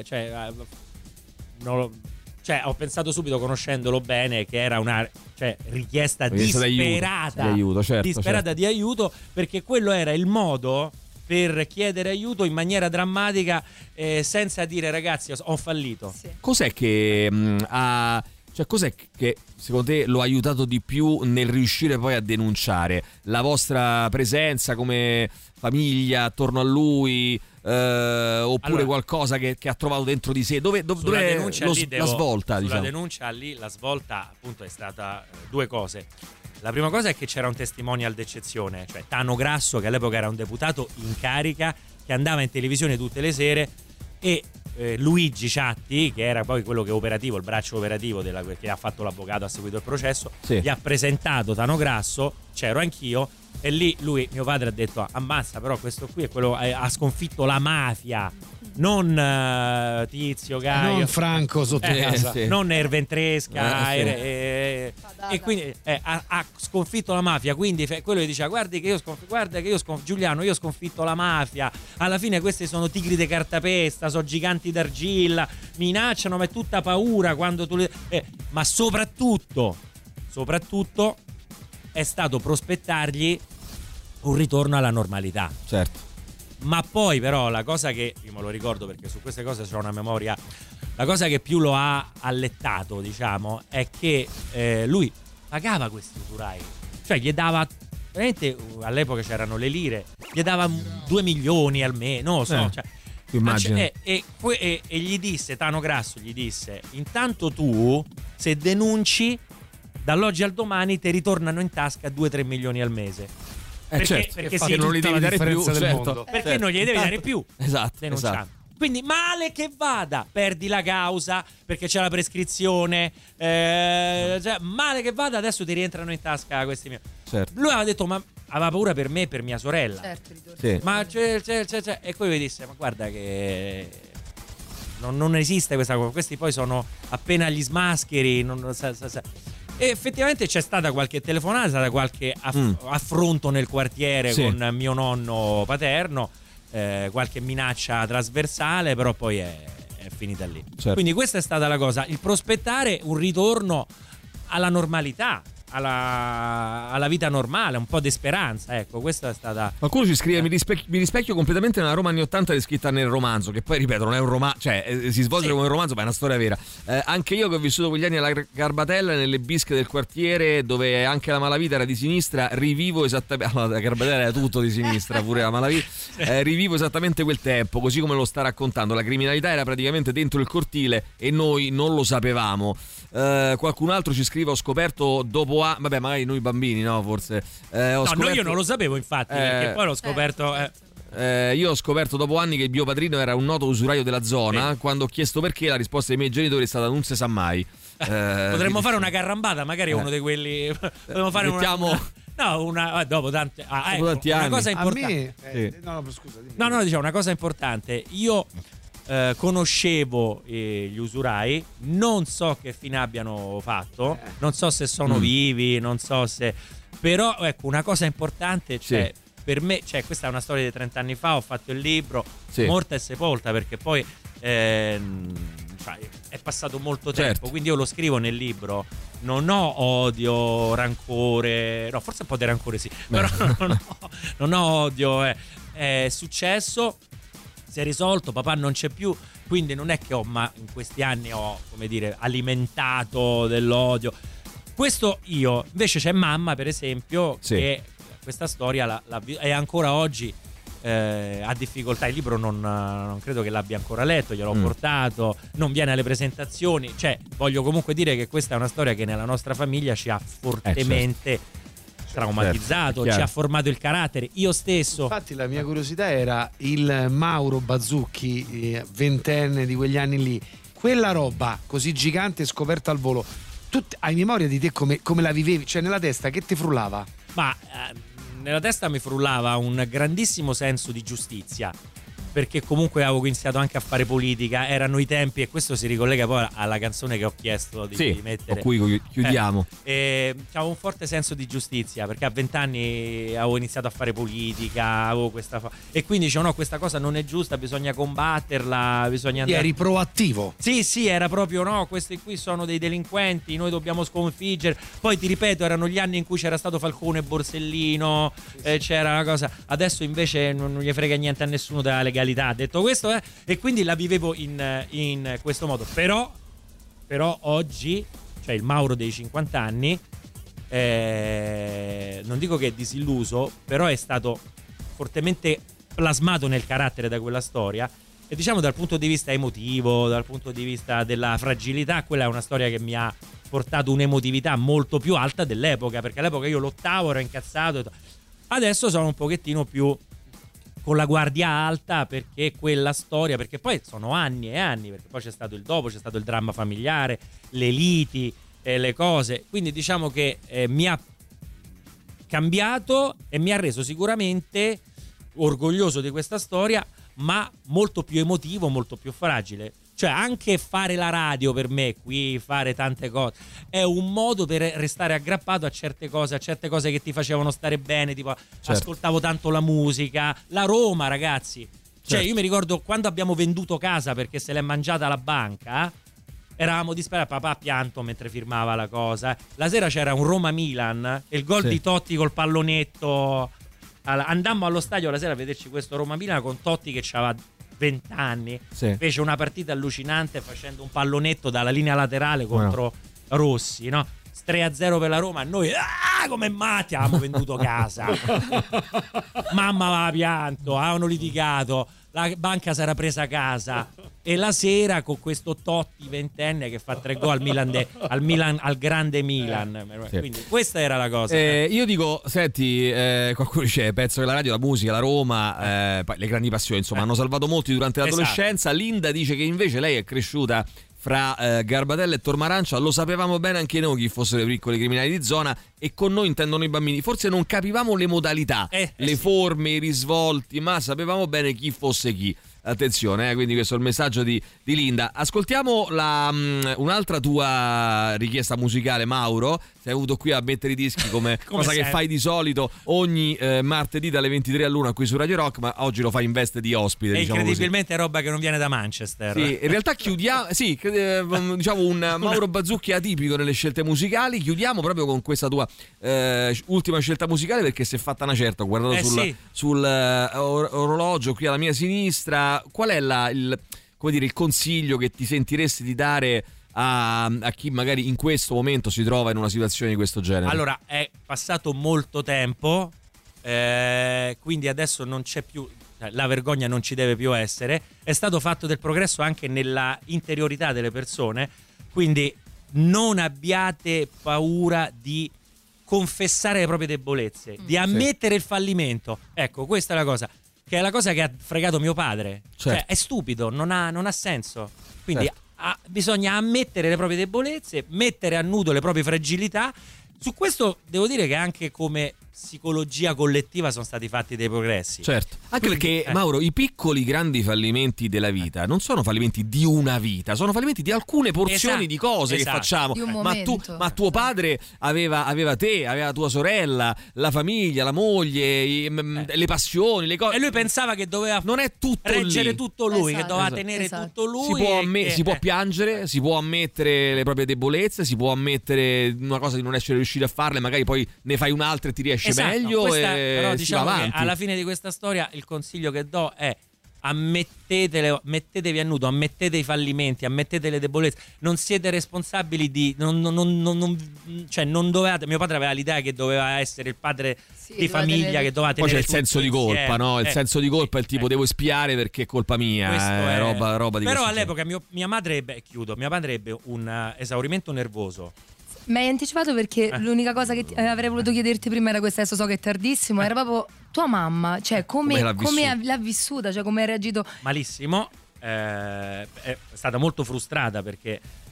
ho pensato subito, conoscendolo bene, che era una richiesta disperata di aiuto, di aiuto, perché quello era il modo per chiedere aiuto in maniera drammatica, senza dire ragazzi ho fallito. Cos'è che cos'è che secondo te lo ha aiutato di più nel riuscire poi a denunciare? La vostra presenza come famiglia attorno a lui, oppure qualcosa che ha trovato dentro di sé? Dov'è la svolta? Sulla denuncia lì la svolta appunto è stata due cose. La prima cosa è che c'era un testimonial d'eccezione, cioè Tano Grasso, che all'epoca era un deputato in carica, che andava in televisione tutte le sere, e Luigi Ciatti, che era poi quello che è operativo, il braccio operativo che ha fatto l'avvocato, ha seguito il processo, gli ha presentato Tano Grasso, c'ero anch'io, e lì mio padre ha detto ammazza, però questo qui è quello, ha sconfitto la mafia, non Tizio Gaio, non Franco sotto casa, non Erventresca, e quindi ha sconfitto la mafia. Quindi quello che diceva guarda che io Giuliano, io ho sconfitto la mafia, alla fine questi sono tigri di cartapesta, sono giganti d'argilla, minacciano, ma è tutta paura quando tu ma soprattutto è stato prospettargli un ritorno alla normalità. Certo. Ma poi però la cosa che, io me lo ricordo perché su queste cose c'ho una memoria, la cosa che più lo ha allettato, diciamo, è che lui pagava questi usurai, cioè gli dava, veramente all'epoca c'erano le lire, gli dava 2 milioni al mese, non lo so, e gli disse, Tano Grasso gli disse, intanto tu se denunci dall'oggi al domani ti ritornano in tasca 2-3 milioni al mese. Perché non li devi dare più, perché non glieli devi dare più, esatto. Quindi male che vada, perdi la causa perché c'è la prescrizione, male che vada, adesso ti rientrano in tasca questi miei. Lui aveva detto, ma aveva paura per me e per mia sorella, ma e poi mi disse, ma guarda che non esiste questa cosa, questi poi sono appena agli smascheri, e effettivamente c'è stata qualche telefonata, c'è stata qualche affronto nel quartiere con mio nonno paterno, qualche minaccia trasversale, però poi è finita lì. Quindi questa è stata la cosa, il prospettare un ritorno alla normalità, alla vita normale, un po' di speranza, ecco, questa è stata. Qualcuno ci scrive: mi rispecchio completamente nella Roma anni 80 descritta nel romanzo, che poi ripeto non è un romanzo, cioè si svolge come un romanzo, ma è una storia vera. Anche io che ho vissuto quegli anni alla Garbatella, nelle bische del quartiere dove anche la malavita era di sinistra, rivivo esattamente, la Garbatella era tutto di sinistra, pure la malavita, rivivo esattamente quel tempo, così come lo sta raccontando. La criminalità era praticamente dentro il cortile e noi non lo sapevamo. Qualcun altro ci scrive: ho scoperto dopo vabbè, magari noi bambini, no, forse no, io non lo sapevo, infatti, perché poi l'ho scoperto. Io ho scoperto dopo anni che il mio padrino era un noto usuraio della zona. Quando ho chiesto perché, la risposta dei miei genitori è stata: non si sa mai. Potremmo fare una carrambata, magari uno di quelli. Potremmo fare dopo tanti una cosa importante. Diciamo una cosa importante. Io conoscevo gli usurai, non so che fine abbiano fatto, non so se sono vivi, non so se, però ecco, una cosa importante, cioè per me, cioè questa è una storia di 30 anni fa, ho fatto il libro Morta e sepolta, perché poi è passato molto tempo, quindi io lo scrivo nel libro, non ho odio, rancore, no, forse un po' di rancore però non ho odio, è successo, si è risolto, papà non c'è più, quindi non è che in questi anni ho, come dire, alimentato dell'odio. Questo io, invece c'è mamma, per esempio, che questa storia è ancora oggi ha difficoltà. Il libro non credo che l'abbia ancora letto, gliel'ho portato, non viene alle presentazioni, cioè voglio comunque dire che questa è una storia che nella nostra famiglia ci ha fortemente traumatizzato, ci ha formato il carattere. Io stesso, infatti, la mia curiosità era il Mauro Bazzucchi, ventenne di quegli anni lì, quella roba così gigante scoperta al volo, hai memoria di te come la vivevi, cioè nella testa che ti frullava? Ma nella testa mi frullava un grandissimo senso di giustizia, perché comunque avevo iniziato anche a fare politica, erano i tempi, e questo si ricollega poi alla canzone che ho chiesto di mettere, con cui chiudiamo. Avevo un forte senso di giustizia, perché a 20 anni avevo iniziato a fare politica, avevo e quindi dicevo no, questa cosa non è giusta, bisogna combatterla, bisogna andare... Eri proattivo. Sì, era proprio no, questi qui sono dei delinquenti, noi dobbiamo sconfiggere. Poi ti ripeto, erano gli anni in cui c'era stato Falcone e Borsellino, c'era una cosa, adesso invece non gli frega niente a nessuno della legalità. Detto questo, e quindi la vivevo in questo modo. Però oggi, cioè il Mauro dei 50 anni, non dico che è disilluso, però è stato fortemente plasmato nel carattere da quella storia, e diciamo dal punto di vista emotivo, dal punto di vista della fragilità, quella è una storia che mi ha portato un'emotività molto più alta dell'epoca, perché all'epoca io lottavo, ero incazzato, adesso sono un pochettino più con la guardia alta, perché quella storia, perché poi sono anni e anni, perché poi c'è stato il dopo, c'è stato il dramma familiare, le liti, le cose, quindi diciamo che mi ha cambiato e mi ha reso sicuramente orgoglioso di questa storia, ma molto più emotivo, molto più fragile. Cioè anche fare la radio per me qui, fare tante cose, è un modo per restare aggrappato a certe cose che ti facevano stare bene, tipo ascoltavo tanto la musica, la Roma, ragazzi. Cioè io mi ricordo quando abbiamo venduto casa perché se l'è mangiata la banca, eravamo disperati, papà pianto mentre firmava la cosa. La sera c'era un Roma-Milan e il gol di Totti col pallonetto. Andammo allo stadio la sera a vederci questo Roma-Milan con Totti che aveva 20 anni, fece una partita allucinante facendo un pallonetto dalla linea laterale contro Rossi, no? 3-0 per la Roma, noi come matti avevamo venduto casa. Mamma aveva pianto, avevano litigato, la banca si era presa casa, e la sera con questo Totti ventenne che fa 3 gol al grande Milan. Quindi questa era la cosa. Io dico, senti, qualcuno dice penso che la radio, la musica, la Roma, le grandi passioni insomma hanno salvato molti durante l'adolescenza. Linda dice che invece lei è cresciuta fra Garbatella e Tormarancia, lo sapevamo bene anche noi chi fossero i piccoli criminali di zona, e con noi intendono i bambini, forse non capivamo le modalità, le forme, i risvolti, ma sapevamo bene chi fosse chi. Attenzione, quindi questo è il messaggio di Linda. Ascoltiamo un'altra tua richiesta musicale, Mauro. Sei venuto qui a mettere i dischi come cosa che fai di solito ogni martedì dalle 23 all'1 qui su Radio Rock, ma oggi lo fai in veste di ospite. E diciamo incredibilmente così. È roba che non viene da Manchester. Sì, in realtà chiudiamo, diciamo un Mauro Bazzucchi atipico nelle scelte musicali. Chiudiamo proprio con questa tua ultima scelta musicale, perché si è fatta una certa. Ho guardato sul orologio qui alla mia sinistra. Qual è il consiglio che ti sentiresti di dare a chi magari in questo momento si trova in una situazione di questo genere? Allora, è passato molto tempo, quindi adesso non c'è più, la vergogna non ci deve più essere, è stato fatto del progresso anche nella interiorità delle persone, quindi non abbiate paura di confessare le proprie debolezze, di ammettere il fallimento. Ecco, questa è la cosa, che è la cosa che ha fregato mio padre. Cioè, è stupido, non ha senso. Quindi bisogna ammettere le proprie debolezze, mettere a nudo le proprie fragilità. Su questo devo dire che anche come psicologia collettiva sono stati fatti dei progressi. Certo. Anche perché, Mauro, i piccoli grandi fallimenti della vita non sono fallimenti di una vita, sono fallimenti di alcune porzioni di cose che facciamo. Ma tuo padre aveva te, aveva tua sorella, la famiglia, la moglie, le passioni, le cose. E lui pensava che doveva reggere tutto lui, che doveva tenere tutto lui. Si può piangere, si può ammettere le proprie debolezze, si può ammettere una cosa di non essere riusciti a farle, magari poi ne fai un'altra e ti riesce meglio, però diciamo che alla fine di questa storia il consiglio che do è: mettetevi a nudo, ammettete i fallimenti, ammettete le debolezze, non siete responsabili di cioè non dovevate. Mio padre aveva l'idea che doveva essere il padre di famiglia, che doveva tenere. Poi c'è il senso di colpa, no? Il senso di colpa è il tipo devo espiare perché è colpa mia, roba di però all'epoca mia madre ebbe un esaurimento nervoso. Mi hai anticipato, perché l'unica cosa che avrei voluto chiederti prima era questa, adesso so che è tardissimo, era proprio tua mamma, cioè come l'ha vissuta, cioè come ha reagito. Malissimo, è stata molto frustrata perché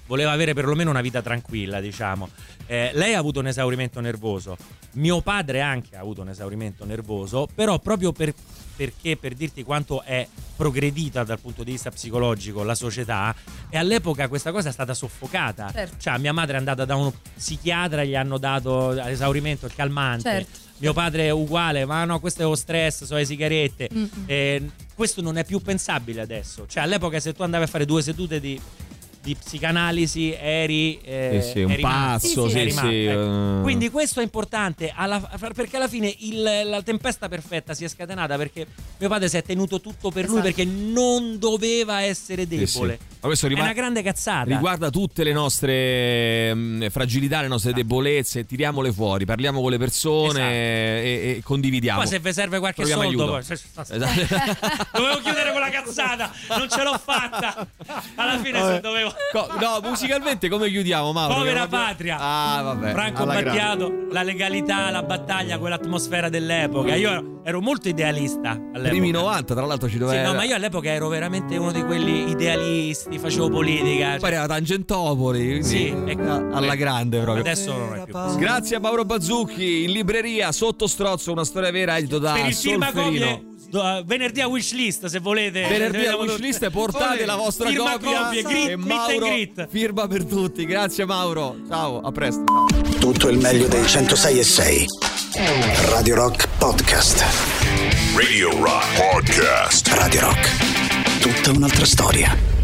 voleva avere perlomeno una vita tranquilla, diciamo. Lei ha avuto un esaurimento nervoso, mio padre anche ha avuto un esaurimento nervoso, però proprio perché per dirti quanto è progredita dal punto di vista psicologico la società, e all'epoca questa cosa è stata soffocata. Certo. Cioè mia madre è andata da uno psichiatra, gli hanno dato all'esaurimento il calmante. Certo. Mio padre è uguale, ma no, questo è lo stress, sono le sigarette. Questo non è più pensabile adesso. Cioè all'epoca se tu andavi a fare 2 sedute di psicanalisi eri un pazzo, eri sì. ecco. Quindi questo è importante perché alla fine la tempesta perfetta si è scatenata perché mio padre si è tenuto tutto per lui, perché non doveva essere debole. Ma questo è una grande cazzata, riguarda tutte le nostre fragilità, le nostre debolezze, tiriamole fuori, parliamo con le persone e condividiamo. Poi se vi serve qualche troviamo soldo aiuto. Dovevo chiudere con la cazzata, non ce l'ho fatta alla fine. Se dovevo no, musicalmente come chiudiamo, Mauro? Povera patria. Vabbè. Franco Battiato, la legalità, la battaglia, quell'atmosfera dell'epoca. Io ero molto idealista all'epoca. Primi 90, tra l'altro ci doveva. Sì, no, ma io all'epoca ero veramente uno di quelli idealisti, facevo politica. Poi era Tangentopoli, sì, alla grande proprio. Adesso non è più così. Grazie a Mauro Bazzucchi, in libreria Sotto Strozzo, una storia vera, edito da per il Solferino. Venerdì a Wishlist, se volete. Venerdì a Wishlist, portate la vostra copia e Mauro firma per tutti. Grazie Mauro, ciao, a presto. Tutto il meglio dei 106.6 Radio Rock Podcast. Radio Rock Podcast. Radio Rock, tutta un'altra storia.